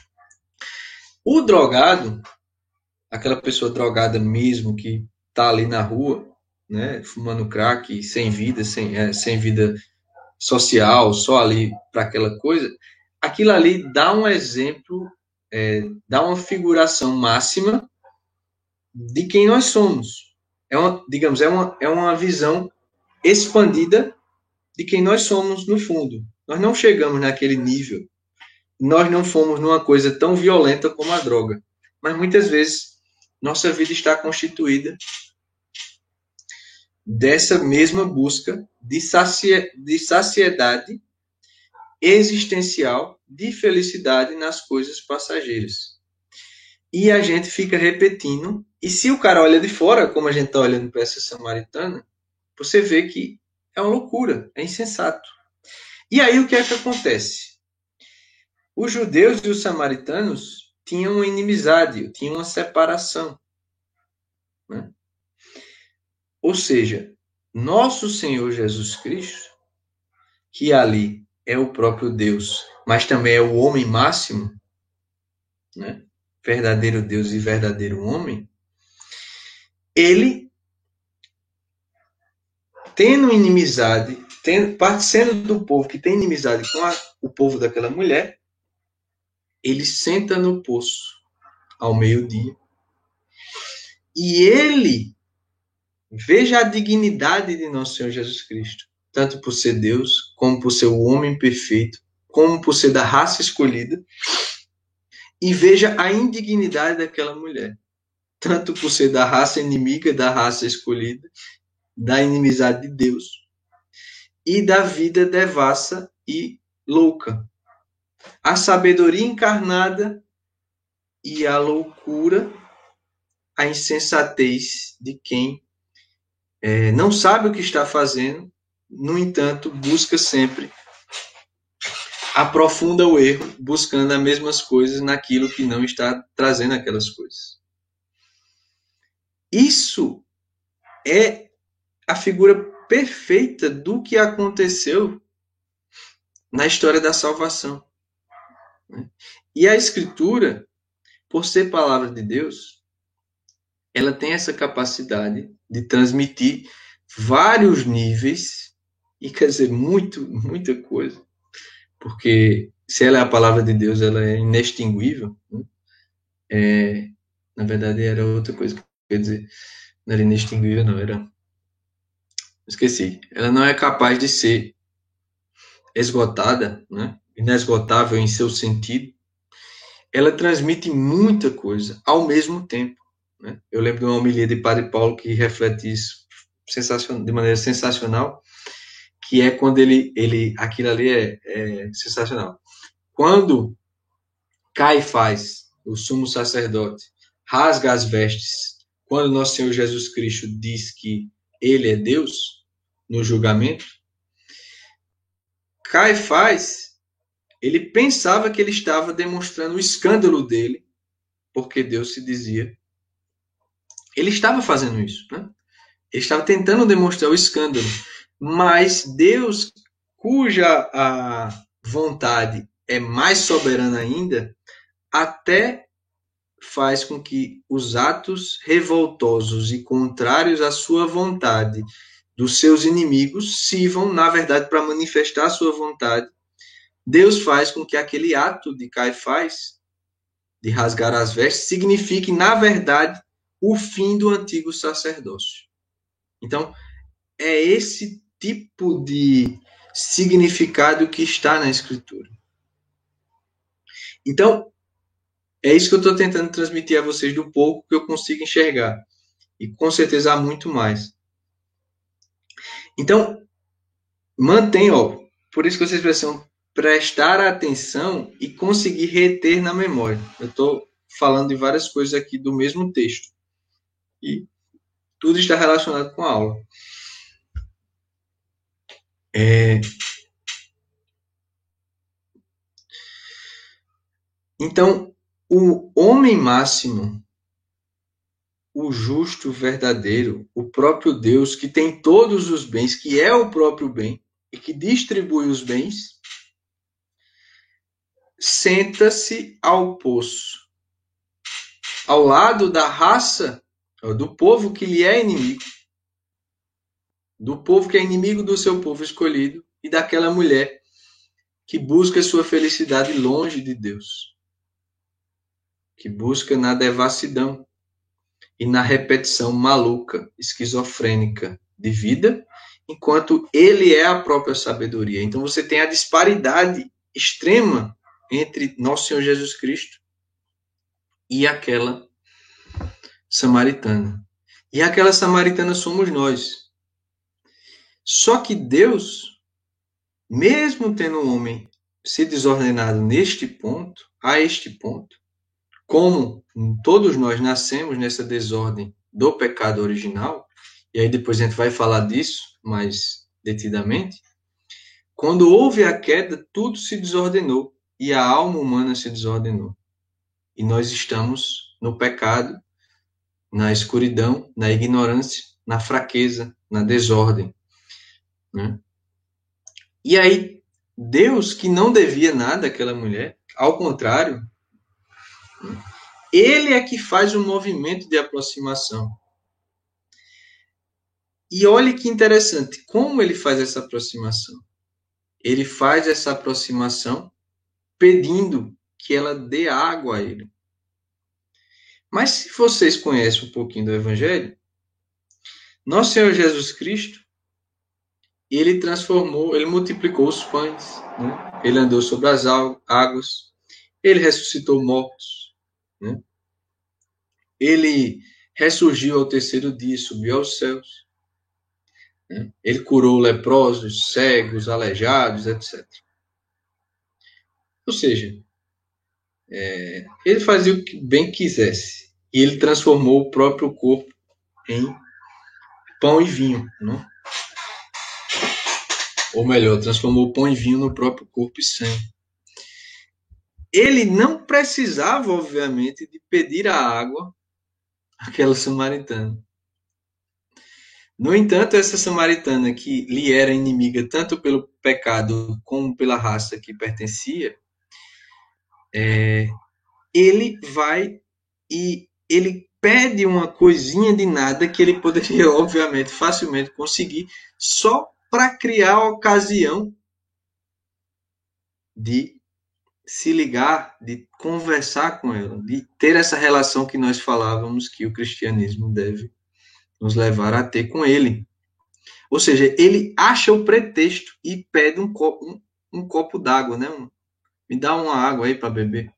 O drogado, aquela pessoa drogada mesmo, que está ali na rua, né, fumando crack, sem vida, sem, é, sem vida social, só ali para aquela coisa, aquilo ali dá um exemplo, é, dá uma figuração máxima de quem nós somos. É uma, digamos, é uma, é uma visão expandida de quem nós somos no fundo. Nós não chegamos naquele nível. Nós não fomos numa coisa tão violenta como a droga. Mas muitas vezes nossa vida está constituída dessa mesma busca de, saci... de saciedade existencial, de felicidade nas coisas passageiras. E a gente fica repetindo, e se o cara olha de fora, como a gente está olhando para essa samaritana, você vê que é uma loucura, é insensato. E aí o que é que acontece? Os judeus e os samaritanos tinham uma inimizade, tinham uma separação. Né? Ou seja, nosso Senhor Jesus Cristo, que ali é o próprio Deus, mas também é o homem máximo, né? Verdadeiro Deus e verdadeiro homem, ele, tendo inimizade, tendo, sendo do povo que tem inimizade com a, o povo daquela mulher, ele senta no poço ao meio-dia e ele, veja a dignidade de nosso Senhor Jesus Cristo, tanto por ser Deus, como por ser o homem perfeito, como por ser da raça escolhida, e veja a indignidade daquela mulher, tanto por ser da raça inimiga, da raça escolhida, da inimizade de Deus, e da vida devassa e louca. A sabedoria encarnada e a loucura, a insensatez de quem é, não sabe o que está fazendo, no entanto, busca sempre, aprofunda o erro, buscando as mesmas coisas naquilo que não está trazendo aquelas coisas. Isso é a figura perfeita do que aconteceu na história da salvação. E a Escritura, por ser palavra de Deus, ela tem essa capacidade de transmitir vários níveis, e quer dizer, muito, muita coisa, porque se ela é a palavra de Deus, ela é inextinguível. Né? É, na verdade, era outra coisa que eu queria dizer. Não era inextinguível, não, era... Esqueci. Ela não é capaz de ser esgotada, né? Inesgotável em seu sentido. Ela transmite muita coisa ao mesmo tempo. Né? Eu lembro de uma homilia de Padre Paulo que reflete isso de maneira sensacional, que é quando ele, ele aquilo ali é, é sensacional. Quando Caifás, o sumo sacerdote, rasga as vestes, quando nosso Senhor Jesus Cristo diz que ele é Deus, no julgamento, Caifás, ele pensava que ele estava demonstrando o escândalo dele, porque Deus se dizia. Ele estava fazendo isso, né? Ele estava tentando demonstrar o escândalo, mas Deus, cuja a vontade é mais soberana ainda, até faz com que os atos revoltosos e contrários à sua vontade dos seus inimigos sirvam, na verdade, para manifestar a sua vontade. Deus faz com que aquele ato de Caifás, de rasgar as vestes, signifique, na verdade, o fim do antigo sacerdócio. Então, é esse tipo de significado que está na Escritura. Então, é isso que eu estou tentando transmitir a vocês do pouco que eu consigo enxergar. E com certeza há muito mais. Então, mantenha, ó, por isso que vocês precisam prestar atenção e conseguir reter na memória. Eu estou falando de várias coisas aqui do mesmo texto. E tudo está relacionado com a aula. É... Então, o homem máximo, o justo verdadeiro, o próprio Deus, que tem todos os bens, que é o próprio bem, e que distribui os bens, senta-se ao poço, ao lado da raça, do povo que lhe é inimigo, do povo que é inimigo do seu povo escolhido, e daquela mulher que busca sua felicidade longe de Deus, que busca na devassidão e na repetição maluca, esquizofrênica de vida, enquanto ele é a própria sabedoria. Então você tem a disparidade extrema entre nosso Senhor Jesus Cristo e aquela samaritana. E aquela samaritana somos nós. Só que Deus, mesmo tendo um homem se desordenado neste ponto, a este ponto, como todos nós nascemos nessa desordem do pecado original, e aí depois a gente vai falar disso mais detidamente, quando houve a queda, tudo se desordenou e a alma humana se desordenou. E nós estamos no pecado, na escuridão, na ignorância, na fraqueza, na desordem. Né? E aí, Deus, que não devia nada àquela mulher, ao contrário, ele é que faz um movimento de aproximação. E olhe que interessante, como ele faz essa aproximação? Ele faz essa aproximação pedindo que ela dê água a ele. Mas se vocês conhecem um pouquinho do Evangelho, nosso Senhor Jesus Cristo, ele transformou, ele multiplicou os pães, né? Ele andou sobre as águas, ele ressuscitou mortos, né? Ele ressurgiu ao terceiro dia, subiu aos céus, né? Ele curou leprosos, cegos, aleijados, etcétera. Ou seja, é, ele fazia o que bem quisesse. E ele transformou o próprio corpo em pão e vinho, né? Ou melhor, transformou pão e vinho no próprio corpo e sangue. Ele não precisava, obviamente, de pedir a água àquela samaritana. No entanto, essa samaritana, que lhe era inimiga tanto pelo pecado como pela raça que pertencia, é, ele vai e ele pede uma coisinha de nada que ele poderia, obviamente, facilmente conseguir, só para criar a ocasião de se ligar, de conversar com ela, de ter essa relação que nós falávamos que o cristianismo deve nos levar a ter com ele. Ou seja, ele acha o pretexto e pede um copo, um, um copo d'água, né? Um, me dá uma água aí para beber.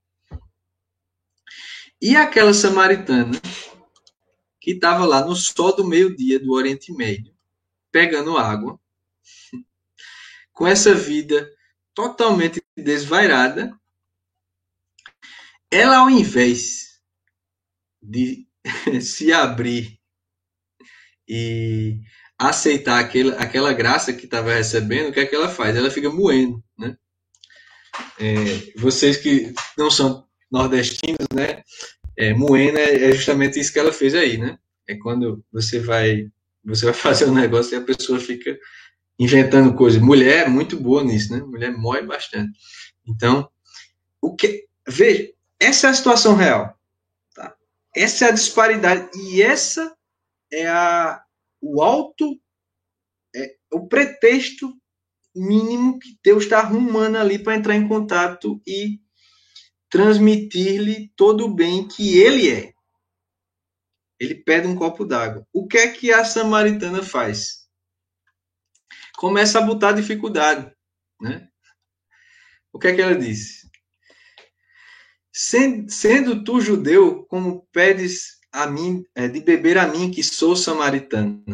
E aquela samaritana que estava lá no sol do meio-dia do Oriente Médio, pegando água, com essa vida totalmente desvairada, ela, ao invés de se abrir e aceitar aquele, aquela graça que estava recebendo, o que é que ela faz? Ela fica moendo, né? É, vocês que não são nordestinos, né? É, moendo é justamente isso que ela fez aí, né? É quando você vai, você vai fazer um negócio e a pessoa fica inventando coisas. Mulher é muito boa nisso, né? Mulher moe bastante. Então, o que... veja, essa é a situação real. Tá? Essa é a disparidade. E essa é a, o alto, é, o pretexto mínimo que Deus está arrumando ali para entrar em contato e transmitir-lhe todo o bem que ele é. Ele pede um copo d'água. O que é que a samaritana faz? Começa a botar dificuldade, né? O que é que ela diz? Sendo, sendo tu judeu, como pedes a mim, é, de beber a mim, que sou samaritana?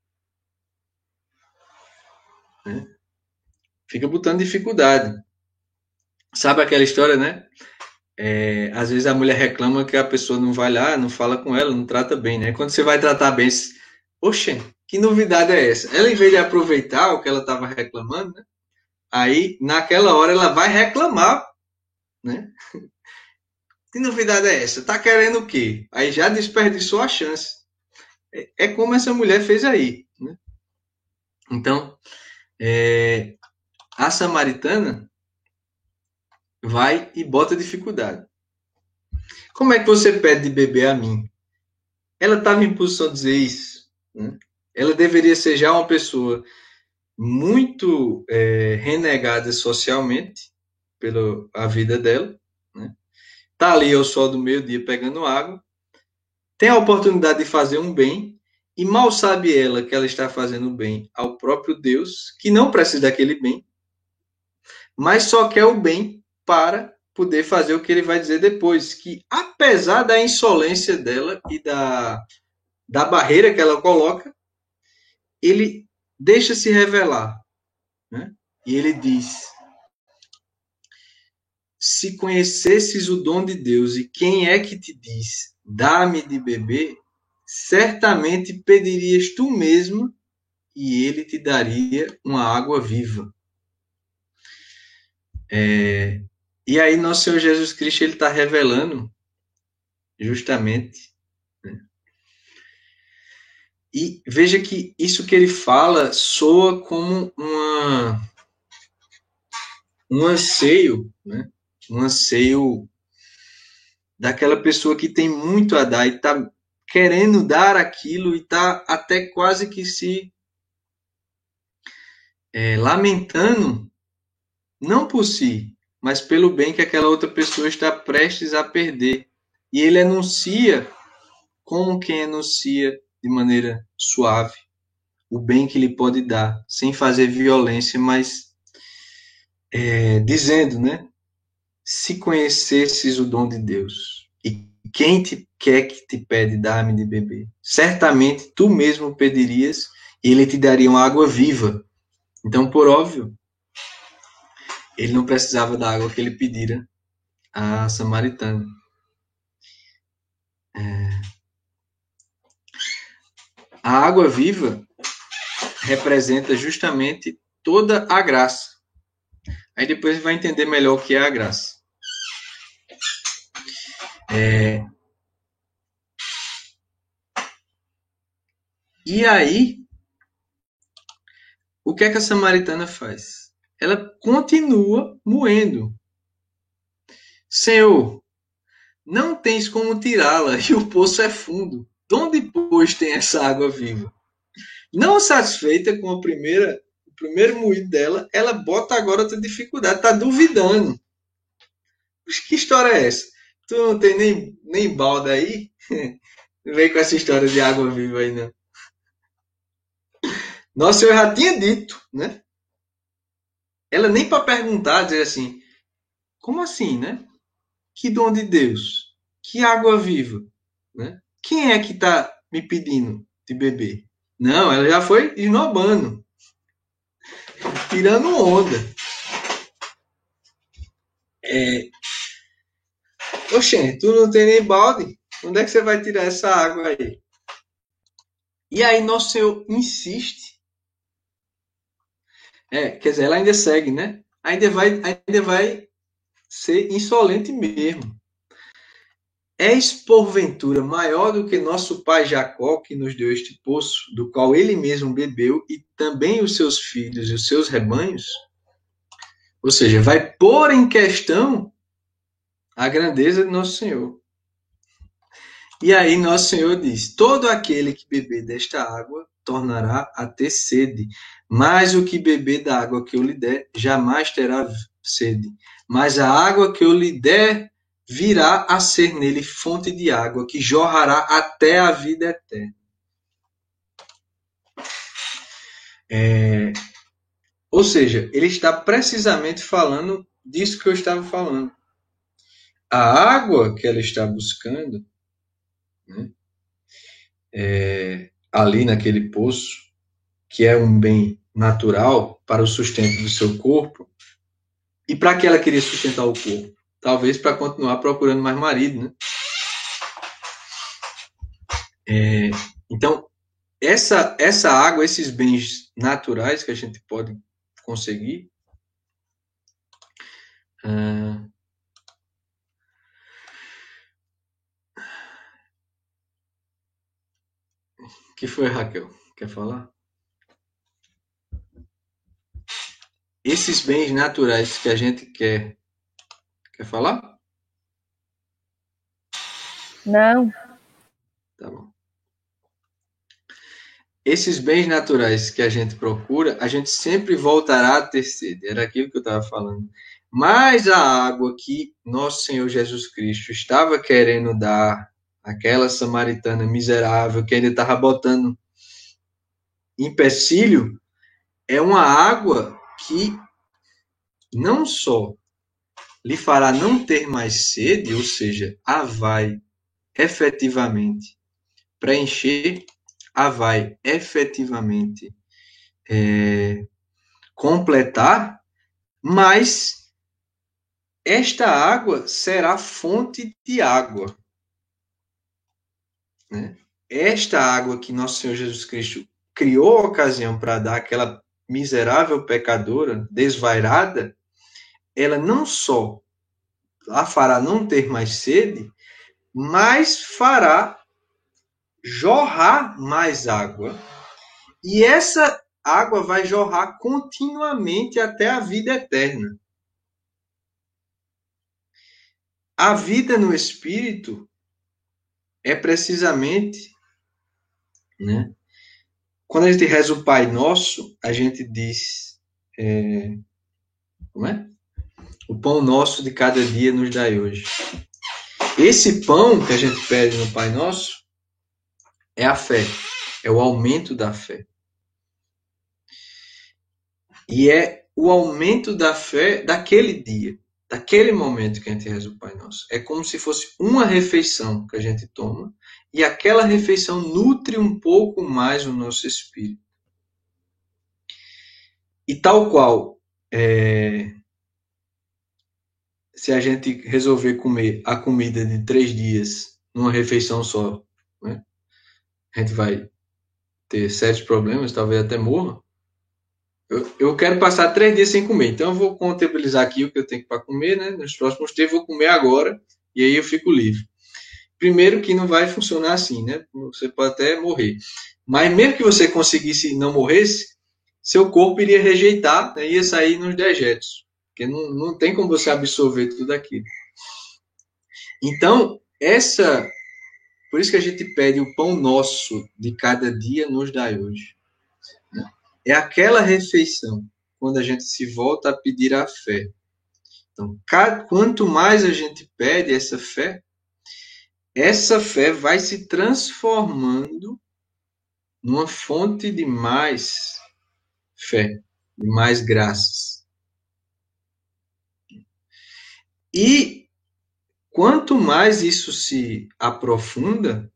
Né? Fica botando dificuldade. Sabe aquela história, né? É, às vezes a mulher reclama que a pessoa não vai lá, não fala com ela, não trata bem, né? Quando você vai tratar bem, oxe, que novidade é essa? Ela, em vez de aproveitar o que ela estava reclamando, né? Aí, naquela hora, ela vai reclamar, né? Que novidade é essa? Tá querendo o quê? Aí já desperdiçou a chance. É, é como essa mulher fez aí, né? Então, é, a samaritana vai e bota dificuldade. Como é que você pede de beber a mim? Ela estava em posição de dizer isso, né? Ela deveria ser já uma pessoa muito é, renegada socialmente pela a vida dela, né? Tá ali ao sol do meio-dia pegando água, tem a oportunidade de fazer um bem, e mal sabe ela que ela está fazendo bem ao próprio Deus, que não precisa daquele bem, mas só quer o bem para poder fazer o que ele vai dizer depois, que apesar da insolência dela e da, da barreira que ela coloca, ele deixa-se revelar, né? E ele diz: se conhecesses o dom de Deus e quem é que te diz, dá-me de beber, certamente pedirias tu mesmo e ele te daria uma água viva. É, e aí nosso Senhor Jesus Cristo ele está revelando justamente, né? E veja que isso que ele fala soa como uma, um anseio, né? Um anseio daquela pessoa que tem muito a dar e está querendo dar aquilo e está até quase que se é, lamentando, não por si, mas pelo bem que aquela outra pessoa está prestes a perder. E ele anuncia como quem anuncia de maneira suave o bem que lhe pode dar, sem fazer violência, mas é, dizendo, né? Se conhecesses o dom de Deus e quem te quer que te pede dar-me de beber, certamente tu mesmo pedirias e ele te daria uma água viva. Então, por óbvio, ele não precisava da água que ele pedira à samaritana. É... A água viva representa justamente toda a graça. Aí depois vai entender melhor o que é a graça. É... E aí, o que é que a samaritana faz? Ela continua moendo. Senhor, não tens como tirá-la e o poço é fundo. De onde, pois, tem essa água viva? Não satisfeita com a primeira, o primeiro moído dela, ela bota agora outra dificuldade, está duvidando. Que história é essa? Tu não tem nem, nem balda aí? Não vem com essa história de água viva aí, não. Nossa, eu já tinha dito, né? Ela nem para perguntar, dizer assim, como assim, né? Que dom de Deus? Que água viva? Né? Quem é que está me pedindo de beber? Não, ela já foi esnobando, tirando onda. É... Oxê, tu não tem nem balde? Onde é que você vai tirar essa água aí? E aí nosso Senhor insiste. É, quer dizer, ela ainda segue, né? Ainda vai, ainda vai ser insolente mesmo. És porventura maior do que nosso pai Jacó, que nos deu este poço, do qual ele mesmo bebeu, e também os seus filhos e os seus rebanhos? Ou seja, vai pôr em questão a grandeza de nosso Senhor. E aí nosso Senhor diz: todo aquele que beber desta água tornará a ter sede, mas o que beber da água que eu lhe der jamais terá sede. Mas a água que eu lhe der virá a ser nele fonte de água que jorrará até a vida eterna. É... Ou seja, ele está precisamente falando disso que eu estava falando. A água que ela está buscando, né, é, ali naquele poço, que é um bem natural para o sustento do seu corpo. E para que ela queria sustentar o corpo? Talvez para continuar procurando mais marido, né? É, então, essa, essa água, esses bens naturais que a gente pode conseguir, ah, que foi, Raquel? Quer falar? Esses bens naturais que a gente quer. Quer falar? Não. Tá bom. Esses bens naturais que a gente procura, a gente sempre voltará a ter sede. Era aquilo que eu estava falando. Mas a água que nosso Senhor Jesus Cristo estava querendo dar àquela samaritana miserável que ainda estava botando empecilho, é uma água que não só lhe fará não ter mais sede, ou seja, a vai efetivamente preencher, a vai efetivamente é, completar, mas esta água será fonte de água. Né? Esta água que nosso Senhor Jesus Cristo criou a ocasião para dar àquela miserável pecadora desvairada, ela não só a fará não ter mais sede, mas fará jorrar mais água. E essa água vai jorrar continuamente até a vida eterna. A vida no Espírito é precisamente, né? Quando a gente reza o Pai Nosso, a gente diz, é, como é? O pão nosso de cada dia nos dai hoje. Esse pão que a gente pede no Pai Nosso é a fé, é o aumento da fé. E é o aumento da fé daquele dia, daquele momento que a gente reza o Pai Nosso. É como se fosse uma refeição que a gente toma, e aquela refeição nutre um pouco mais o nosso espírito. E tal qual, é, se a gente resolver comer a comida de três dias numa refeição só, né, a gente vai ter sérios problemas, talvez até morra. Eu, eu quero passar três dias sem comer, então eu vou contabilizar aqui o que eu tenho para comer, né? Nos próximos três eu vou comer agora, e aí eu fico livre. Primeiro que não vai funcionar assim, né? Você pode até morrer. Mas mesmo que você conseguisse não morresse, seu corpo iria rejeitar, né? Ia sair nos dejetos. Porque não, não tem como você absorver tudo aquilo. Então, essa... Por isso que a gente pede o pão nosso de cada dia nos dai hoje. É aquela refeição, quando a gente se volta a pedir a fé. Então, quanto mais a gente pede essa fé, essa fé vai se transformando numa fonte de mais fé, de mais graças. E quanto mais isso se aprofunda,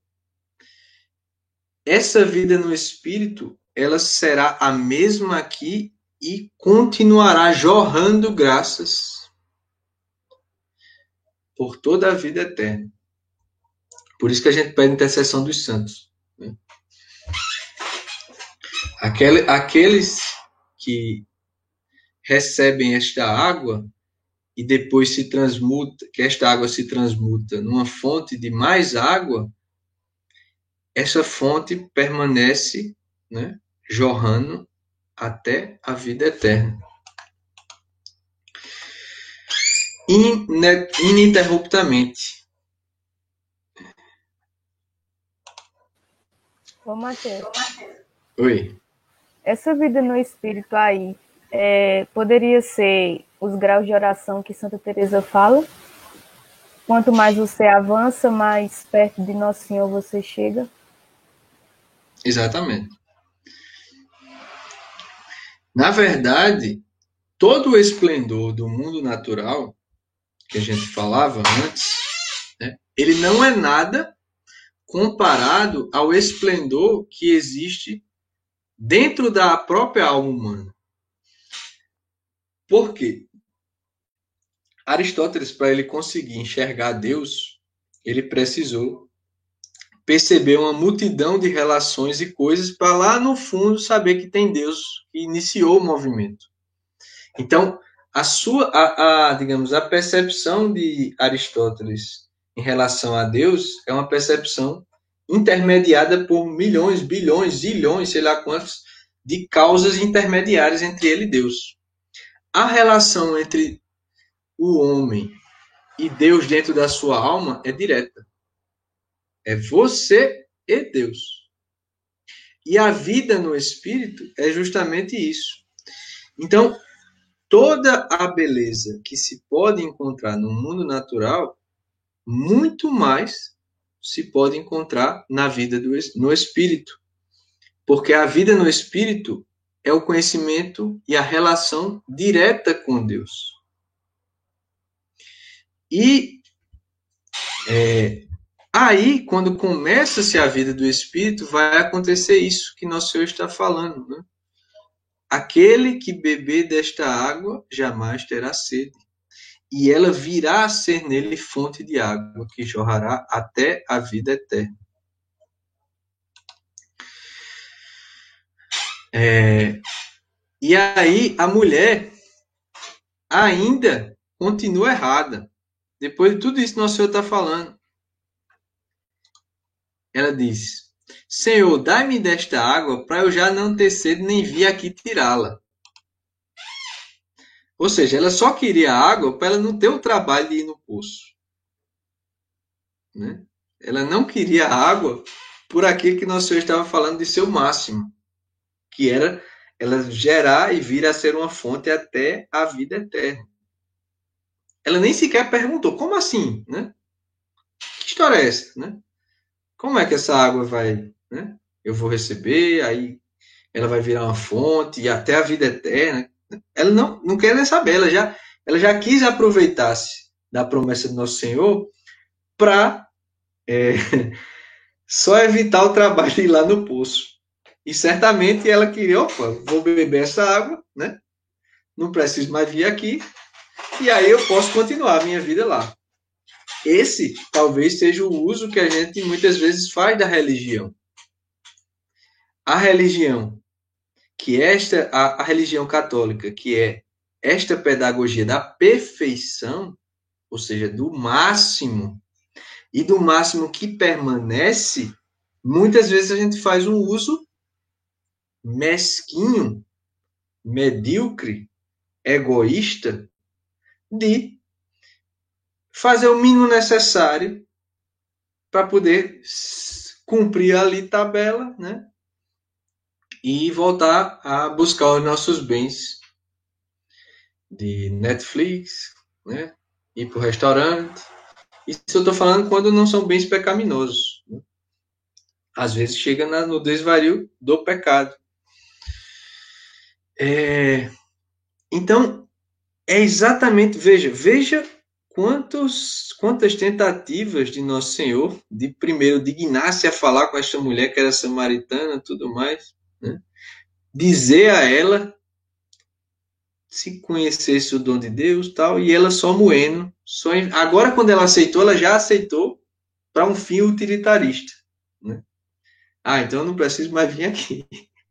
essa vida no Espírito, ela será a mesma aqui e continuará jorrando graças por toda a vida eterna. Por isso que a gente pede a intercessão dos santos. Né? Aquele, aqueles que recebem esta água e depois se transmuta, que esta água se transmuta numa fonte de mais água, essa fonte permanece, né, jorrando até a vida eterna. Ininterruptamente. Ô, Matheus. Oi. Essa vida no Espírito aí, é, poderia ser os graus de oração que Santa Teresa fala? Quanto mais você avança, mais perto de Nosso Senhor você chega? Exatamente. Na verdade, todo o esplendor do mundo natural, que a gente falava antes, né, ele não é nada comparado ao esplendor que existe dentro da própria alma humana. Por quê? Aristóteles, para ele conseguir enxergar Deus, ele precisou perceber uma multidão de relações e coisas para lá no fundo saber que tem Deus que iniciou o movimento. Então, a sua, a, a, digamos, a percepção de Aristóteles em relação a Deus é uma percepção intermediada por milhões, bilhões, zilhões, sei lá quantos, de causas intermediárias entre ele e Deus. A relação entre o homem e Deus dentro da sua alma é direta. É você e Deus. E a vida no Espírito é justamente isso. Então, toda a beleza que se pode encontrar no mundo natural, muito mais se pode encontrar na vida do, no Espírito. Porque a vida no Espírito é o conhecimento e a relação direta com Deus. E é, aí, quando começa-se a vida do Espírito, vai acontecer isso que Nosso Senhor está falando. Né? aquele que beber desta água jamais terá sede, e ela virá a ser nele fonte de água que jorrará até a vida eterna. É, e aí a mulher ainda continua errada. Depois de tudo isso que nosso Senhor está falando, ela diz: Senhor, dai-me desta água para eu já não ter sede nem vir aqui tirá-la. Ou seja, ela só queria água para ela não ter o trabalho de ir no poço. Né? Ela não queria água por aquilo que nosso Senhor estava falando de seu máximo, que era ela gerar e vir a ser uma fonte até a vida eterna. Ela nem sequer perguntou, como assim? Né? Que história é essa? Né? Como é que essa água vai... Né? Eu vou receber, aí ela vai virar uma fonte e até a vida eterna. Ela não, não quer nem saber, ela já, ela já quis aproveitar-se da promessa do nosso Senhor para é, só evitar o trabalho de ir lá no poço. E certamente ela queria, opa, vou beber essa água, né? Não preciso mais vir aqui, e aí eu posso continuar a minha vida lá. Esse talvez seja o uso que a gente muitas vezes faz da religião. A religião, que esta, a, a religião católica, que é esta pedagogia da perfeição, ou seja, do máximo, e do máximo que permanece, muitas vezes a gente faz um uso mesquinho, medíocre, egoísta, de fazer o mínimo necessário para poder cumprir ali tabela, né? E voltar a buscar os nossos bens de Netflix, né? Ir para o restaurante. Isso eu estou falando quando não são bens pecaminosos. Né? Às vezes chega na, no desvario do pecado. É, então, é exatamente, veja, veja quantos, quantas tentativas de Nosso Senhor de primeiro dignar-se a falar com esta mulher que era samaritana, tudo mais, né? Dizer a ela se conhecesse o dom de Deus, tal, e ela só moendo, só em... agora quando ela aceitou, ela já aceitou para um fim utilitarista, né? Ah, então eu não preciso mais vir aqui.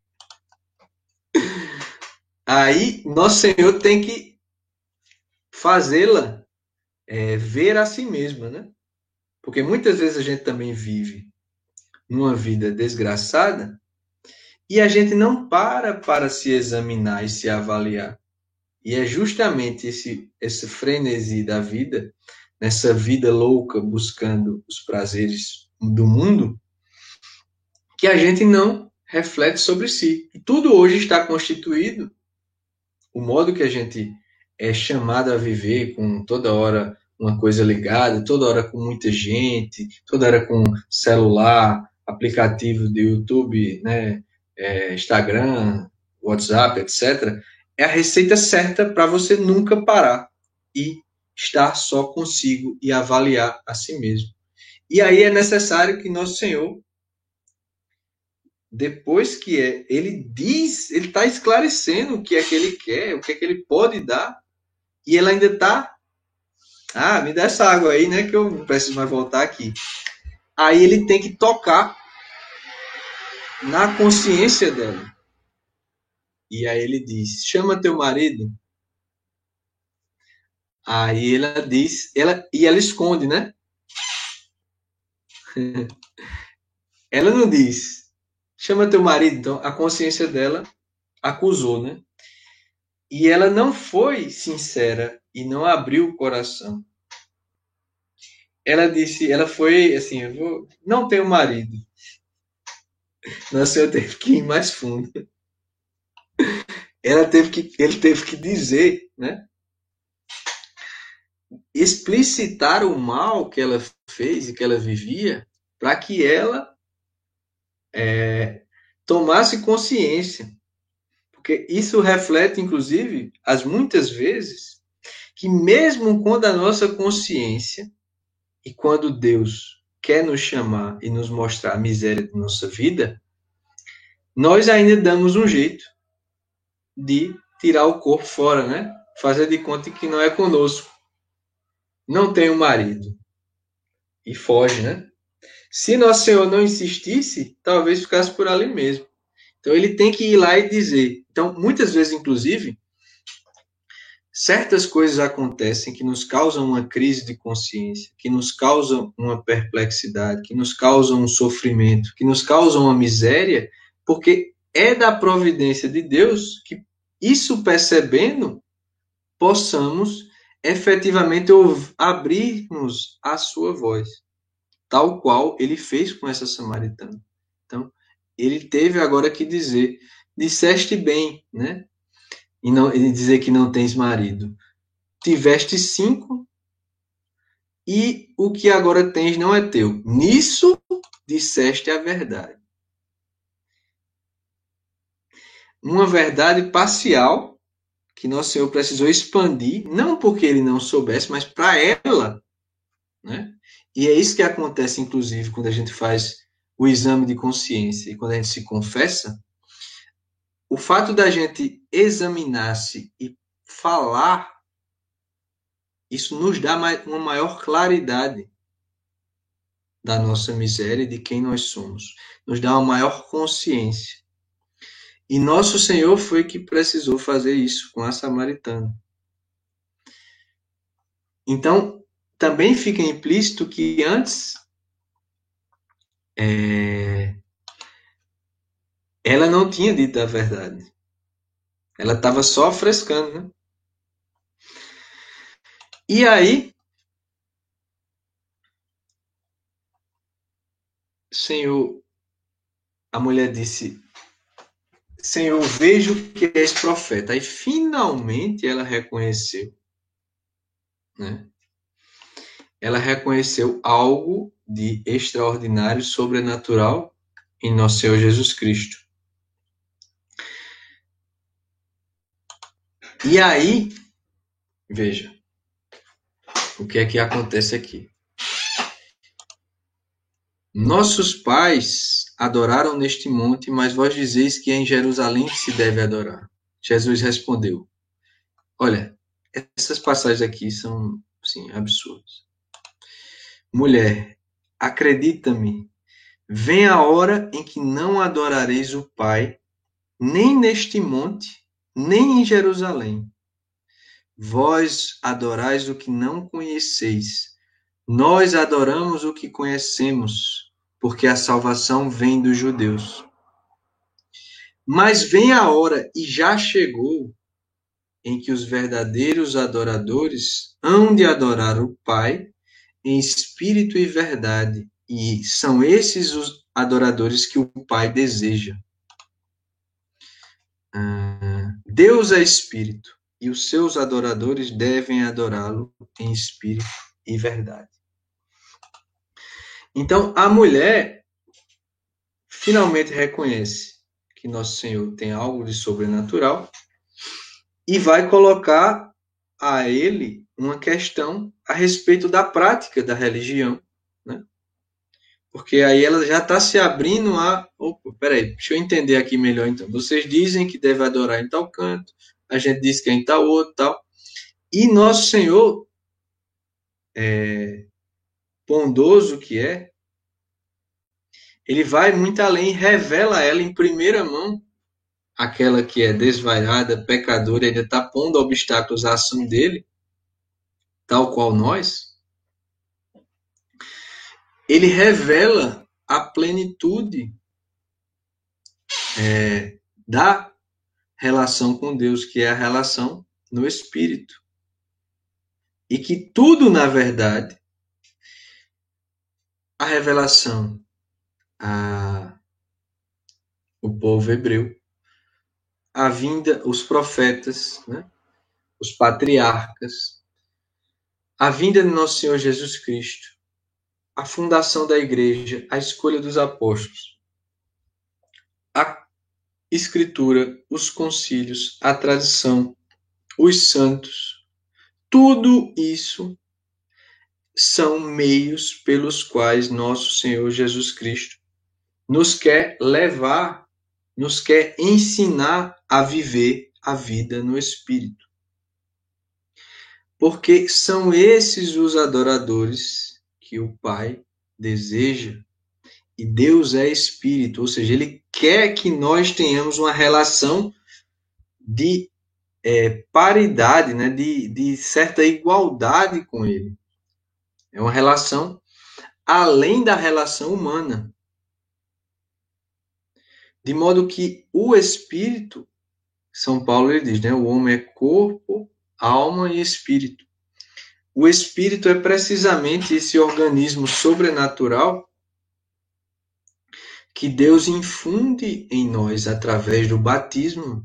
Aí Nosso Senhor tem que fazê-la é, ver a si mesma, né? Porque muitas vezes a gente também vive numa vida desgraçada e a gente não para para se examinar e se avaliar. E é justamente esse, esse frenesi da vida, nessa vida louca buscando os prazeres do mundo, que a gente não reflete sobre si. E tudo hoje está constituído, o modo que a gente é chamado a viver com toda hora uma coisa ligada, toda hora com muita gente, toda hora com celular, aplicativo de YouTube, né, é, Instagram, WhatsApp, etcétera, é a receita certa para você nunca parar e estar só consigo e avaliar a si mesmo. E aí é necessário que Nosso Senhor, depois que é, ele diz, ele está esclarecendo o que é que ele quer, o que é que ele pode dar, e ele ainda está, ah, me dá essa água aí, né, que eu não preciso mais voltar aqui. Aí ele tem que tocar na consciência dela. E aí ele diz, chama teu marido. Aí ela diz, ela, e ela esconde, né? Ela não diz, chama teu marido. Então a consciência dela acusou, né? E ela não foi sincera e não abriu o coração. Ela disse, ela foi assim, eu vou, não tenho marido. Nossa, eu teve que ir mais fundo. Ela teve que, ele teve que dizer, né? Explicitar o mal que ela fez e que ela vivia, para que ela é, tomasse consciência. Porque isso reflete, inclusive, as muitas vezes, que mesmo quando a nossa consciência e quando Deus quer nos chamar e nos mostrar a miséria da nossa vida, nós ainda damos um jeito de tirar o corpo fora, né? Fazer de conta que não é conosco. Não tem um marido. E foge, né? Se Nosso Senhor não insistisse, talvez ficasse por ali mesmo. Então ele tem que ir lá e dizer. Então, muitas vezes, inclusive, certas coisas acontecem que nos causam uma crise de consciência, que nos causam uma perplexidade, que nos causam um sofrimento, que nos causam uma miséria, porque é da providência de Deus que, isso percebendo, possamos efetivamente abrir-nos à sua voz, tal qual ele fez com essa samaritana. Então, ele teve agora que dizer, disseste bem, né? E, não, e dizer que não tens marido. Tiveste cinco, e o que agora tens não é teu. Nisso disseste a verdade. Uma verdade parcial, que Nosso Senhor precisou expandir, não porque ele não soubesse, mas para ela, né? E é isso que acontece, inclusive, quando a gente faz o exame de consciência e quando a gente se confessa. O fato da gente examinar-se e falar, isso nos dá uma maior claridade da nossa miséria e de quem nós somos. Nos dá uma maior consciência. E Nosso Senhor foi que precisou fazer isso com a samaritana. Então, também fica implícito que antes é, ela não tinha dito a verdade. Ela estava só frescando, né? E aí, Senhor, a mulher disse, Senhor, vejo que és profeta. Aí, finalmente, ela reconheceu, né? Ela reconheceu algo de extraordinário, sobrenatural em nosso Senhor Jesus Cristo. E aí, veja, o que é que acontece aqui? Nossos pais adoraram neste monte, mas vós dizeis que é em Jerusalém que se deve adorar. Jesus respondeu, olha, essas passagens aqui são, sim, absurdas. Mulher, acredita-me, vem a hora em que não adorareis o Pai, nem neste monte, nem em Jerusalém. Vós adorais o que não conheceis. Nós adoramos o que conhecemos, porque a salvação vem dos judeus. Mas vem a hora, e já chegou, em que os verdadeiros adoradores hão de adorar o Pai em espírito e verdade, e são esses os adoradores que o Pai deseja. Ah, Deus é espírito, e os seus adoradores devem adorá-lo em espírito e verdade. Então, a mulher finalmente reconhece que Nosso Senhor tem algo de sobrenatural e vai colocar a ele uma questão a respeito da prática da religião, né? Porque aí ela já está se abrindo a... Opa, peraí, deixa eu entender aqui melhor então. Vocês dizem que deve adorar em tal canto, a gente diz que é em tal outro, tal. E Nosso Senhor, é, bondoso que é, ele vai muito além, revela a ela em primeira mão, aquela que é desvairada, pecadora, ainda está pondo obstáculos à ação dele, tal qual nós. Ele revela a plenitude é, da relação com Deus, que é a relação no Espírito. E que tudo, na verdade, a revelação a o povo hebreu, a vinda, os profetas, né? Os patriarcas, a vinda de nosso Senhor Jesus Cristo, a fundação da igreja, a escolha dos apóstolos, a escritura, os concílios, a tradição, os santos, tudo isso são meios pelos quais nosso Senhor Jesus Cristo nos quer levar, nos quer ensinar a viver a vida no Espírito. Porque são esses os adoradores que o Pai deseja. E Deus é Espírito, ou seja, Ele quer que nós tenhamos uma relação de é, paridade, né? de, de certa igualdade com Ele. É uma relação além da relação humana. De modo que o Espírito, São Paulo ele diz, né? O homem é corpo, alma e espírito. O Espírito é precisamente esse organismo sobrenatural que Deus infunde em nós através do batismo.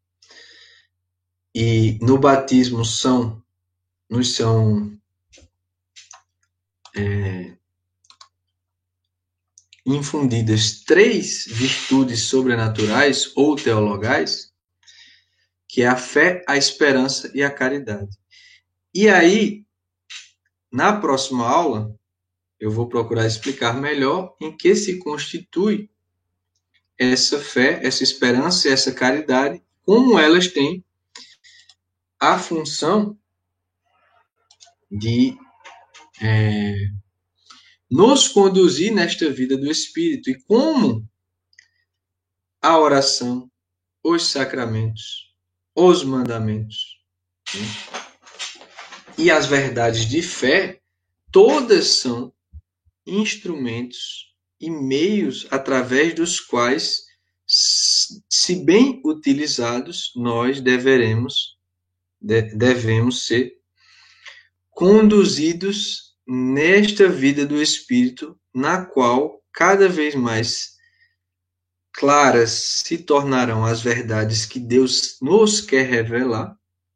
E no batismo são, nos são é, infundidas três virtudes sobrenaturais ou teologais, que é a fé, a esperança e a caridade. E aí, na próxima aula, eu vou procurar explicar melhor em que se constitui essa fé, essa esperança e essa caridade, como elas têm a função de é, nos conduzir nesta vida do Espírito e como a oração, os sacramentos, os mandamentos, né, e as verdades de fé, todas são instrumentos e meios através dos quais, se bem utilizados, nós deveremos, devemos ser conduzidos nesta vida do Espírito, na qual cada vez mais claras se tornarão as verdades que Deus nos quer revelar,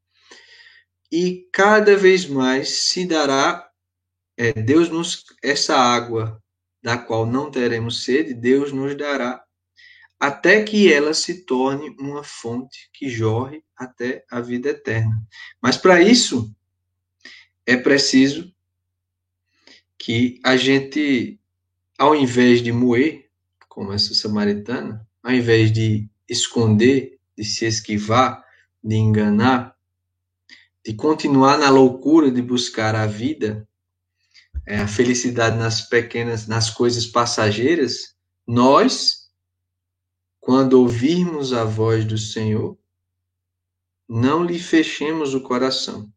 e cada vez mais se dará, é, Deus nos, essa água da qual não teremos sede, Deus nos dará, até que ela se torne uma fonte que jorre até a vida eterna. Mas para isso, é preciso que a gente, ao invés de moer, como essa samaritana, ao invés de esconder, de se esquivar, de enganar, de continuar na loucura de buscar a vida, é, a felicidade nas pequenas, nas coisas passageiras, nós, quando ouvirmos a voz do Senhor, não lhe fechemos o coração.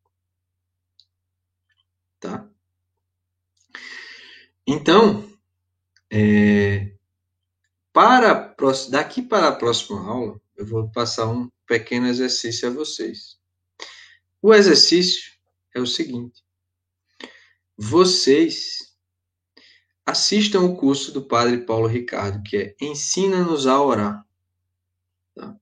Tá? Então, é, para, daqui para a próxima aula, eu vou passar um pequeno exercício a vocês. O exercício é o seguinte: vocês assistam o curso do Padre Paulo Ricardo, que é Ensina-nos a Orar. Tá?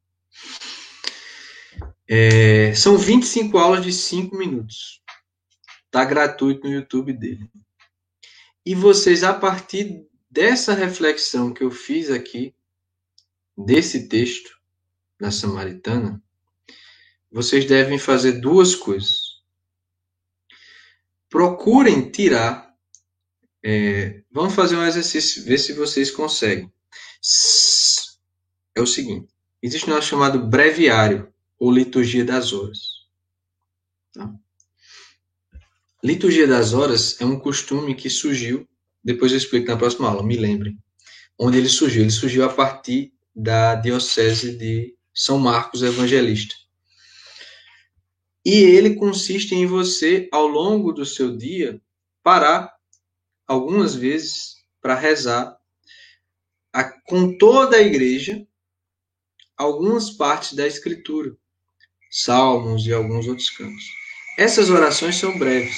É, são vinte e cinco aulas de cinco minutos. Está gratuito no YouTube dele. E vocês, a partir dessa reflexão que eu fiz aqui, desse texto da Samaritana, vocês devem fazer duas coisas. Procurem tirar, é, vamos fazer um exercício, ver se vocês conseguem. É o seguinte, existe um negócio chamado breviário, ou liturgia das horas. Tá? Liturgia das horas é um costume que surgiu, depois eu explico na próxima aula, me lembrem, onde ele surgiu. Ele surgiu a partir da diocese de São Marcos Evangelista. E ele consiste em você, ao longo do seu dia, parar algumas vezes para rezar a, com toda a igreja algumas partes da Escritura, salmos e alguns outros cantos. Essas orações são breves.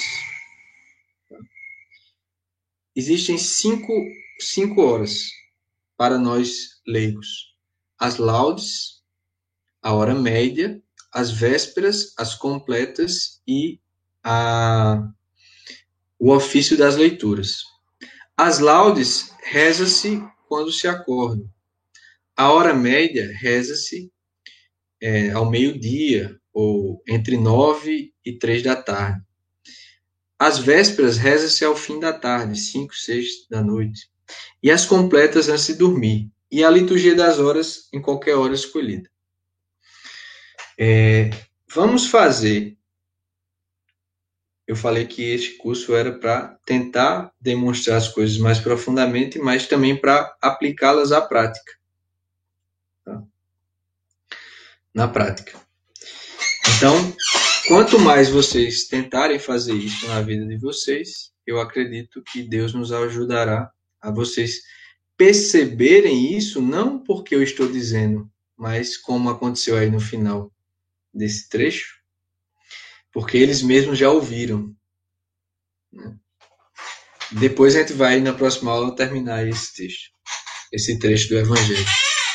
Existem cinco, cinco horas para nós leigos. As laudes, a hora média, as vésperas, as completas e a, o ofício das leituras. As laudes reza-se quando se acorda. A hora média reza-se é, ao meio-dia, ou entre nove e três da tarde. As vésperas reza-se ao fim da tarde, cinco, seis da noite. E as completas antes de dormir. E a liturgia das horas em qualquer hora escolhida. É, vamos fazer. Eu falei que este curso era para tentar demonstrar as coisas mais profundamente, mas também para aplicá-las à prática. Tá? Na prática. Então, quanto mais vocês tentarem fazer isso na vida de vocês, eu acredito que Deus nos ajudará a vocês perceberem isso, não porque eu estou dizendo, mas como aconteceu aí no final desse trecho, porque eles mesmos já ouviram. Né? Depois a gente vai, na próxima aula, terminar esse texto, esse trecho do Evangelho.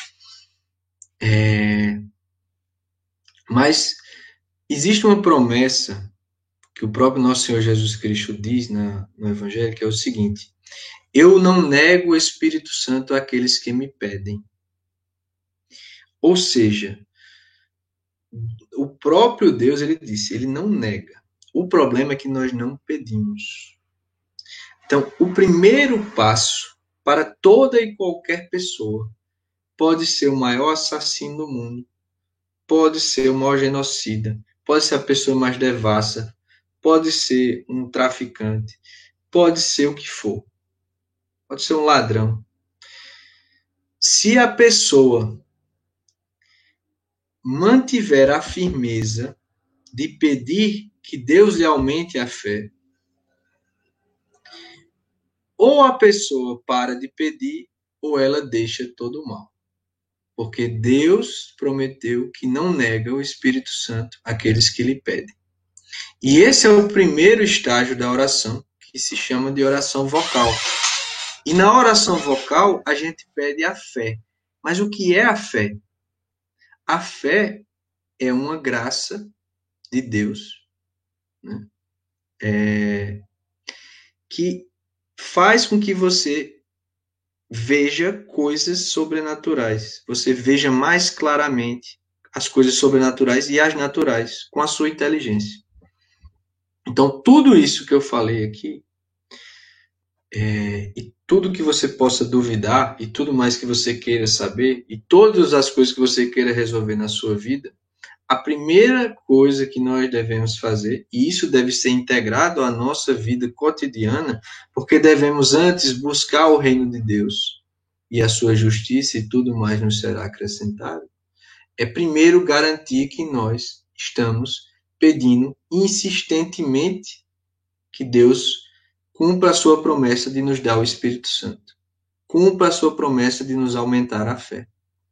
É... Mas existe uma promessa que o próprio nosso Senhor Jesus Cristo diz na, no Evangelho, que é o seguinte: eu não nego o Espírito Santo àqueles que me pedem. Ou seja, o próprio Deus, ele disse, ele não nega. O problema é que nós não pedimos. Então, o primeiro passo para toda e qualquer pessoa pode ser o maior assassino do mundo, pode ser o maior genocida, pode ser a pessoa mais devassa, pode ser um traficante, pode ser o que for, pode ser um ladrão. Se a pessoa mantiver a firmeza de pedir que Deus lhe aumente a fé, ou a pessoa para de pedir, ou ela deixa todo o mal. Porque Deus prometeu que não nega o Espírito Santo àqueles que lhe pedem. E esse é o primeiro estágio da oração, que se chama de oração vocal. E na oração vocal, a gente pede a fé. Mas o que é a fé? A fé é uma graça de Deus, né? É, que faz com que você veja coisas sobrenaturais. Você veja mais claramente as coisas sobrenaturais e as naturais com a sua inteligência. Então, tudo isso que eu falei aqui, é, e tudo que você possa duvidar, e tudo mais que você queira saber, e todas as coisas que você queira resolver na sua vida, a primeira coisa que nós devemos fazer, e isso deve ser integrado à nossa vida cotidiana, porque devemos antes buscar o reino de Deus e a sua justiça e tudo mais nos será acrescentado, é primeiro garantir que nós estamos pedindo insistentemente que Deus cumpra a sua promessa de nos dar o Espírito Santo, cumpra a sua promessa de nos aumentar a fé.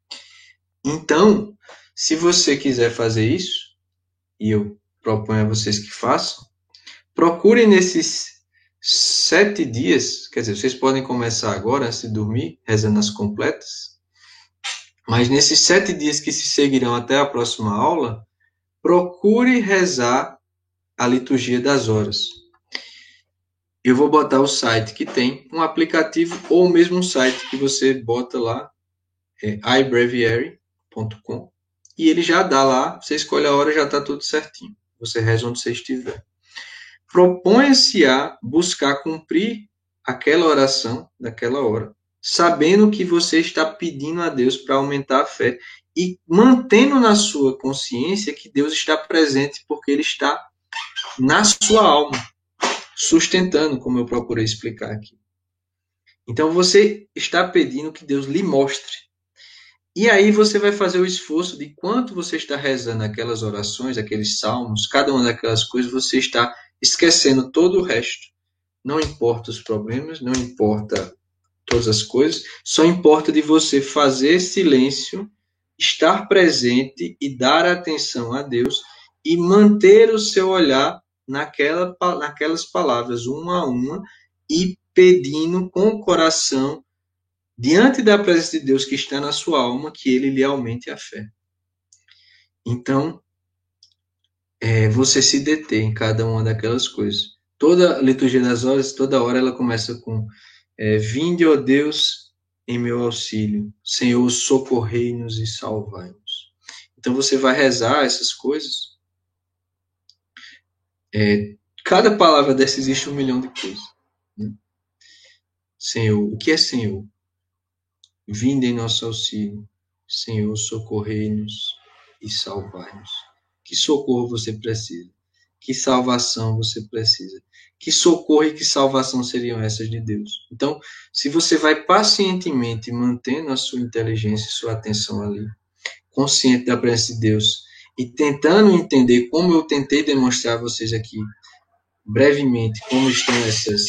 Então, se você quiser fazer isso, e eu proponho a vocês que façam, procurem nesses sete dias, quer dizer, vocês podem começar agora, antes de dormir, rezando as completas, mas nesses sete dias que se seguirão até a próxima aula, procure rezar a liturgia das horas. Eu vou botar o site que tem, um aplicativo ou mesmo um site que você bota lá, é i breviary ponto com, e ele já dá lá, você escolhe a hora, já está tudo certinho. Você reza onde você estiver. Proponha-se a buscar cumprir aquela oração daquela hora, sabendo que você está pedindo a Deus para aumentar a fé e mantendo na sua consciência que Deus está presente porque Ele está na sua alma, sustentando, como eu procurei explicar aqui. Então você está pedindo que Deus lhe mostre. E aí você vai fazer o esforço de quanto você está rezando aquelas orações, aqueles salmos, cada uma daquelas coisas, você está esquecendo todo o resto. Não importa os problemas, não importa todas as coisas, só importa de você fazer silêncio, estar presente e dar atenção a Deus e manter o seu olhar naquela, naquelas palavras, uma a uma, e pedindo com o coração, diante da presença de Deus que está na sua alma, que Ele lhe aumente a fé. Então, é, você se detém em cada uma daquelas coisas. Toda a liturgia das horas, toda hora ela começa com é, vinde, ó Deus, em meu auxílio. Senhor, socorrei-nos e salvai-nos. Então você vai rezar essas coisas. É, cada palavra dessa existe um milhão de coisas. Né? Senhor, o que é Senhor? Vinde em nosso auxílio. Senhor, socorrei-nos. e salvai-nos. Que socorro você precisa? Que salvação você precisa? Que socorro e que salvação seriam essas de Deus? Então, se você vai pacientemente mantendo a sua inteligência e sua atenção ali, consciente da presença de Deus, e tentando entender, como eu tentei demonstrar a vocês aqui, brevemente, como estão essas...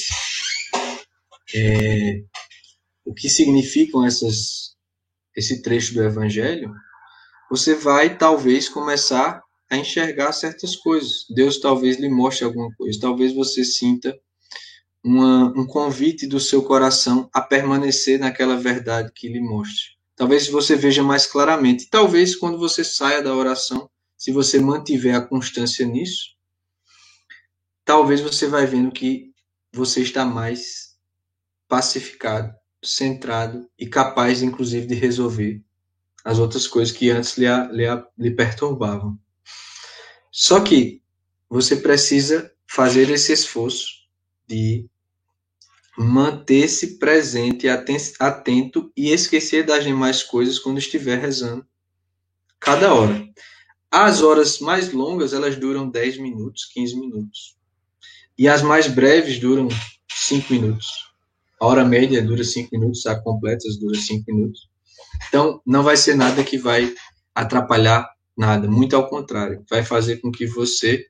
É, o que significam essas, esse trecho do Evangelho, você vai, talvez, começar a enxergar certas coisas. Deus talvez lhe mostre alguma coisa. Talvez você sinta uma, um convite do seu coração a permanecer naquela verdade que lhe mostre. Talvez você veja mais claramente. Talvez, quando você saia da oração, se você mantiver a constância nisso, talvez você vai vendo que você está mais pacificado, centrado e capaz, inclusive, de resolver as outras coisas que antes lhe, lhe, lhe perturbavam. Só que você precisa fazer esse esforço de manter-se presente, atento e esquecer das demais coisas quando estiver rezando cada hora. As horas mais longas, elas duram dez minutos, quinze minutos. E as mais breves duram cinco minutos. A hora média dura cinco minutos, a completas dura cinco minutos. Então, não vai ser nada que vai atrapalhar nada. Muito ao contrário. Vai fazer com que você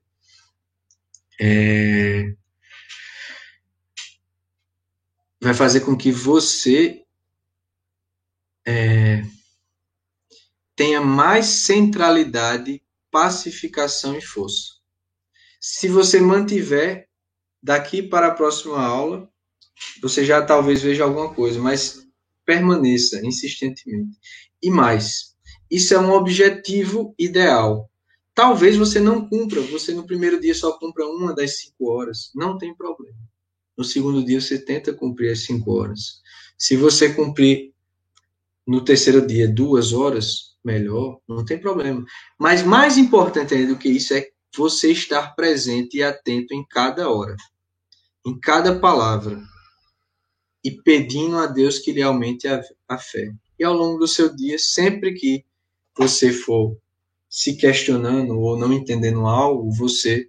é, vai fazer com que você é, tenha mais centralidade, pacificação e força. Se você mantiver daqui para a próxima aula, você já talvez veja alguma coisa, mas permaneça insistentemente. E mais, isso é um objetivo ideal. Talvez você não cumpra, você no primeiro dia só cumpra uma das cinco horas, não tem problema. No segundo dia você tenta cumprir as cinco horas. Se você cumprir no terceiro dia duas horas, melhor, não tem problema. Mas mais importante ainda do que isso é você estar presente e atento em cada hora, em cada palavra, e pedindo a Deus que lhe aumente a, a fé. E ao longo do seu dia, sempre que você for se questionando ou não entendendo algo, você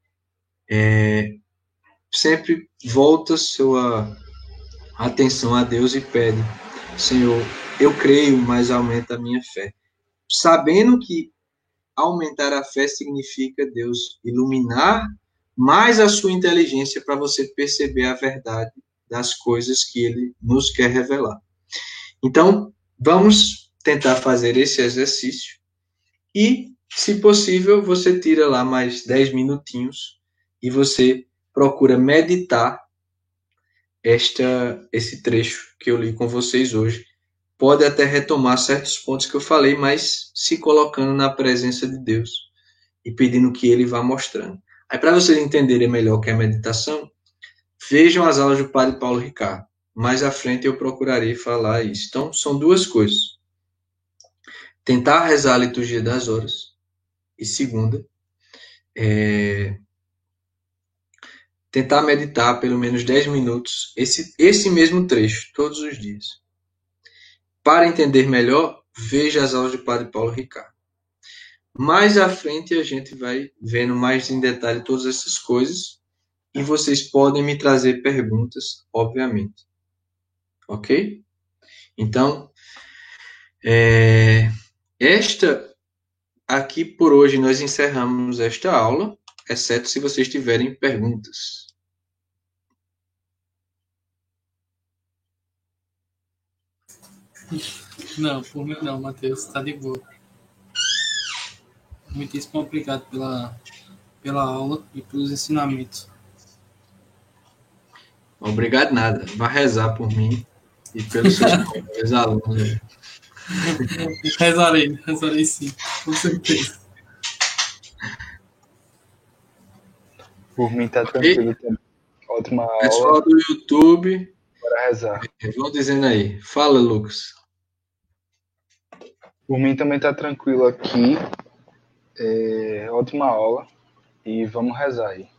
é, sempre volta sua atenção a Deus e pede: Senhor, eu creio, mas aumenta a minha fé. Sabendo que aumentar a fé significa Deus iluminar mais a sua inteligência para você perceber a verdade das coisas que Ele nos quer revelar. Então, vamos tentar fazer esse exercício e, se possível, você tira lá mais dez minutinhos e você procura meditar esta, esse trecho que eu li com vocês hoje. Pode até retomar certos pontos que eu falei, mas se colocando na presença de Deus e pedindo que Ele vá mostrando. Aí, para vocês entenderem melhor o que é meditação, vejam as aulas do Padre Paulo Ricardo. Mais à frente eu procurarei falar isso. Então, são duas coisas. Tentar rezar a liturgia das horas. E segunda, é... tentar meditar pelo menos dez minutos esse, esse mesmo trecho, todos os dias. Para entender melhor, veja as aulas do Padre Paulo Ricardo. Mais à frente a gente vai vendo mais em detalhe todas essas coisas e vocês podem me trazer perguntas, obviamente. Ok? Então, é, esta aqui por hoje nós encerramos esta aula, exceto se vocês tiverem perguntas. Não, por mim não, Matheus, está de boa. Muitíssimo obrigado pela, pela aula e pelos ensinamentos. Obrigado nada. Vai rezar por mim e pelos seus alunos. Rezarei, rezarei sim, com certeza. Por mim tá tranquilo também. Ótima aula. Pessoal do YouTube, Bora rezar. vão dizendo aí. Fala, Lucas. Por mim também tá tranquilo aqui. É, ótima aula. E vamos rezar aí.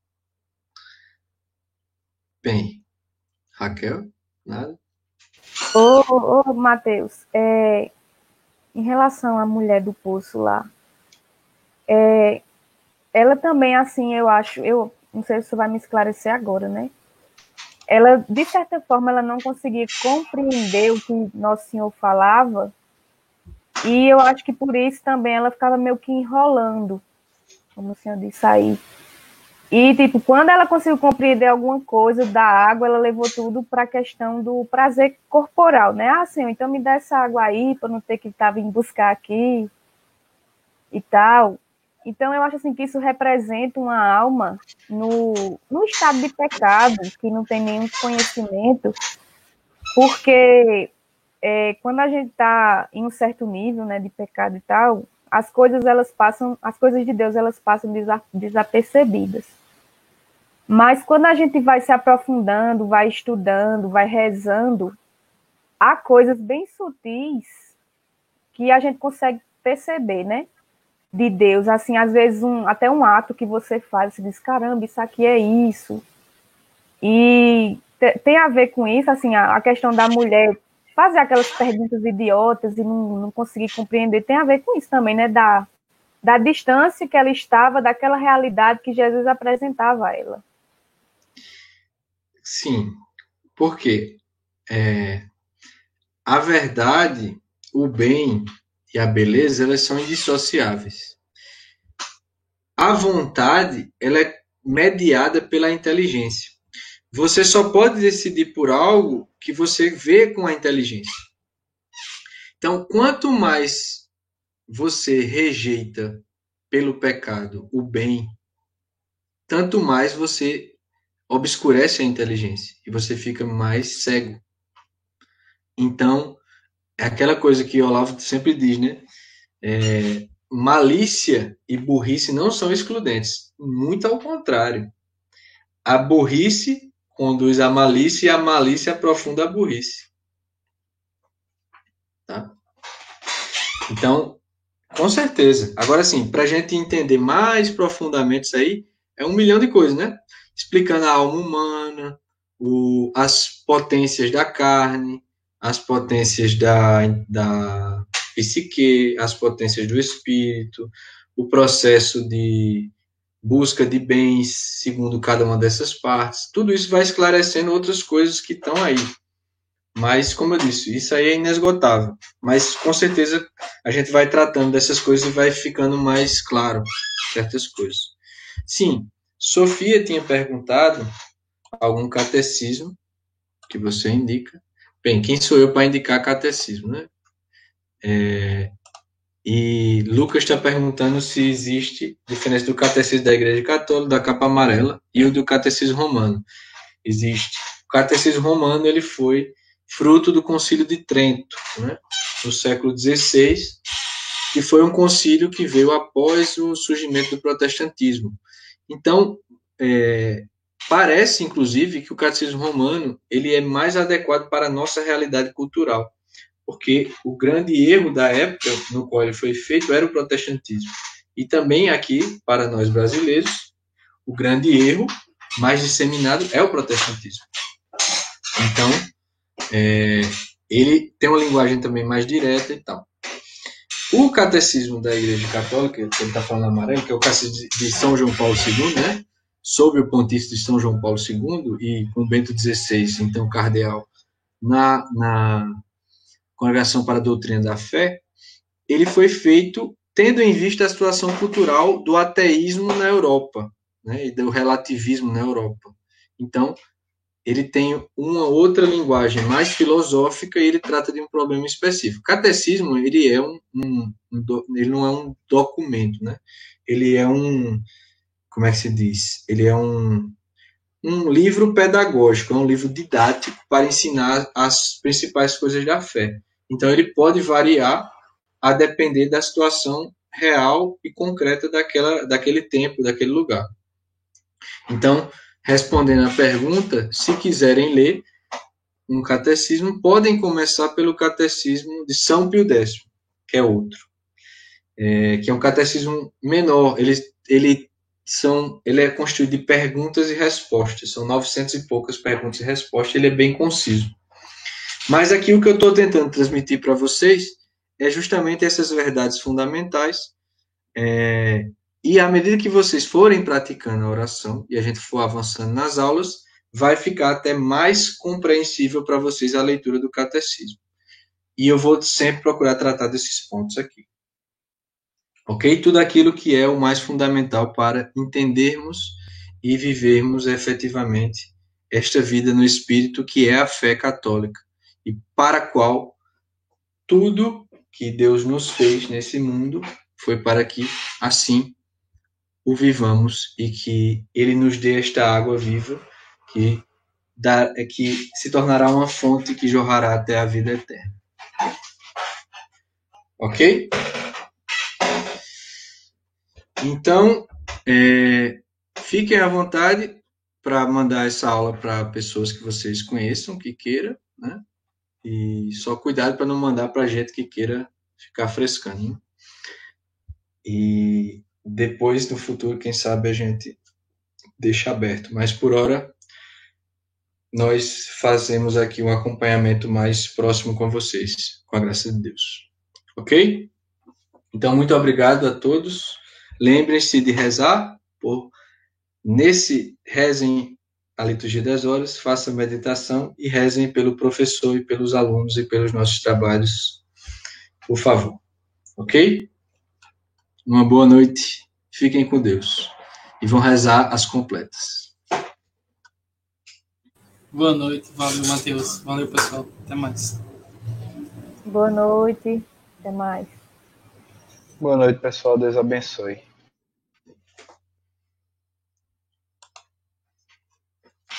Bem, Raquel, nada? Ô, ô, ô Matheus, é, em relação à mulher do poço lá, é, ela também, assim, eu acho, eu não sei se você vai me esclarecer agora, né? Ela, de certa forma, ela não conseguia compreender o que Nosso Senhor falava, e eu acho que por isso também ela ficava meio que enrolando, como o Senhor disse aí. E, tipo, quando ela conseguiu compreender alguma coisa da água, ela levou tudo para a questão do prazer corporal, né? Ah, Senhor, então me dá essa água aí, para não ter que estar vindo buscar aqui e tal. Então, eu acho assim que isso representa uma alma no, no estado de pecado, que não tem nenhum conhecimento, porque é, quando a gente está em um certo nível, né, de pecado e tal, as coisas elas passam, as coisas de Deus elas passam desapercebidas. Mas quando a gente vai se aprofundando, vai estudando, vai rezando, há coisas bem sutis que a gente consegue perceber, né? De Deus, assim, às vezes um, até um ato que você faz, você diz, caramba, isso aqui é isso. E te, tem a ver com isso, assim, a, a questão da mulher fazer aquelas perguntas idiotas e não, não conseguir compreender, tem a ver com isso também, né? Da, da distância que ela estava daquela realidade que Jesus apresentava a ela. Sim, porque é, a verdade, o bem e a beleza, elas são indissociáveis. A vontade, ela é mediada pela inteligência. Você só pode decidir por algo que você vê com a inteligência. Então, quanto mais você rejeita pelo pecado o bem, tanto mais você obscurece a inteligência e você fica mais cego. Então, é aquela coisa que o Olavo sempre diz, né? É, malícia e burrice não são excludentes. Muito ao contrário. A burrice conduz à malícia e a malícia aprofunda a burrice. Tá? Então, com certeza. Agora sim, para a gente entender mais profundamente isso aí, é um milhão de coisas, né? Explicando a alma humana, o, as potências da carne, as potências da, da psique, as potências do espírito, o processo de busca de bens segundo cada uma dessas partes. Tudo isso vai esclarecendo outras coisas que estão aí. Mas, como eu disse, isso aí é inesgotável. Mas, com certeza, a gente vai tratando dessas coisas e vai ficando mais claro certas coisas. Sim, Sofia tinha perguntado algum catecismo que você indica. Bem, quem sou eu para indicar catecismo, né? É, e Lucas está perguntando se existe diferença do catecismo da Igreja Católica, da capa amarela, e o do catecismo romano. Existe. O catecismo romano ele foi fruto do Concílio de Trento, né, no século dezesseis, que foi um concílio que veio após o surgimento do protestantismo. Então, é, parece, inclusive, que o catecismo romano ele é mais adequado para a nossa realidade cultural, porque o grande erro da época no qual ele foi feito era o protestantismo. E também aqui, para nós brasileiros, o grande erro mais disseminado é o protestantismo. Então, é, ele tem uma linguagem também mais direta e tal. O catecismo da Igreja Católica, que ele está falando amarelo, que é o catecismo de São João Paulo segundo, né? Sob o pontífice de São João Paulo segundo e com Bento dezesseis, então cardeal, na, na Congregação para a Doutrina da Fé, ele foi feito tendo em vista a situação cultural do ateísmo na Europa, né? E do relativismo na Europa. Então, ele tem uma outra linguagem mais filosófica e ele trata de um problema específico. O catecismo, ele é um, um, um do, ele não é um documento, né? Ele é um, como é que se diz? Ele é um, um livro pedagógico, é um livro didático para ensinar as principais coisas da fé. Então, ele pode variar a depender da situação real e concreta daquela, daquele tempo, daquele lugar. Então, respondendo à pergunta, se quiserem ler um catecismo, podem começar pelo catecismo de São Pio X, que é outro, é, que é um catecismo menor. Ele, ele, são, ele é constituído de perguntas e respostas, são novecentas e poucas perguntas e respostas, ele é bem conciso. Mas aqui o que eu estou tentando transmitir para vocês é justamente essas verdades fundamentais. É, e à medida que vocês forem praticando a oração e a gente for avançando nas aulas, vai ficar até mais compreensível para vocês a leitura do catecismo. E eu vou sempre procurar tratar desses pontos aqui. Ok? Tudo aquilo que é o mais fundamental para entendermos e vivermos efetivamente esta vida no Espírito, que é a fé católica, e para a qual tudo que Deus nos fez nesse mundo foi para que assim o vivamos e que Ele nos dê esta água viva que, dá, que se tornará uma fonte que jorrará até a vida eterna. Ok? Então, é, fiquem à vontade para mandar essa aula para pessoas que vocês conheçam, que queiram, né? E só cuidado para não mandar para gente que queira ficar frescando. Né? E depois, no futuro, quem sabe a gente deixa aberto. Mas, por hora, nós fazemos aqui um acompanhamento mais próximo com vocês, com a graça de Deus. Ok? Então, muito obrigado a todos. Lembrem-se de rezar. Por, nesse, rezem a liturgia das horas, façam meditação e rezem pelo professor e pelos alunos e pelos nossos trabalhos, por favor. Ok? Uma boa noite. Fiquem com Deus. E vão rezar as completas. Boa noite. Valeu, Matheus. Valeu, pessoal. Até mais. Boa noite. Até mais. Boa noite, pessoal. Deus abençoe.